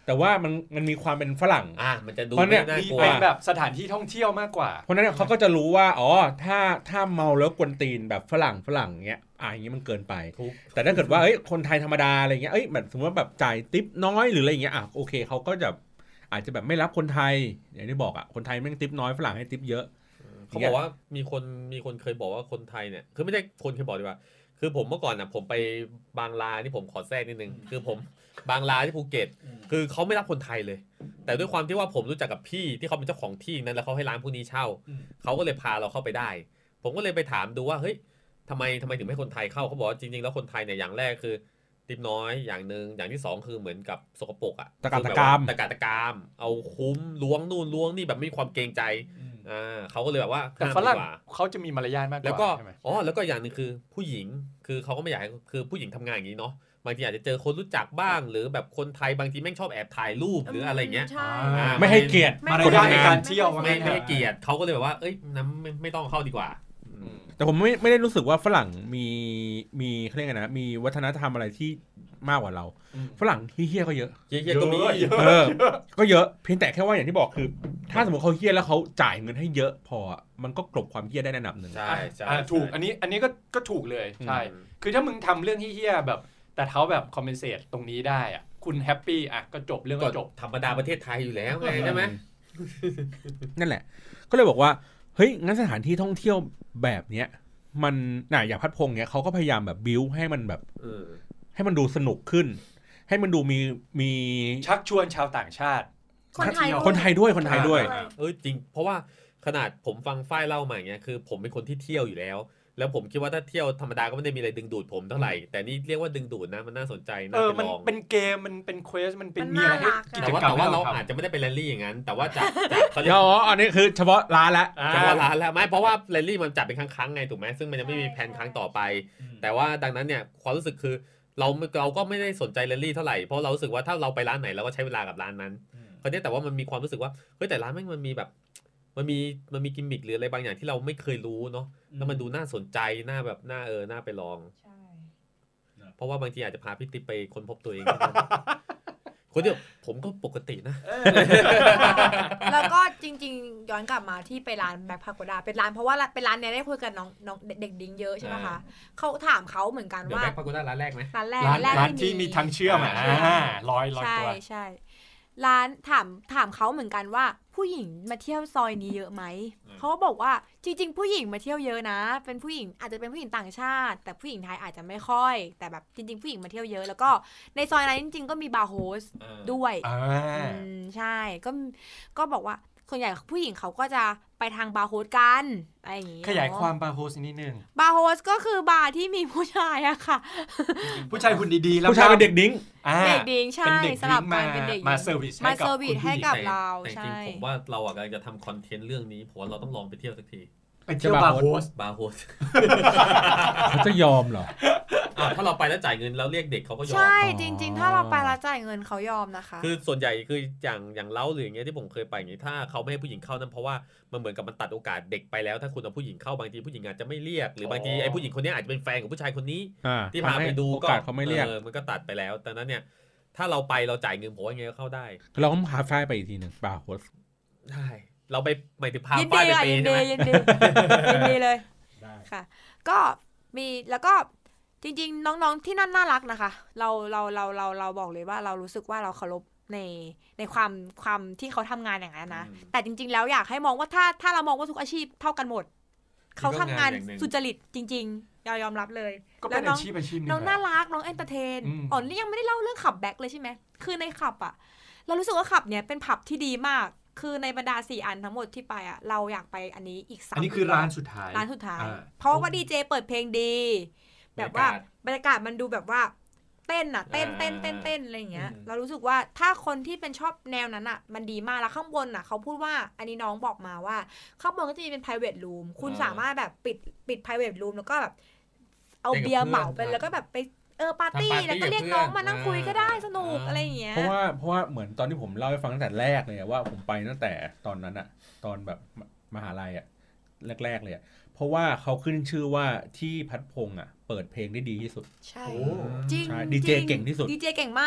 A: แต่ว่ามันมันมีความเป็นฝรั่ง
C: อ่ะมันจะดูไม่น่ากลัว
B: เป็นแบบสถานที่ท่องเที่ยวมากกว่า
A: เพราะนั้นเขาก็จะรู้ว่าอ๋อถ้าถ้าเมาแล้วกวนตีนแบบฝรั่งฝรั่งเงี้ยอ่ะอย่างงี้มันเกินไปแต่ถ้าเกิดว่าเอ้ยคนไทยธรรมดาอะไรเงี้ยเอ้ยแบบสมมติว่าแบบจ่ายทิปน้อยหรืออะไรเงี้ยอ่ะโอเคเขาก็จะอาจจะแบบไม่รับคนไทยอย่างที่บอกอ่ะคนไทยแม่งทิปน้อยฝรั่งให้ทิปเยอะ
C: เขาบอกว่ามีคนมีคนเคยบอกว่าคนไทยเนี่ยคือไม่ได้คนเคยบอกดีกว่าคือผมเมื่อก่อนนะผมไปบางลาที่ผมขอแทรกนิดนึงคือผมบางลาที่ภูเก็ตคือเขาไม่รับคนไทยเลยแต่ด้วยความที่ว่าผมรู้จักกับพี่ที่เขาเป็นเจ้าของที่นั้นแล้วเขาให้ร้านพวกนี้เช่าเขาก็เลยพาเราเข้าไปได้ผมก็เลยไปถามดูว่าเฮ้ยทำไมทำไมถึงไม่ให้คนไทยเข้าเขาบอกว่าจริงๆแล้วคนไทยเนี่ยอย่างแรกคือทิปน้อยอย่างนึงอย่างที่สองคือเหมือนกับสกปรกอ่ะ
A: ตะการตะกาม
C: ตะการตะกามเอาคุ้มล้วงนู่นล้วงนี่แบบไม่มีความเกรงใจอ่าเขาก็เลยแบบว่า
B: แต่ฝรั่งเขาจะมีมารยาทมากกว่า
C: แล้วก็อ๋อแล้วก็อย่างนึงคือผู้หญิงคือเขาก็ไม่อยากให้คือผู้หญิงทำงานอย่างนี้เนาะบางทีอาจจะเจอคนรู้จักบ้างหรือแบบคนไทยบางทีแม่งชอบแอบถ่ายรูปหรืออะไรเงี้ย
A: ไม่ให้เกียรติ
B: มารยาทในการเที่ยว
C: ไม่ไม่ให้เกียรติเขาก็เลยแบบว่าเอ้ยน้ำไม่ไม่ต้องเข้าดีกว่า
A: แต่ผมไม่ไม่ได้รู้สึกว่าฝรั่งมีมีเขาเรียกไงนะมีวัฒนธรรมอะไรที่มากกว่าเราฝรั่งเฮี้ยก็เยอะ
C: เฮี้ยก็มี
A: เออก็เยอะเพียงแต่แค่ว่าอย่างที่บอกคือถ้าสมมติเขาเฮี้ยแล้วเขาจ่ายเงินให้เยอะพอมันก็กลบความเฮี้ยได้ในระดับหนึ่ง
C: ใช่ใช่
B: ถูกอันนี้อันนี้ก็ก็ถูกเลยใช่คือถ้ามึงทำเรื่องเฮี้ยแบบแต่เขาแบบคอมเพนเซตตรงนี้ได้อ่ะคุณแฮปปี้อ่ะก็จบเรื่องก็จบ
C: ธรรมดาประเทศไทยอยู่แล้วไงใช่ไหม
A: นั่นแหละก็เลยบอกว่าเฮ้ยงั้นสถานที่ท่องเที่ยวแบบเนี้ยมันน่ะอย่างพัดพงเนี้ยเขาก็พยายามแบบบิ้วให้มันแบบให้มันดูสนุกขึ้นให้มันดูมีมี
B: ชักชวนชาวต่างชาติ
D: คนไทย
A: คนไทยด้วยคนไทยด้วย
C: เออจริงเพราะว่าขนาดผมฟังฝ้ายเล่ามาอย่างเงี้ยคือผมเป็นคนที่เที่ยวอยู่แล้วแล้วผมคิดว่าถ้าเที่ยวธรรมดาก็ไม่ได้มีอะไรดึงดูดผมเท่าไหร่แต่นี่เรียกว่าดึงดูดนะมันน่าสนใจน่าไปลอง
B: มันเป็นเกมมันเป็นเควสมันเป็นมีอะไรให้
C: กิจกรรมแต่ว่าเราอาจจะไม่ได้เป็นแรลลี่อย่างนั้นแต่ว่าจาก
A: เขาเรียกอ๋ออันนี้คือเฉพาะร้านละ
C: เฉพาะร้านแล้วไม่เพราะว่าแรลลี่มันจัดเป็นครั้งๆไงถูกไหมซึ่งมันจะไม่มีแผนครั้งต่อไปแต่ว่าดังนั้นเนี่ยความรู้สึกคือเราเราก็ไม่ได้สนใจแรลลี่เท่าไหร่เพราะเรารู้สึกว่าถ้าเราไปร้านไหนเราก็ใช้เวลากับร้านนั้นคราวนี้แต่ว่ามันมีความรู้สึกว่าเฮ้ยแต่ร้านมันมีแบบมันมีมันมีกิมมิคหรืออะไรบางอย่างที่เราไม่เคยรู้เนาะแล้วมันดูน่าสนใจน่าแบบน่าเออน่าไปลองใช่เพราะว่าบางทีอาจจะพาพี่ติ๊บไปค้นพบตัวเองคนเดียวผมก็ปกตินะ
D: แล้วก็จริงๆย้อนกลับมาที่ไปร้านแบ็คพาโกดาเป็นร้านเพราะว่าเป็นร้านเนี้ยได้คุยกับน้องน้องเด็กดิ้งเยอะใช่ไหมคะเขาถามเขาเหมือนกันว่า
C: แบ็คพาโกดาร้านแรกไหม
D: ร้านแรก
B: ร้านที่มีทางเชื่อมอ่ะร้อยร้อยตัว
D: ใช่ใช่ร้านถามถามเขาเหมือนกันว่าผู้หญิงมาเที่ยวซอยนี้เยอะไหมเขาก็บอกว่าจริงๆผู้หญิงมาเที่ยวเยอะนะเป็นผู้หญิงอาจจะเป็นผู้หญิงต่างชาติแต่ผู้หญิงไทยอาจจะไม่ค่อยแต่แบบจริงๆผู้หญิงมาเที่ยวเยอะแล้วก็ในซอยนั้นจริงๆก็มีบาร์โฮสด้วยใช่ก็ก็บอกว่าส่วนใหญ่ผู้หญิงเขาก็จะไปทางบาร์โฮสกันอะไรอย่างงี้
B: ขยายความบาร์โฮสนิดนึง
D: บาร์โฮสก็คือบาร์ที่มีผู้ชายอะค่ะ
B: ผู้ชายหุ่นดีๆแล้ว
A: ผู้ชายเป็นเด็กดิ้ง
D: เด็กดิ้งใช่สลับกันเป็นเด็ก
B: มาเซอร์วิส
D: มาเซอร์วิสให้กับเรา
C: ใช่ผมว่าเราอ่ะกำลังจะทำคอนเทนต์เรื่องนี้ผมว่าเราต้องลองไปเที่ยวสักที
B: ไปเที่ยวบาร์โฮส
C: บาร์โฮส
A: เขาจะยอมเหรอ
C: ถ้าเราไปแล้วจ่ายเงินแล้วเรียกเด็กเขาก็ยอม
D: ใช่จริงๆถ้าเราไปแล้วจ่ายเงินเขายอมนะคะ
C: คือส่วนใหญ่คืออย่างอย่างเล้าหรืออย่างเงี้ยที่ผมเคยไปอย่างงี้ถ้าเขาไม่ให้ผู้หญิงเข้านั่นเพราะว่ามันเหมือนกับมันตัดโอกาสเด็กไปแล้วถ้าคุณเอาผู้หญิงเข้าบางทีผู้หญิงอาจจะไม่เรียกหรือบางทีไอ้ผู้หญิงคนนี้อาจจะเป็นแฟนของผู้ชายคนนี้ที่พาไปดูก็
A: เขาไม่เรียก
C: มันก็ตัดไปแล้วแต่นั้นเนี่ยถ้าเราไปเราจ่ายเงินผมว่าไงก็เข้าได้
A: เราต้องพาฝ้ายไปอีกทีนึงบาร์โฮส
C: ใช่เราไปหมายถึงพาฝ้ายไปปี
D: ใช่ไหมยินดียินดีเลยค่ะก็มีแล้วก็จริงๆน้องๆที่นั่นน่ารักนะคะเราเราเราเราเราบอกเลยว่าเรารู้สึกว่าเราเคารพในในความความที่เขาทำงานอย่างนั้นนะแต่จริงๆแล้วอยากให้มองว่าถ้าถ้าเรามองว่าทุกอาชีพเท่ากันหมดเขาทำงานสุจริตจริงๆยอมรับเลย
B: แล้วน้อง
D: น้องน่ารักน้องเอนเตอร์เทนอ๋อนี่ยังไม่ได้เล่าเรื่องขับแบ็คเลยใช่ไหมคือในขับอ่ะเรารู้สึกว่าขับเนี่ยเป็นผับที่ดีมากคือในบรรดาสี่อันทั้งหมดที่ไปอ่ะเราอยากไปอันนี้อีกสาม
B: อันนี้คือร้านสุดท้าย
D: ร้านสุดท้ายเพราะว่าดีเจเปิดเพลงดีแบบว่าบรรยากาศมันดูแบบว่าเต้นอ่ะเต้นเต้นเต้นเต้นอะไรอย่างเงี้ยเรารู้สึกว่าถ้าคนที่เป็นชอบแนวนั้นอ่ะมันดีมากแล้วข้างบนอ่ะเขาพูดว่าอันนี้น้องบอกมาว่าข้างบนก็จะมีเป็น private room คุณสามารถแบบปิดปิด private room แล้วก็แบบเอาเบียร์เหมาไปแล้วก็แบบไปเออปาร์ตี้แล้วก็เรียกน้องมานั่งคุยก็ได้สนุกอะไรอย่างเงี้ย
A: เพราะว่าเพราะว่าเหมือนตอนที่ผมเล่าให้ฟังตั้งแต่แรกเลยว่าผมไปตั้งแต่ตอนนั้นอ่ะตอนแบบมหาลัยอ่ะแรกๆเลยอ่ะเพราะว่าเขาขึ้นชื่อว่าที่พัดพงอ่ะเปิดเพลงได้ดีที่สุด
D: ใช่จริง
A: ดีเจเก่งที่สุด
D: ดีเจเก่งมาก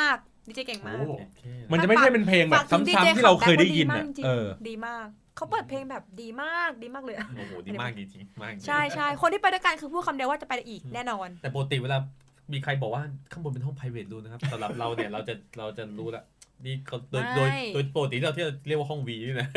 D: ดีเจเก่งมาก
A: มันจะไม่ใช่เป็นเพลงแบบซ้ำๆที่เราเคยได้ยินอ่ะเออ
D: ดีมากเขาเปิดเพลงแบบดีมากดีมากเลย
C: โอ้โหดีมากจริงๆมาก
D: ใช่ใช่คนที่ไปด้วยกันคือพูดคำเดียวว่าจะไปอีกแน่นอน
C: แต่ปกติเวลามีใครบอกว่าข้างบนเป็นห้อง private room นะครับสำหรับเราเนี่ยเราจะเราจะรู้ละนี่เขาโดยโดยโดยปกติเราที่เรียกว่าห้อง V นี่นะ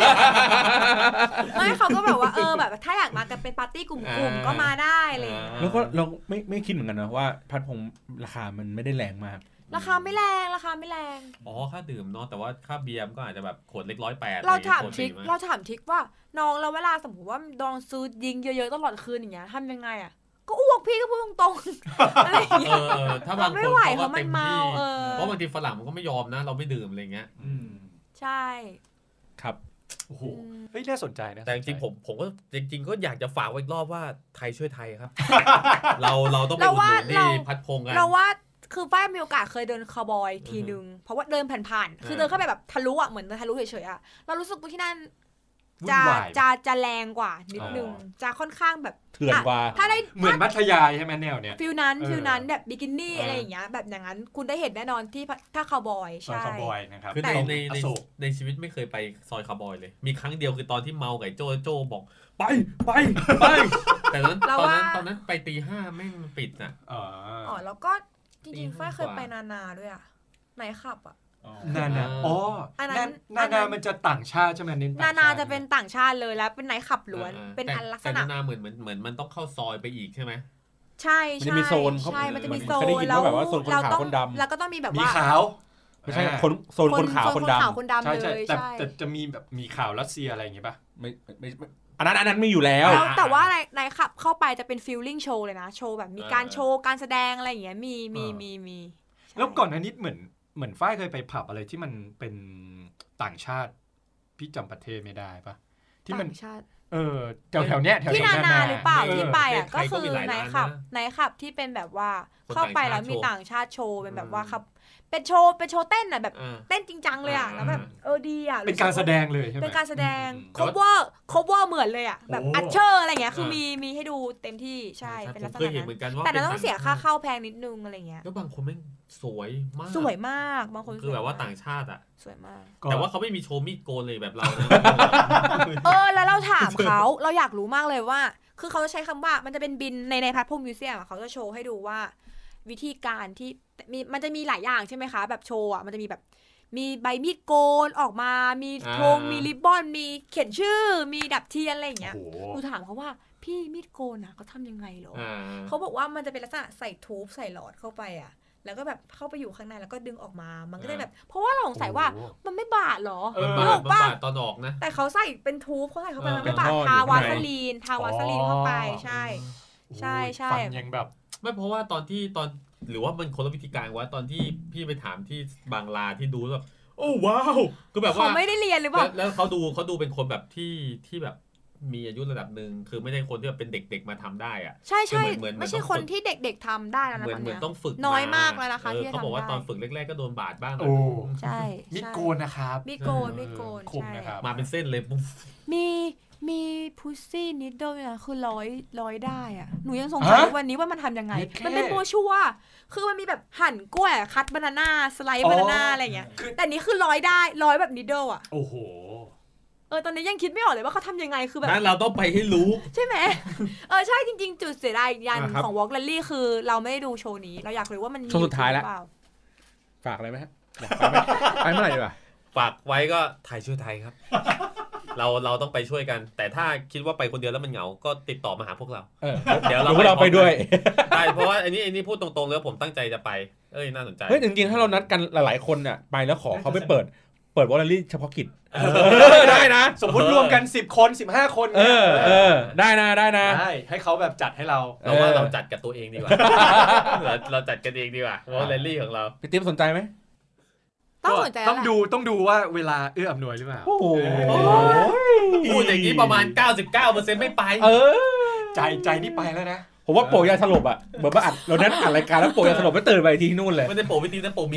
D: ไม่เขาก็แบบว่าเออแบบถ้าอยากมากันเป็นปาร์ตี้กลุ่มๆก็มาได้อะไร
A: แล้วก็เราไม่ไม่คิดเหมือนกันนะว่าพัดพงราคามันไม่ได้แรงมาก
D: ราคาไม่แรงราคาไม่แรง
C: อ๋อค่าดื่มเนาะแต่ว่าค่าเบียร์ก็อาจจะแบบขวดเล็กร้อยแปด
D: เราถามทิกเราถามทิกว่าน้องเราเวลาสมมติว่าดองซื้อยิงเยอะๆตลอดคืนอย่างเงี้ยทำยังไงอ่ะก็อ้วกพี่ก็พูดตรงๆอะไรอย่างเงี้ย
C: ถ้าบางคนเขาก็เต็มที่เพราะบางทีฝรั่งมันก็ไม่ยอมนะเราไม่ดื่มอะไรเงี้ย
D: ใช่
A: ครับ
B: โอ้โหเฮ้ยน่าสนใจนะ
C: แต่จริงๆผมผมก็จริงๆก็อยากจะฝากไว้อีกรอบว่าไทยช่วยไทยครับเราเราต้องไปอุดหนุนที่พัดพงกัน
D: เราว่าคือฝ้ายมีโอกาสเคยเดินคาวบอยทีนึงเพราะว่าเดินผ่านๆคือเดินเข้าไปแบบทะลุอ่ะเหมือนทะลุเฉยๆอ่ะเรารู้สึกว่าที่นั่นจะจะจะแรงกว่านิดนึงจะค่อนข้างแบบ
A: เถื่อนกว่า
D: ถ้าได้
B: เหมือนมัธยาใช่ไหมแนวเนี้ย
D: ฟิลนั้นฟิลนั้นแบบบิกินี่อะไรอย่างเงี้ยแบบอย่างนั้นคุณได้เห็นแน่นอนที่ถ้าคาวบอยใช่
B: คาวบอยนะครับ
C: คือในในในชีวิตไม่เคยไปซอยคาวบอยเลยมีครั้งเดียวคือตอนที่เมาไก่โจโจบอกไปไปไปแต่ตอนนั้นตอนนั้นตอนนั้นไปตีห้าแม่งปิดน่ะ
D: อ๋อแล้วก็จริงๆฝ้ายเคยไปนานาด้วยอ่ะไหนขับอ่ะ
B: นานาอ๋ออันนั้นนานามันจะต่างชาติใช่ไหม
D: นินนานาจะเป็นต่างชาติเลยแล้วเป็นไหนขับล้วนเป็นอันลักษณะ
C: นานาเหมือนเหมือนเหมือนมันต้องเข้าซอยไปอีกใช่ไหม
D: ใช่ใช่
A: มันจะมีโซน
D: ใช่มันจะมีโซนแล้วเราต้องแล้วก็ต้องมีแบบว่า
B: มีขาว
A: ไม่ใช่คนโซนคนขาวคนด
D: ำใช่ใช่
B: แต่แต่จะมีแบบมีข่าวรัสเซียอะไรอย่างงี้ป่ะ
A: ไม่ไม่อันนั้นอันนั้นไม่อยู่แล้ว
D: แต่ว่าในในขับเข้าไปจะเป็นฟีลลิ่งโชว์เลยนะโชว์แบบมีการโชว์การแสดงอะไรอย่างเงี้ยมีมีมีมี
B: แล้วก่อนหน้านี้เหมือนเหมือนฝ้ายเคยไปผับอะไรที่มันเป็นต่างชาติพี่จำประเทศไม่ได้ปะที่มันเออแถวแถวเนี้ยแถว
D: ที่นานาหรือเปล่าที่ไปอ่ะก็คือไหนขับไหนขับที่เป็นแบบว่าเข้าไปแล้วมีต่างชาติโชว์เป็นแบบว่าครับเป็นโชว์เป็นโชว์เต้นอ่ะแบบเต้นจริงจังเลยอ่ะแล้วแบบเออดีอ่ะ
B: เป็นการแสดงเลยใช่ไหม
D: เป็นการแสดง cover cover เหมือนเลยอ่ะแบบอัชเชอร์อะไรเงี้ยคือมีมีให้ดูเต็มที่ใช่เป็นลักษณะนั้นแต่เราต้องเสียค่าเข้าแพงนิดนึงอะไรเงี้ย
C: แล้วบางคนแม่งสวยมาก
D: สวยมากบางคน
C: คือแบบว่าต่างชาติอ่ะ
D: สวยมาก
C: แต่ว่าเขาไม่มีโชว์มีดโกนเลยแบบเรานะ
D: เออแล้วเราถามเขาเราอยากรู้มากเลยว่าคือเขาจะใช้คำว่ามันจะเป็นบินในในพัทพงมิวเซียมเขาจะโชว์ให้ดูว่าวิธีการที่มีมันจะมีหลายอย่างใช่ไหมคะแบบโชว์อ่ะมันจะมีแบบมีใบมีดโกนออกมามีธงมีริบบอนมีเขียนชื่อมีดับเทียนอะไรอย่างเงี้ยหนูถามเขาว่าพี่มีดโกนอ่ะเขาทำยังไงหรอเขาบอกว่ามันจะเป็นลักษณะใส่ทูบใส่หลอดเข้าไปอ่ะแล้วก็แบบเข้าไปอยู่ข้างในแล้วก็ดึงออกมามันก็ได้แบบเพราะว่าเราสงสัยว่ามันไม่บาดหรอ
C: มันบาดตอนออกนะ
D: แต่เขาใส่เป็นทูบเขาใส่เข้าไปมันไม่บาดทาวาสลีนทาวาสลีนเข้าไปใช่ใช่ใช่
B: ยังแบบ
C: ไม่เพราะว่าตอนที่ตอนหรือว่ามันคนละวิธีการว่าตอนที่พี่ไปถามที่บางลาที่ดูแบบโอ้ว้าวคือแบบว่า
D: เขาไม่ได้เรียนหรือเปล่า
C: แล้วเขาดูเขาดูเป็นคนแบบที่ที่แบบมีอายุระดับหนึ่งคือไม่ใช่คนที่แบบเป็นเด็กๆมาทำได้อ่ะ
D: ใช่ใช่ไม่ใช่คนที่เด็กๆทำได้แล้วนะ
C: เหมือนเหมือนต้องฝึก
D: น้อยมากแล้วนะคะที่
C: เขาบอกว่าตอนฝึกแรกๆก็โดนบาดบ้าง
B: โอ้
D: ใช่
B: มิดโกนนะครับ
D: มิดโกนมิดโกน
B: คมนะครับ
C: มาเป็นเส้นเลย
D: มีมีพุซซี่นิดเดิลนะคือร้อยร้อยได้อ่ะหนูยังสงสัยวันนี้ว่ามันทำยังไงมันเป็นโบชัวคือมันมีแบบหั่นกล้วยคัตบานาน่าสไลด์บานาน่าอะไรเงี้ยแต่นี้คือร้อยได้ร้อยแบบนิดเดิลอ่ะ
B: โอ้โห
D: เออตอนนี้ยังคิดไม่ออกเลยว่าเขาทำยังไงคือแบบ
C: นั้นเราต้องไปให้รู้
D: ใช่ไหมเออใช่จริงๆจุดเสียดายยันของ Walk Rally คือเราไม่ได้ดูโชว์นี้เราอยากรู้ว่ามันมี
A: โชว์สุดท้ายแล้วฝากอะไรไหมฮะไปเมื่อไหร่ดีวะ
C: ฝากไว้ก็ไทยช่วยไทยครับเราเราต้องไปช่วยกันแต่ถ้าคิดว่าไปคนเดียวแล้วมันเหงาก็ติดต่อมาหาพวกเรา
A: เดี๋ยวเราเราไปด้วย
C: ใช่เพราะว่าอันนี้อันนี้พูดตรงๆแล้วผมตั้งใจจะไปเอ้ยน่าสนใจ
A: เฮ้ยจริงๆถ้าเรานัดกันหลายๆคนเนี่ยไปแล้วขอเขาไปเปิดเปิดวอลเลย์เฉพาะกิจได้นะ
B: สมมุติรวมกันสิบคนสิบห้าคน
A: เออเออได้นะได้นะ
B: ได้ให้เขาแบบจัดให้เรา
C: เราว่าเราจัดกับตัวเองดีกว่าเราเราจัดกันเองดีกว่าวอลเลย์ของเรา
A: พี่ติ๊บสนใจไหม
D: ต้องสนใจ
B: ต้องดูต้องดูว่าเวลาเอื้ออำนวยหรือเปล่า
A: โอ้โห
C: พูดอย่างนี้ประมาณ เก้าสิบเก้าเปอร์เซ็นต์ ไม่ไป
A: เออ
B: ใจใจนี่ไปแล้วนะ
A: ผมว่าโปะยาสลบอ่ะเหมือนว่าอัดเรานั้นอัดรายการแล้วโปะยาสลบไม่ตื่นไปที่นู่นเลย
C: ไม่ได้โปะวิธีนั้นโปะมี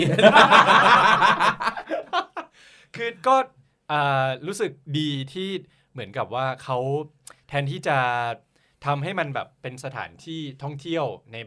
B: คือก็รู้สึกดีที่เหมือนกับว่าเขาแทนที่จะทำให้มันแบบเป็นสถานที่ท่องเที่ยวในแบบ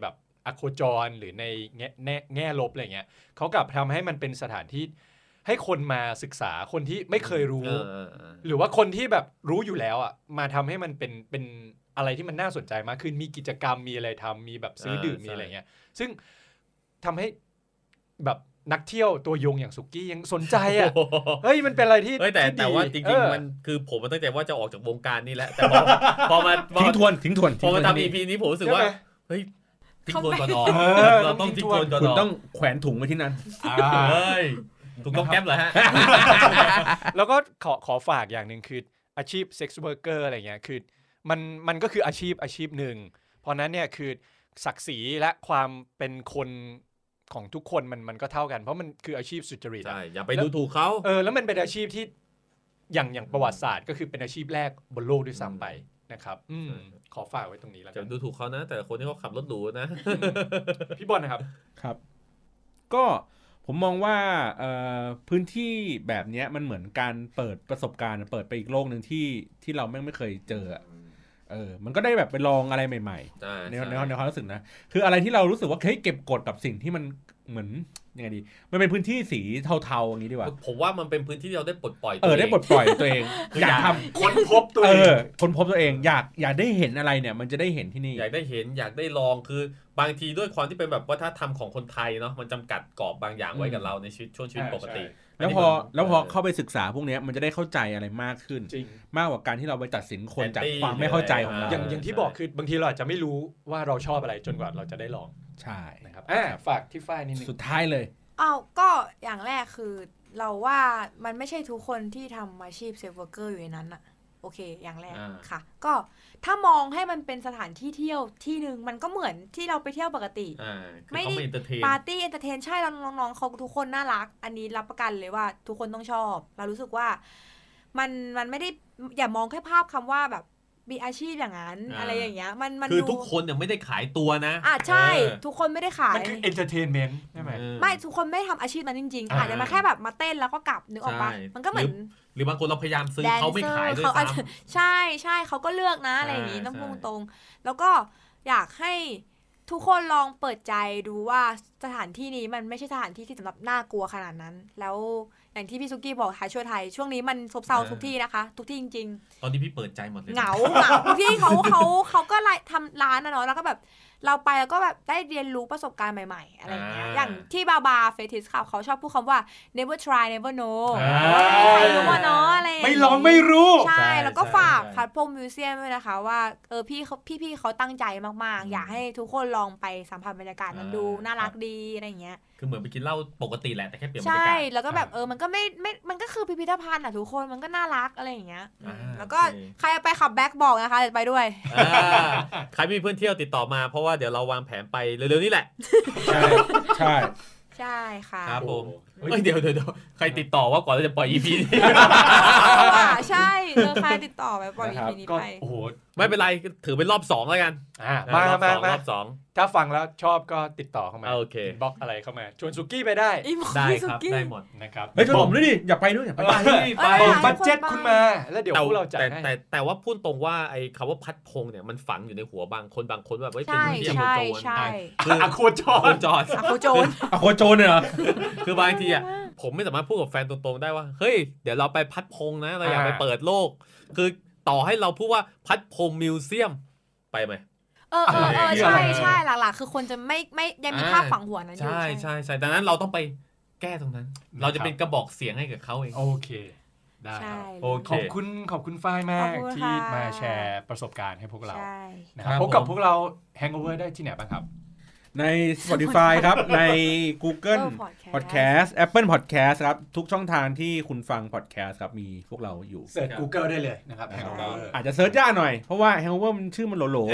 B: อโคจรหรือในแง่แง่แง่ลบอะไรเงี้ยเขากลับทำให้มันเป็นสถานที่ให้คนมาศึกษาคนที่ไม่เคยรู้หรือว่าคนที่แบบรู้อยู่แล้วอ่ะมาทำให้มันเป็นเป็นอะไรที่มันน่าสนใจมากขึ้นมีกิจกรรมมีอะไรทำมีแบบซื้อดื่มมีอะไรเงี้ยซึ่งทำให้แบบนักเที่ยวตัวยงอย่างสุกี้ยังสนใจอ่ะเฮ้ยมันเป็นอะไรที่
C: แต่แต่ว่าจริงๆมันคือผมมันตั้งใจว่าจะออกจากวงการนี้แหละแต่พอพอมา
A: ทิ้งทวนทิ้งทวน
C: พอมาทำ อี พี นี้ผมรู้สึกว่าเฮ้ยทิ้งทวนก่อนออกเราต้องทิ้งทวนก่อนออก
A: คุณต้องแขวนถุงไว้ที่นั่น
C: เฮ้ยถูกต้องแก๊ปเหรอฮะ
B: แล้วก็ขอขอฝากอย่างนึงคืออาชีพเซ็กซ์เวิร์กเกอร์อะไรเงี้ยคือมันมันก็คืออาชีพอาชีพหนึ่งเพราะนั้นเนี่ยคือศักดิ์ศรีและความเป็นคนของทุกคนมันมันก็เท่ากันเพราะมันคืออาชีพสุจริต
C: ใช่อย่าไปดูถูกเขา
B: เออแล้วมันเป็นอาชีพที่อย่างอย่างประวัติศาสตร์ก็คือเป็นอาชีพแรกบนโลกด้วยซ้ำไปนะครับอืมขอฝากไว้ตรงนี้แล้ว
C: จะดูถูกเขานะแต่คนที่เขาขับรถหรูนะ
B: พี่บอลนะครับ
A: ครับก็ผมมองว่าพื้นที่แบบนี้มันเหมือนการเปิดประสบการณ์เปิดไปอีกโลกนึงที่ที่เราไม่ไม่เคยเจอเออมันก็ได้แบบไปลองอะไรใหม่ๆในในในความรู้สึกนะคืออะไรที่เรารู้สึกว่าเฮ้ยเก็บกดกับสิ่งที่มันเหมือนยังไงดีมันเป็นพื้นที่สีเทาๆอย่างนี้ดีกว่า
C: ผมว่ามันเป็นพื้นที่ที่เราได้ปลดปล่อย
A: เออได้ปลดปล่อยตัวเองอยากทำ
B: ค้นพบตัวเอง
A: ค้นพบตัวเองอยากอยากได้เห็นอะไรเนี่ยมันจะได้เห็นที่นี่
C: อยากได้เห็นอยากได้ลองคือบางทีด้วยความที่เป็นแบบวัฒนธรรมของคนไทยเนาะมันจำกัดกรอบบางอย่างไว้กับเราในชีวิตช่วงชีวิตปกติ
A: แล้วพอแล้วพอเข้าไปศึกษาพวกนี้มันจะได้เข้าใจอะไรมากขึ้นมากกว่าการที่เราไปตัดสินคนจากความไม่เข้าใจของเรา
B: อย่างอย่างที่บอกคือบางทีเราอาจจะไม่รู้ว่าเราชอบอะไรจนกว่าเราจะได้ลอง
A: ใช่
B: นะครับอ่าฝากที่ฝ้ายนิดนึง
A: สุดท้ายเลย
D: อ้าวก็อย่างแรกคือเราว่ามันไม่ใช่ทุกคนที่ทำอาชีพเซฟเวอร์เกอร์อยู่ในนั้นอะโอเคอย่างแรกค่ะก็ถ้ามองให้มันเป็นสถานที่เที่ยวที่นึงมันก็เหมือนที่เราไปเที่ยวปกติ
C: ไม่ได้
D: ปาร์ตี้เอนเตอร์เทนใช่เราน้องๆเขาทุกคนน่ารักอันนี้รับประกันเลยว่าทุกคนต้องชอบเรารู้สึกว่ามันมันไม่ได้อย่ามองแค่ภาพคำว่าแบบมีอาชีพอย่างนั้น อ, อะไรอย่างเงี้ยมันมัน
C: คือทุกคนเนี่ยไม่ได้ขายตัวนะ
D: อ่ะใช่ทุกคนไม่ได้ขาย
B: มันคือเอนเตอร์เทนเมนต์ใช่ไหม
D: ไม่ทุกคนไม่ทำอาชีพนั้นจริงๆอาจจะมาแค่แบบมาเต้นแล้วก็กลับนึกออกปะมันก็เหมือน
C: หรือบางคนเราพยายามซื้อเขาไม่ขายด้วยซ้
D: ำใช่ใช่เขาก็เลือกนะอะไรอย่างงี้ต้องพูดตรงแล้วก็อยากให้ทุกคนลองเปิดใจดูว่าสถานที่นี้มันไม่ใช่สถานที่ที่สำหรับน่ากลัวขนาดนั้นแล้วอย่างที่พี่ซุกี้บอกหาช่วยไทยช่วงนี้มันซบเซาทุกที่นะคะทุกที่จริง
C: ๆตอนนี้พี่เปิดใจหมดเลย
D: เหงาเหงาทุกที่เขาเขาเขาก็ทำร้านนะเนาะแล้วก็แบบเราไปแล้วก็แบบได้เรียนรู้ประสบการณ์ใหม่ๆอะไรอย่างเงี้ยอย่างที่บาบาเฟติสค่ะเขาชอบพูดคำว่า never try never know ไม่ใครรู้ว่าเนาะอะไร
B: ไม่ลองไม่รู้
D: ใช่แล้วก็ฝากพัดพงมิวเซียมด้วยนะคะว่าเออพี่เขาพี่ๆเขาตั้งใจมากๆอยากให้ทุกคนลองไปสัมผัสบรรยากาศมันดูน่ารักดีอะไรอย่างเงี้ย
C: คือเหมือนไปกินเหล้าปกติแหละแต่แค่เปลี่ยนบร
D: ร
C: รยากาศ
D: ใช่แล้วก็แบบเออมันก็ไม่ไม่มันก็คือพิพิธภัณฑ์อ่ะทุกคนมันก็น่ารักอะไรอย่างเงี้ยแล้วก็ใครไปขับแบ็คบอกนะคะเดี๋ยวไปด้วย
C: ใครมีเพื่อนเที่ยวติดต่อมาเพราะว่าเดี๋ยวเราวางแผนไปเร็วๆนี้แหละ
A: ใช่ใช่
D: ใช่ค่ะ
C: ครับผมเดี๋ยวเดี๋ยวใครติดต่อว่าก่อนเราจะปล่อย อี พี นี้
D: ใช่เจอใครติดต่อไปปล่อย อี พี นี้ไป
C: โอ้โหไม่เป็นไรถือเป็นรอบสองแล้วกัน
B: มามาม
C: ารอบสอง
B: ถ้าฟังแล้วชอบก็ติดต่อเข้ามา
C: โอเค
B: บล็อกอะไรเข้ามาชวนสุกี้ไปได้
C: ได้ครับได้หมด
B: นะครับ
A: เฮ้ยชวนผมด้วยดิอย่าไปด้วยอย่าไป
B: ไปบัดเจ็ตคุณมาแล้วเดี๋ยวพวกเราจัดให้
C: แต่แต่ว่าพูดตรงว่าไอ้คำว่าพัดพงเนี่ยมันฝังอยู่ในหัวบางคนบางคนแบบว่าเป็น
D: ที่อโคโจร
C: คืออโคจร
D: อโคโจร
A: อโคโจรเนี่ยเหรอ
C: คือบางทีอ่ะผมไม่สามารถพูดกับแฟนตรงๆได้ว่าเฮ้ยเดี๋ยวเราไปพัดพงนะเราอยากไปเปิดโลกคือต่อให้เราพูดว่าพัดพงมิวเซียมไปไหม
D: เออเออเออใช่ใช่หลักๆคือคนจะไม่ไม่ยังมีภาพฝังหัวนั้นอยู่
C: ใช่ใช่ใช่ดังนั้นเราต้องไปแก้ตรงนั้นเราจะเป็นกระบอกเสียงให้กับเขาเอง
B: โอเคได้โอเคขอบคุณขอบคุณฝ้ายมากที่มาแชร์ประสบการณ์ให้พวกเรานะครับพบกับพวกเรา Hangover ได้ที่ไหนบ้างครับ
A: ใน Spotify ครับใน Google Podcast Apple Podcast ครับทุกช่องทางที่คุณฟัง podcast ครับมีพวกเราอยู่
B: เสิร์ช Google ได้เลยนะครับ Hangover
A: อาจจะเสิร์ชยากหน่อยเพราะว่า Hangover มันชื่อมันโหลๆ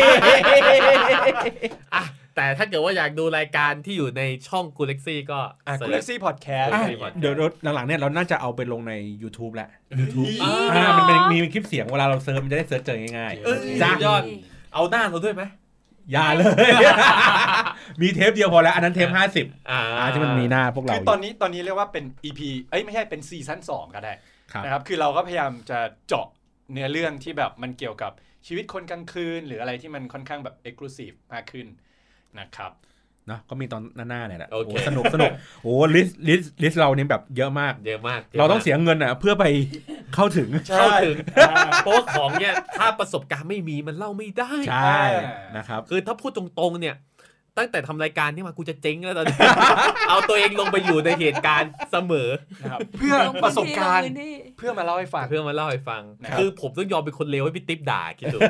C: อ่ะแต่ถ้าเกิดว่าอยากดูรายการที่อยู่ในช่อง Galaxy ก็
B: Galaxy Podcast
A: เดี๋ยวหลังๆเนี่ยเราน่าจะเอาไปลงใน YouTube แหละ YouTube อ่ามันเป็นมีคลิปเสียงเวลาเราเซิร์ชมันจะได้เสิร์ชเจอง่าย
C: ๆจ้ายอดเอาหน้าเราด้วยไหม
A: อย่าเลยมีเทปเดียวพอแล้วอันนั้นเทปห้าสิบอ่าที่มันมีหน้าพวกเรา
B: คือตอนนี้ตอนนี้เรียกว่าเป็น อี พี เอ้ยไม่ใช่เป็นซีซั่นสองก็ได้นะครับคือเราก็พยายามจะเจาะเนื้อเรื่องที่แบบมันเกี่ยวกับชีวิตคนกลางคืนหรืออะไรที่มันค่อนข้างแบบ exclusive มากขึ้นนะครับ
A: นะก็มีตอนหน้าๆเนี่ยแหละ
C: โอเค
A: สนุกสนุกโอ้ลิสต์ลิสต์ลิสต์เรานี่แบบเยอะมาก
C: เยอะมาก
A: เราต้องเสียเงินอ่ะเพื่อไปเข้าถึง
C: เข้าถึงเพราะของเนี่ยถ้าประสบการณ์ไม่มีมันเล่าไม่ได้
A: ใช่นะครับ
C: คือถ้าพูดตรงๆเนี่ยตั้งแต่ทำรายการนี้มากูจะเจ๊งแล้วตอนนี้ เอาตัวเองลงไปอยู่ในเหตุการณ์เสมอ
B: นะครับเพื่อประสบการณ์เพื่อมาเล่าให้ฟัง
C: เพื่อมาเล่าให้ฟังคือผมต้องยอมเป็นคนเลวให้พี่ติ๊บด่าคิดดู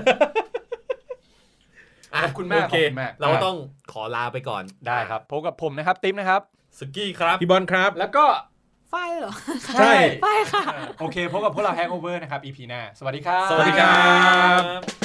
B: ขอบคุณมากโอเค
C: เราต้องขอลาไปก่อน
B: ได้ครับพบกับผมนะครับติ๊บนะครับ
C: สกี้ครับ
A: พี่บอลครับ
B: แล้วก็
D: ฝ้ายเหรอ
A: ใช่
D: ฝ้ายค่ะ
B: โอเคพบกับพวกเราแฮงโอเวอร์นะครับ อี พี หน้าสวัสดีครับ
A: สวัสดีครับ